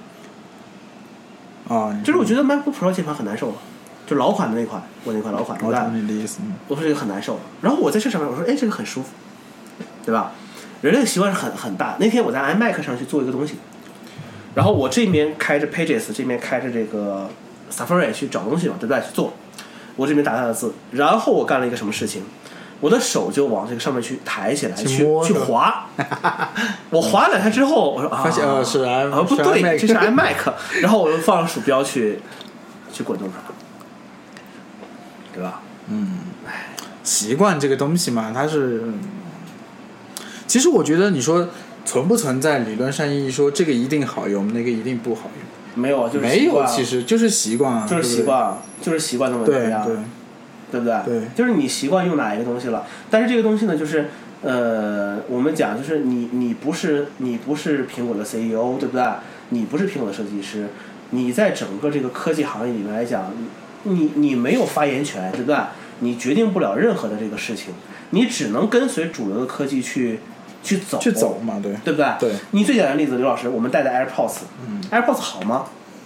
就是我觉得 MacBook Pro 键盘很难受，就老款的那款，我那款老款， 我懂你的意思。 我说这个很难受，然后我在这上面我说，哎，这个很舒服，对吧？人类的习惯是很大。那天我在 iMac 上去做一个东西，然后我这边开着 Pages， 这边开着这个 Safari 去找东西嘛，对不对？去做，我这边打他的字，然后我干了一个什么事情？我的手就往这个上面去抬起来，去滑。我滑两下之后，我说发现是不对，这是 iMac， 然后我又放鼠标去滚动它，对吧？ 习惯这个东西嘛，它是。其实我觉得你说存不存在理论上意义说这个一定好用，那个一定不好用？ 没有，就是没有，其实就是习惯啊， 就是习惯，就是习惯的问题啊。对不对？ 对， 就是你习惯用哪一个东西了，但是这个东西呢，就是我们讲就是你不是苹果的 CEO， 对不对？你不是苹果的设计师，你在整个这个科技行业里面来讲，你没有发言权，对不对？你决定不了任何的这个事情，你只能跟随主流的科技去走嘛，对不对？ 对。 你最简单的例子，刘老师，我们戴的 AirPods，AirPods 好吗？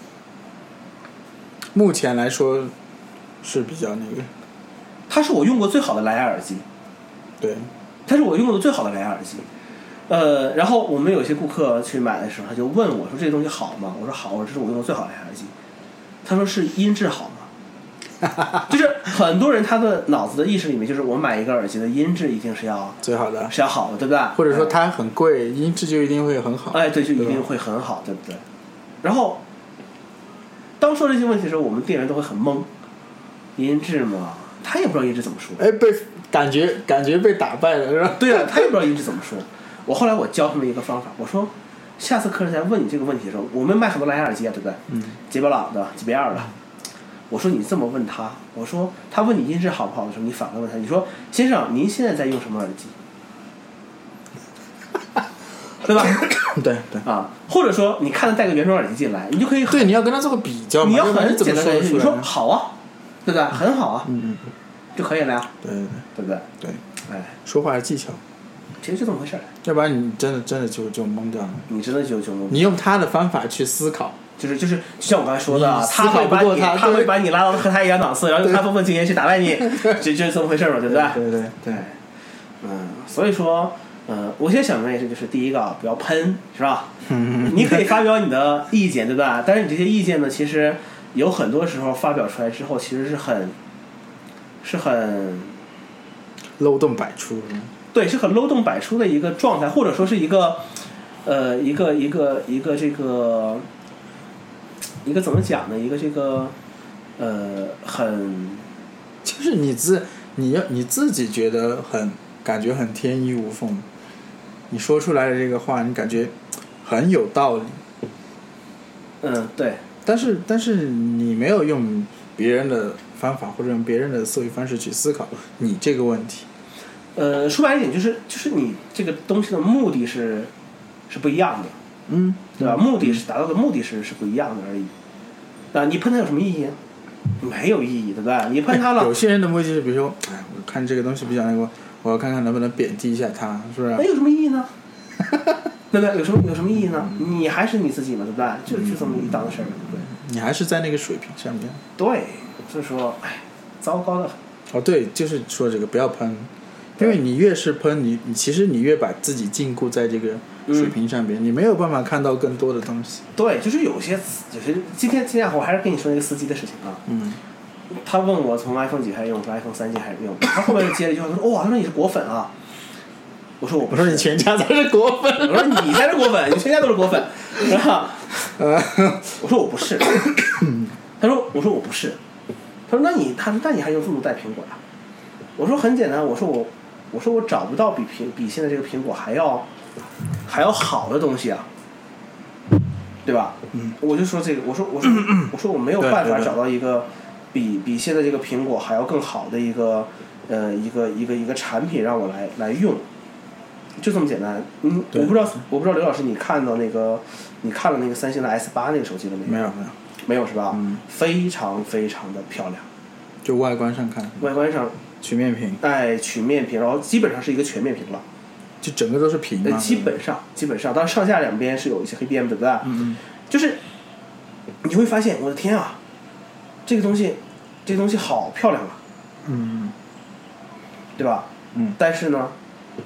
目前来说是比较那个。 它是我用过最好的蓝牙耳机， 对， 它是我用过的最好的蓝牙耳机。然后我们有些顾客去买的时候，他就问我说：“这个东西好吗？”我说：“好，我说这是我用过最好的蓝牙耳机。”他说：“是音质好吗？”就是很多人他的脑子的意识里面，就是我买一个耳机的音质一定是要最好的， 是要好的，对不对？ 或者说它很贵，音质就一定会很好。 哎，对，就一定会很好，对不对？然后当说这些问题的时候，我们店员都会很懵，音质嘛。他也不知道音质怎么说， 哎，感觉被打败了是吧？ 对啊，他也不知道音质怎么说。后来我教他们一个方法，我说下次客人在问你这个问题的时候，我们卖很多蓝牙耳机啊，对不对？捷表朗的、JBL的。我说你这么问他，我说他问你音质好不好的时候，你反过来问他，你说先生，您现在在用什么耳机？对吧？ 对啊，或者说你看他带个原装耳机进来，你就可以对，你要跟他做个比较嘛， 你要很简单的你说好啊。对不对？很好啊，就可以了呀。 对不对？ 对， 哎， 说话的技巧， 其实就这么回事儿。 要不然你真的就懵掉了。 你真的就懵。 你用他的方法去思考， 就是像我刚才说的，他会把你拉到和他一样档次，然后用他丰富经验去打败你，就是这么回事儿嘛，对不对？ 对。 所以说，我现在想问的是，就是第一个不要喷，是吧？你可以发表你的意见，对吧？但是你这些意见呢，其实。有很多时候发表出来之后，其实是很漏洞百出。 对，是很漏洞百出的一个状态，或者说是一个怎么讲呢？一个这个很就是你自己觉得感觉很天衣无缝，你说出来的这个话，你感觉很有道理。 对。 但是你没有用别人的方法或者用别人的思维方式去思考你这个问题。 说白一点就是你这个东西的目的是不一样的，对吧？目的是达到的目的是不一样的而已。你喷它有什么意义？没有意义，对吧？你喷它了。 有些人的目的是，比如说，我看这个东西比较那个，我要看看能不能贬低一下它，是不是？ 那有什么意义呢？对不对？有什么意义呢？你还是你自己嘛，对不对？就这么一档子事儿，对不对？ 你还是在那个水平上面。 对，所以说，糟糕的很。 对，就是说这个不要喷，因为你越是喷，你其实你越把自己禁锢在这个水平上边，你没有办法看到更多的东西。 对，就是有些今天我还是跟你说那个司机的事情啊。他问我从 iPhone 几开始用，从 iPhone 3G 开始用，他后面接了一句话，他说：“哇，他说你是果粉啊。”我说我不是。 我说你全家才是果粉。 我说你才是果粉，你全家都是果粉，是吧？ 我说我不是。我说我不是。他说那你还用这么带苹果呀？我说很简单，我说我找不到比现在这个苹果还要好的东西啊，对吧？我就说这个，我说我没有办法找到一个比现在这个苹果还要更好的一个产品让我来用，就这么简单。我不知道刘老师你看了那个三星的 S8那个手机了没有？没有是吧？非常非常的漂亮。 就外观上看。 外观上。 曲面屏。 曲面屏，然后基本上是一个全面屏了。 就整个都是屏嘛。 基本上，当然上下两边是有一些黑边的，对吧？就是你会发现，我的天啊，这个东西好漂亮啊。对吧？但是呢，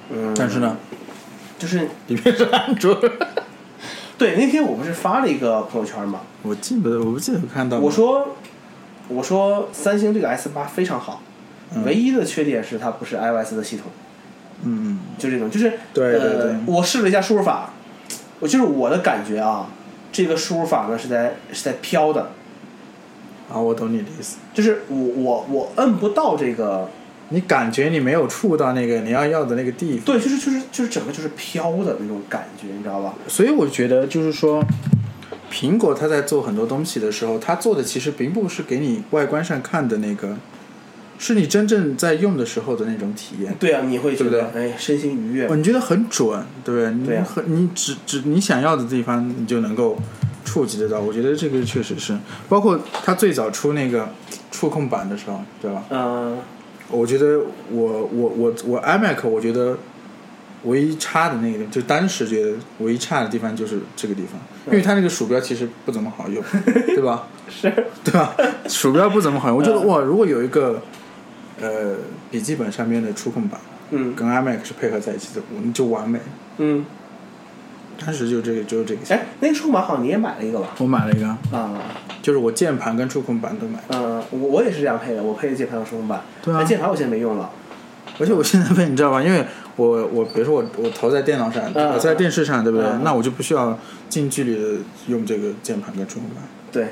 就是里面是安卓。 对，那天我不是发了一个朋友圈嘛？ 我不记得看到。 我说三星这个 S8 非常好，唯一的缺点是它不是 iOS 的系统。就这种，就是对， 我试了一下输入法，我的感觉啊，这个输入法呢是在飘的。 我懂你的意思。 就是我摁不到这个。 你感觉你没有触到那个你要的那个地方。 对，就是整个就是飘的那种感觉，你知道吧？ 所以我觉得就是说，苹果它在做很多东西的时候，它做的其实并不是给你外观上看的那个，是你真正在用的时候的那种体验。 对啊，你会觉得对身心愉悦。 你觉得很准，对不对？ 对啊， 你只你想要的地方，你就能够触及得到。我觉得这个确实是，包括它最早出那个触控板的时候，对吧？我觉得我 iMac 我觉得唯一差的那个，就当时觉得唯一差的地方就是这个地方，因为它那个鼠标其实不怎么好用，对吧？ 是， 对吧？鼠标不怎么好用，我觉得哇，如果有一个笔记本上面的触控板，跟 iMac 是配合在一起的，就完美。当时就这个。 那个触控板好像你也买了一个吧？ 我买了一个就是我键盘跟触控板都买了。 我也是这样配的，我配的键盘和触控板。 对啊。 键盘我现在没用了。 而且我现在配，你知道吧？因为我比如说我投在电脑上，我在电视上，对不对？那我就不需要近距离的用这个键盘跟触控板。 对。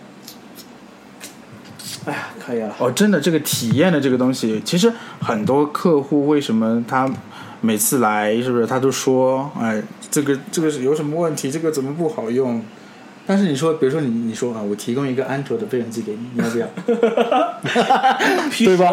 哎呀，可以了。 真的，这个体验的这个东西，其实很多客户为什么他每次来，是不是他都说，这个有什么问题？这个怎么不好用？但是你说，比如说你说我提供一个安卓的备用机给你，你要不要？对吧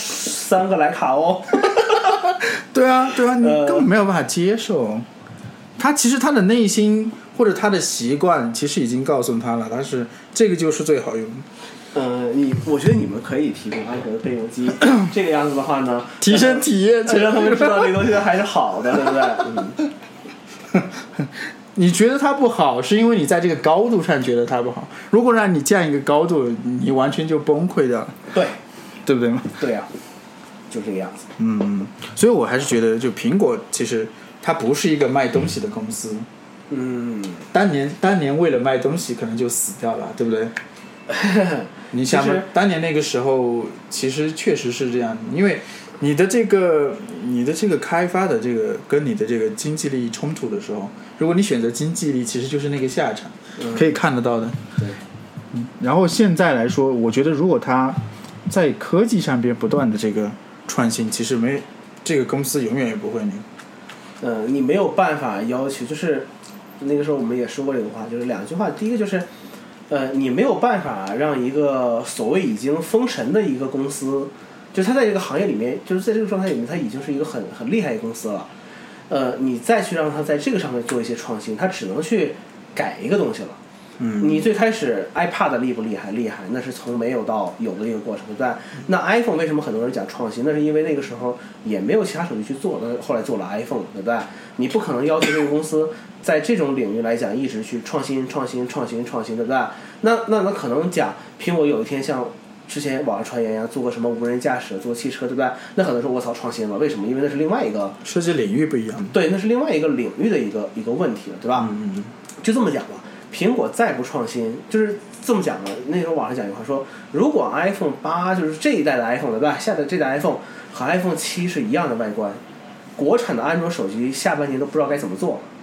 ？3个徕卡哦。 对啊，你根本没有办法接受。他其实他的内心或者他的习惯，其实已经告诉他了，但是这个就是最好用的。 我觉得你们可以提供安卓的备用机，这个样子的话呢， 提升体验， 让他们知道这个东西还是好的，对不对？ 你觉得它不好，是因为你在这个高度上觉得它不好。如果让你降一个高度，你完全就崩溃掉了。对不对吗？ 对啊，就这个样子。 所以我还是觉得，就苹果其实它不是一个卖东西的公司。当年为了卖东西，可能就死掉了，对不对？你想嘛，当年那个时候其实确实是这样，因为你的这个开发的这个跟你的这个经济利益冲突的时候，如果你选择经济利益，其实就是那个下场，可以看得到的。 对。 然后现在来说，我觉得如果它在科技上边不断的这个创新，其实这个公司永远也不会你没有办法要求，就是那个时候我们也说过这个话，就是2句话，第一个就是你没有办法让一个所谓已经封神的一个公司，就他在这个行业里面，就是在这个状态里面，他已经是一个很厉害的公司了。你再去让他在这个上面做一些创新，他只能去改一个东西了。你最开始 iPad 厉不厉害？厉害，那是从没有到有的一个过程，对吧？那 iPhone 为什么很多人讲创新？那是因为那个时候也没有其他手机去做，那后来做了 iPhone， 对不对？你不可能要求这个公司在这种领域来讲一直去创新，对不对？那可能讲苹果有一天像之前网上传言呀，做个什么无人驾驶，做汽车，对不对？那可能说我操创新了，为什么？因为那是另外一个设计领域不一样。 对，那是另外一个领域的一个问题了，对吧？就这么讲吧。苹果再不创新，就是这么讲的。那时候网上讲一句话说，如果 iPhone 8就是这一代的 iPhone， 对吧？下的这代 iPhone 和 iPhone 7是一样的外观，国产的安卓手机下半年都不知道该怎么做了。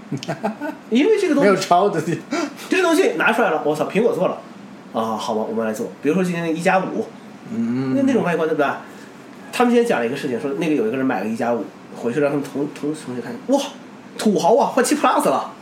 因为这个东西没有抄的， 这个东西拿出来了，我操，苹果做了啊，好吧，我们来做。比如说今天那1+5，那种外观对不对？他们今天讲了一个事情，说那个有一个人买了1+5，回去让他们同学看，哇，土豪啊，换7 Plus 了，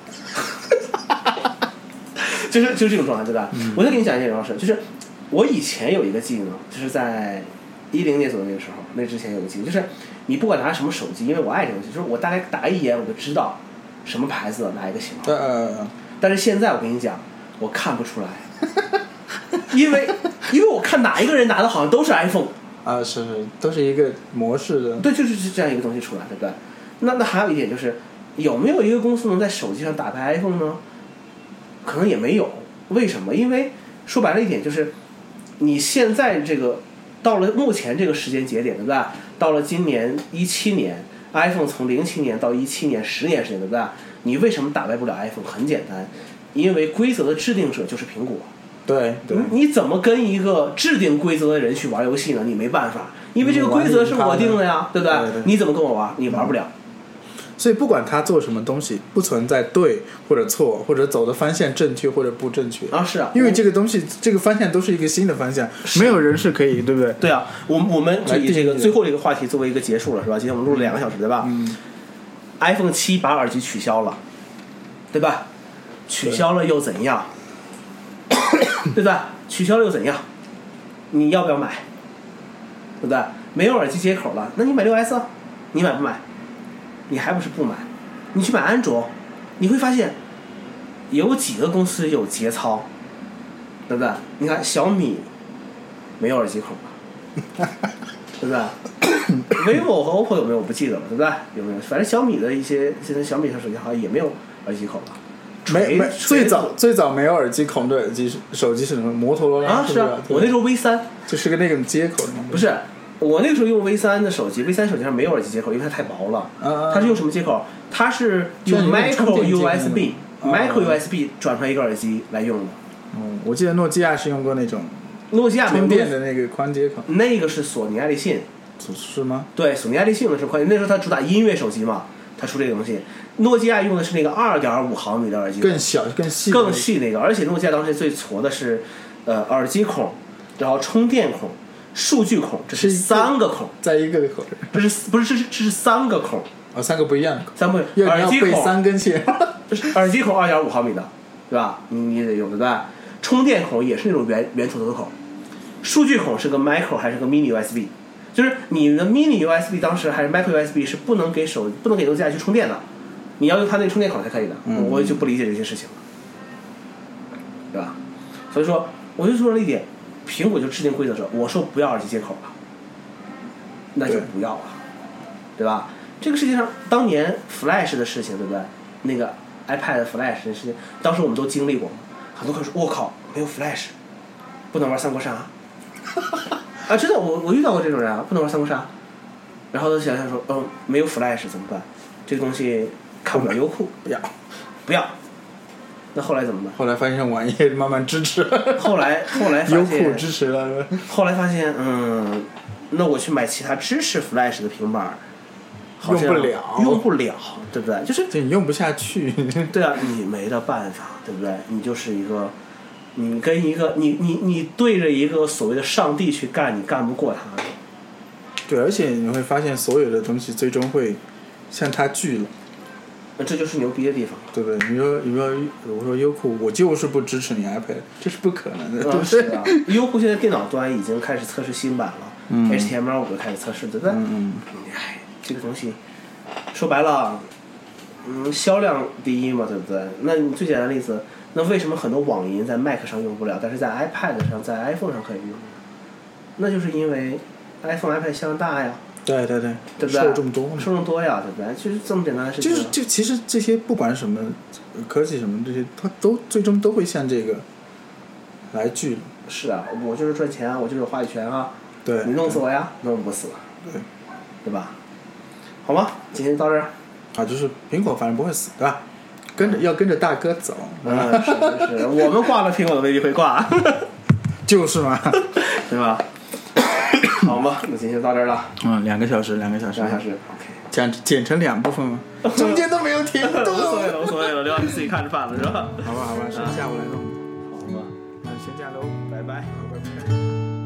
就是这种状态对吧？我再给你讲一件事，就是我以前有一个技能，就是在10年左右那个时候，那之前有个技能，就是你不管拿什么手机，因为我爱这个东西，就是我大概打一眼我就知道什么牌子哪一个型号。但是现在我跟你讲，我看不出来，因为我看哪一个人拿的好像都是 iPhone。 是都是一个模式的。 对，就是这样一个东西出来，对不对？那还有一点就是，有没有一个公司能在手机上打败 iPhone 呢？可能也没有。为什么？因为说白了一点就是，你现在这个到了目前这个时间节点，对不对？到了今年17年 ，iPhone 从07年到17年10年时间，对不对？你为什么打败不了 iPhone？ 很简单，因为规则的制定者就是苹果。 对， 你怎么跟一个制定规则的人去玩游戏呢？你没办法，因为这个规则是我定的呀，对不对？你怎么跟我玩？你玩不了。 所以不管他做什么东西，不存在对或者错，或者走的方向正确或者不正确啊，是啊， 因为这个东西，这个方向都是一个新的方向，没有人是可以，对不对？ 对啊，我们就以这个最后这个话题作为一个结束了，是吧？今天我们录了2个小时，对吧？iPhone 7把耳机取消了，对吧？取消了又怎样？对吧？取消了又怎样？你要不要买？对不对？没有耳机接口了，那你买6S，你买不买？你还不是不买？你去买安卓，你会发现有几个公司有节操，对不对？你看小米没有耳机口吧，对不对？vivo 和 OPPO 有没有我不记得了，对不对？有没有？反正小米的一些现在小米的手机好像也没有耳机口了。 没最早没有耳机孔的耳机手机是什么？摩托罗拉啊，是啊，我那时候 V3 就是个那种接口的。 不是，我那个时候用 V3 的手机 ，V3 手机上没有耳机接口，因为它太薄了。它是用什么接口？它是用 micro USB 转出来一个耳机来用的。 我记得诺基亚是用过那种诺基亚充电的那个宽接口。 那个是索尼爱立信。 是吗？ 对，索尼爱立信的是宽，那时候它主打音乐手机嘛。它出这个东西，诺基亚用的是那个2.5毫米的耳机孔， 更小更细那个，而且诺基亚当时最矬的是，耳机孔，然后充电孔，数据孔，这是3个孔， 在一个口， 这是3个孔 ，3个不一样的孔， 耳机孔 3根线， 这是耳机孔2.5毫米的，对吧？你得用对吧？充电孔也是那种圆头孔，数据孔是个 micro 还是个 mini USB？就是你的 mini USB 当时还是 micro USB 是不能给诺基亚去充电的，你要用它那个充电口才可以的。我就不理解这些事情了，对吧？所以说我就说了一点，苹果就制定规则说，我说不要耳机接口了，那就不要了，对吧？这个世界上当年 Flash 的事情，对不对？那个 iPad Flash 的事情，当时我们都经历过，很多人说我靠，没有 Flash 不能玩三国杀。啊，真的，我遇到过这种人啊，不能玩三国杀，然后他想想说，没有 Flash 怎么办？这个东西看不了优酷，不要。那后来怎么办？ 后来发现网页慢慢支持了。 后来发现优酷支持了。 后来发现，那我去买其他支持 Flash 的平板，好像用不了，对不对？就是你用不下去。 对啊，你没得办法，对不对？你就是一个。你跟一个你对着一个所谓的上帝去干，你干不过他。 对，而且你会发现所有的东西最终会向他聚了。 那这就是牛逼的地方， 对不对？你说我说优酷，我就是不支持你 iPad， 这是不可能的，对不对？ 是啊，优酷现在电脑端已经开始测试新版了，HTML5 开始测试，对不对？这个东西说白了，销量第一嘛，对不对？那你最简单的例子。那为什么很多网银在 Mac 上用不了，但是在 iPad 上、在 iPhone 上可以用？那就是因为 iPhone、iPad 销量大呀。 对， 对不对？ 受众多呀，对不对？就是这么简单的事情。 就其实这些不管什么科技什么这些，它都最终都会向这个来聚。 是啊，我就是赚钱啊，我就是有话语权啊。 对。 你弄死我呀？弄不死。对吧？好吗？今天到这儿。 就是苹果反正不会死，对吧？要跟着大哥走。 是，我们挂了苹果都未必会挂。 就是嘛， 对吧？好吧，那今天就到这儿了。 2个小时。 OK。 剪成2部分吗？中间都没有停顿。 无所谓了，刘老师自己看着办了是吧？ 好吧，先下午来弄。 好吧， 那先这样喽， 拜拜， 拜拜。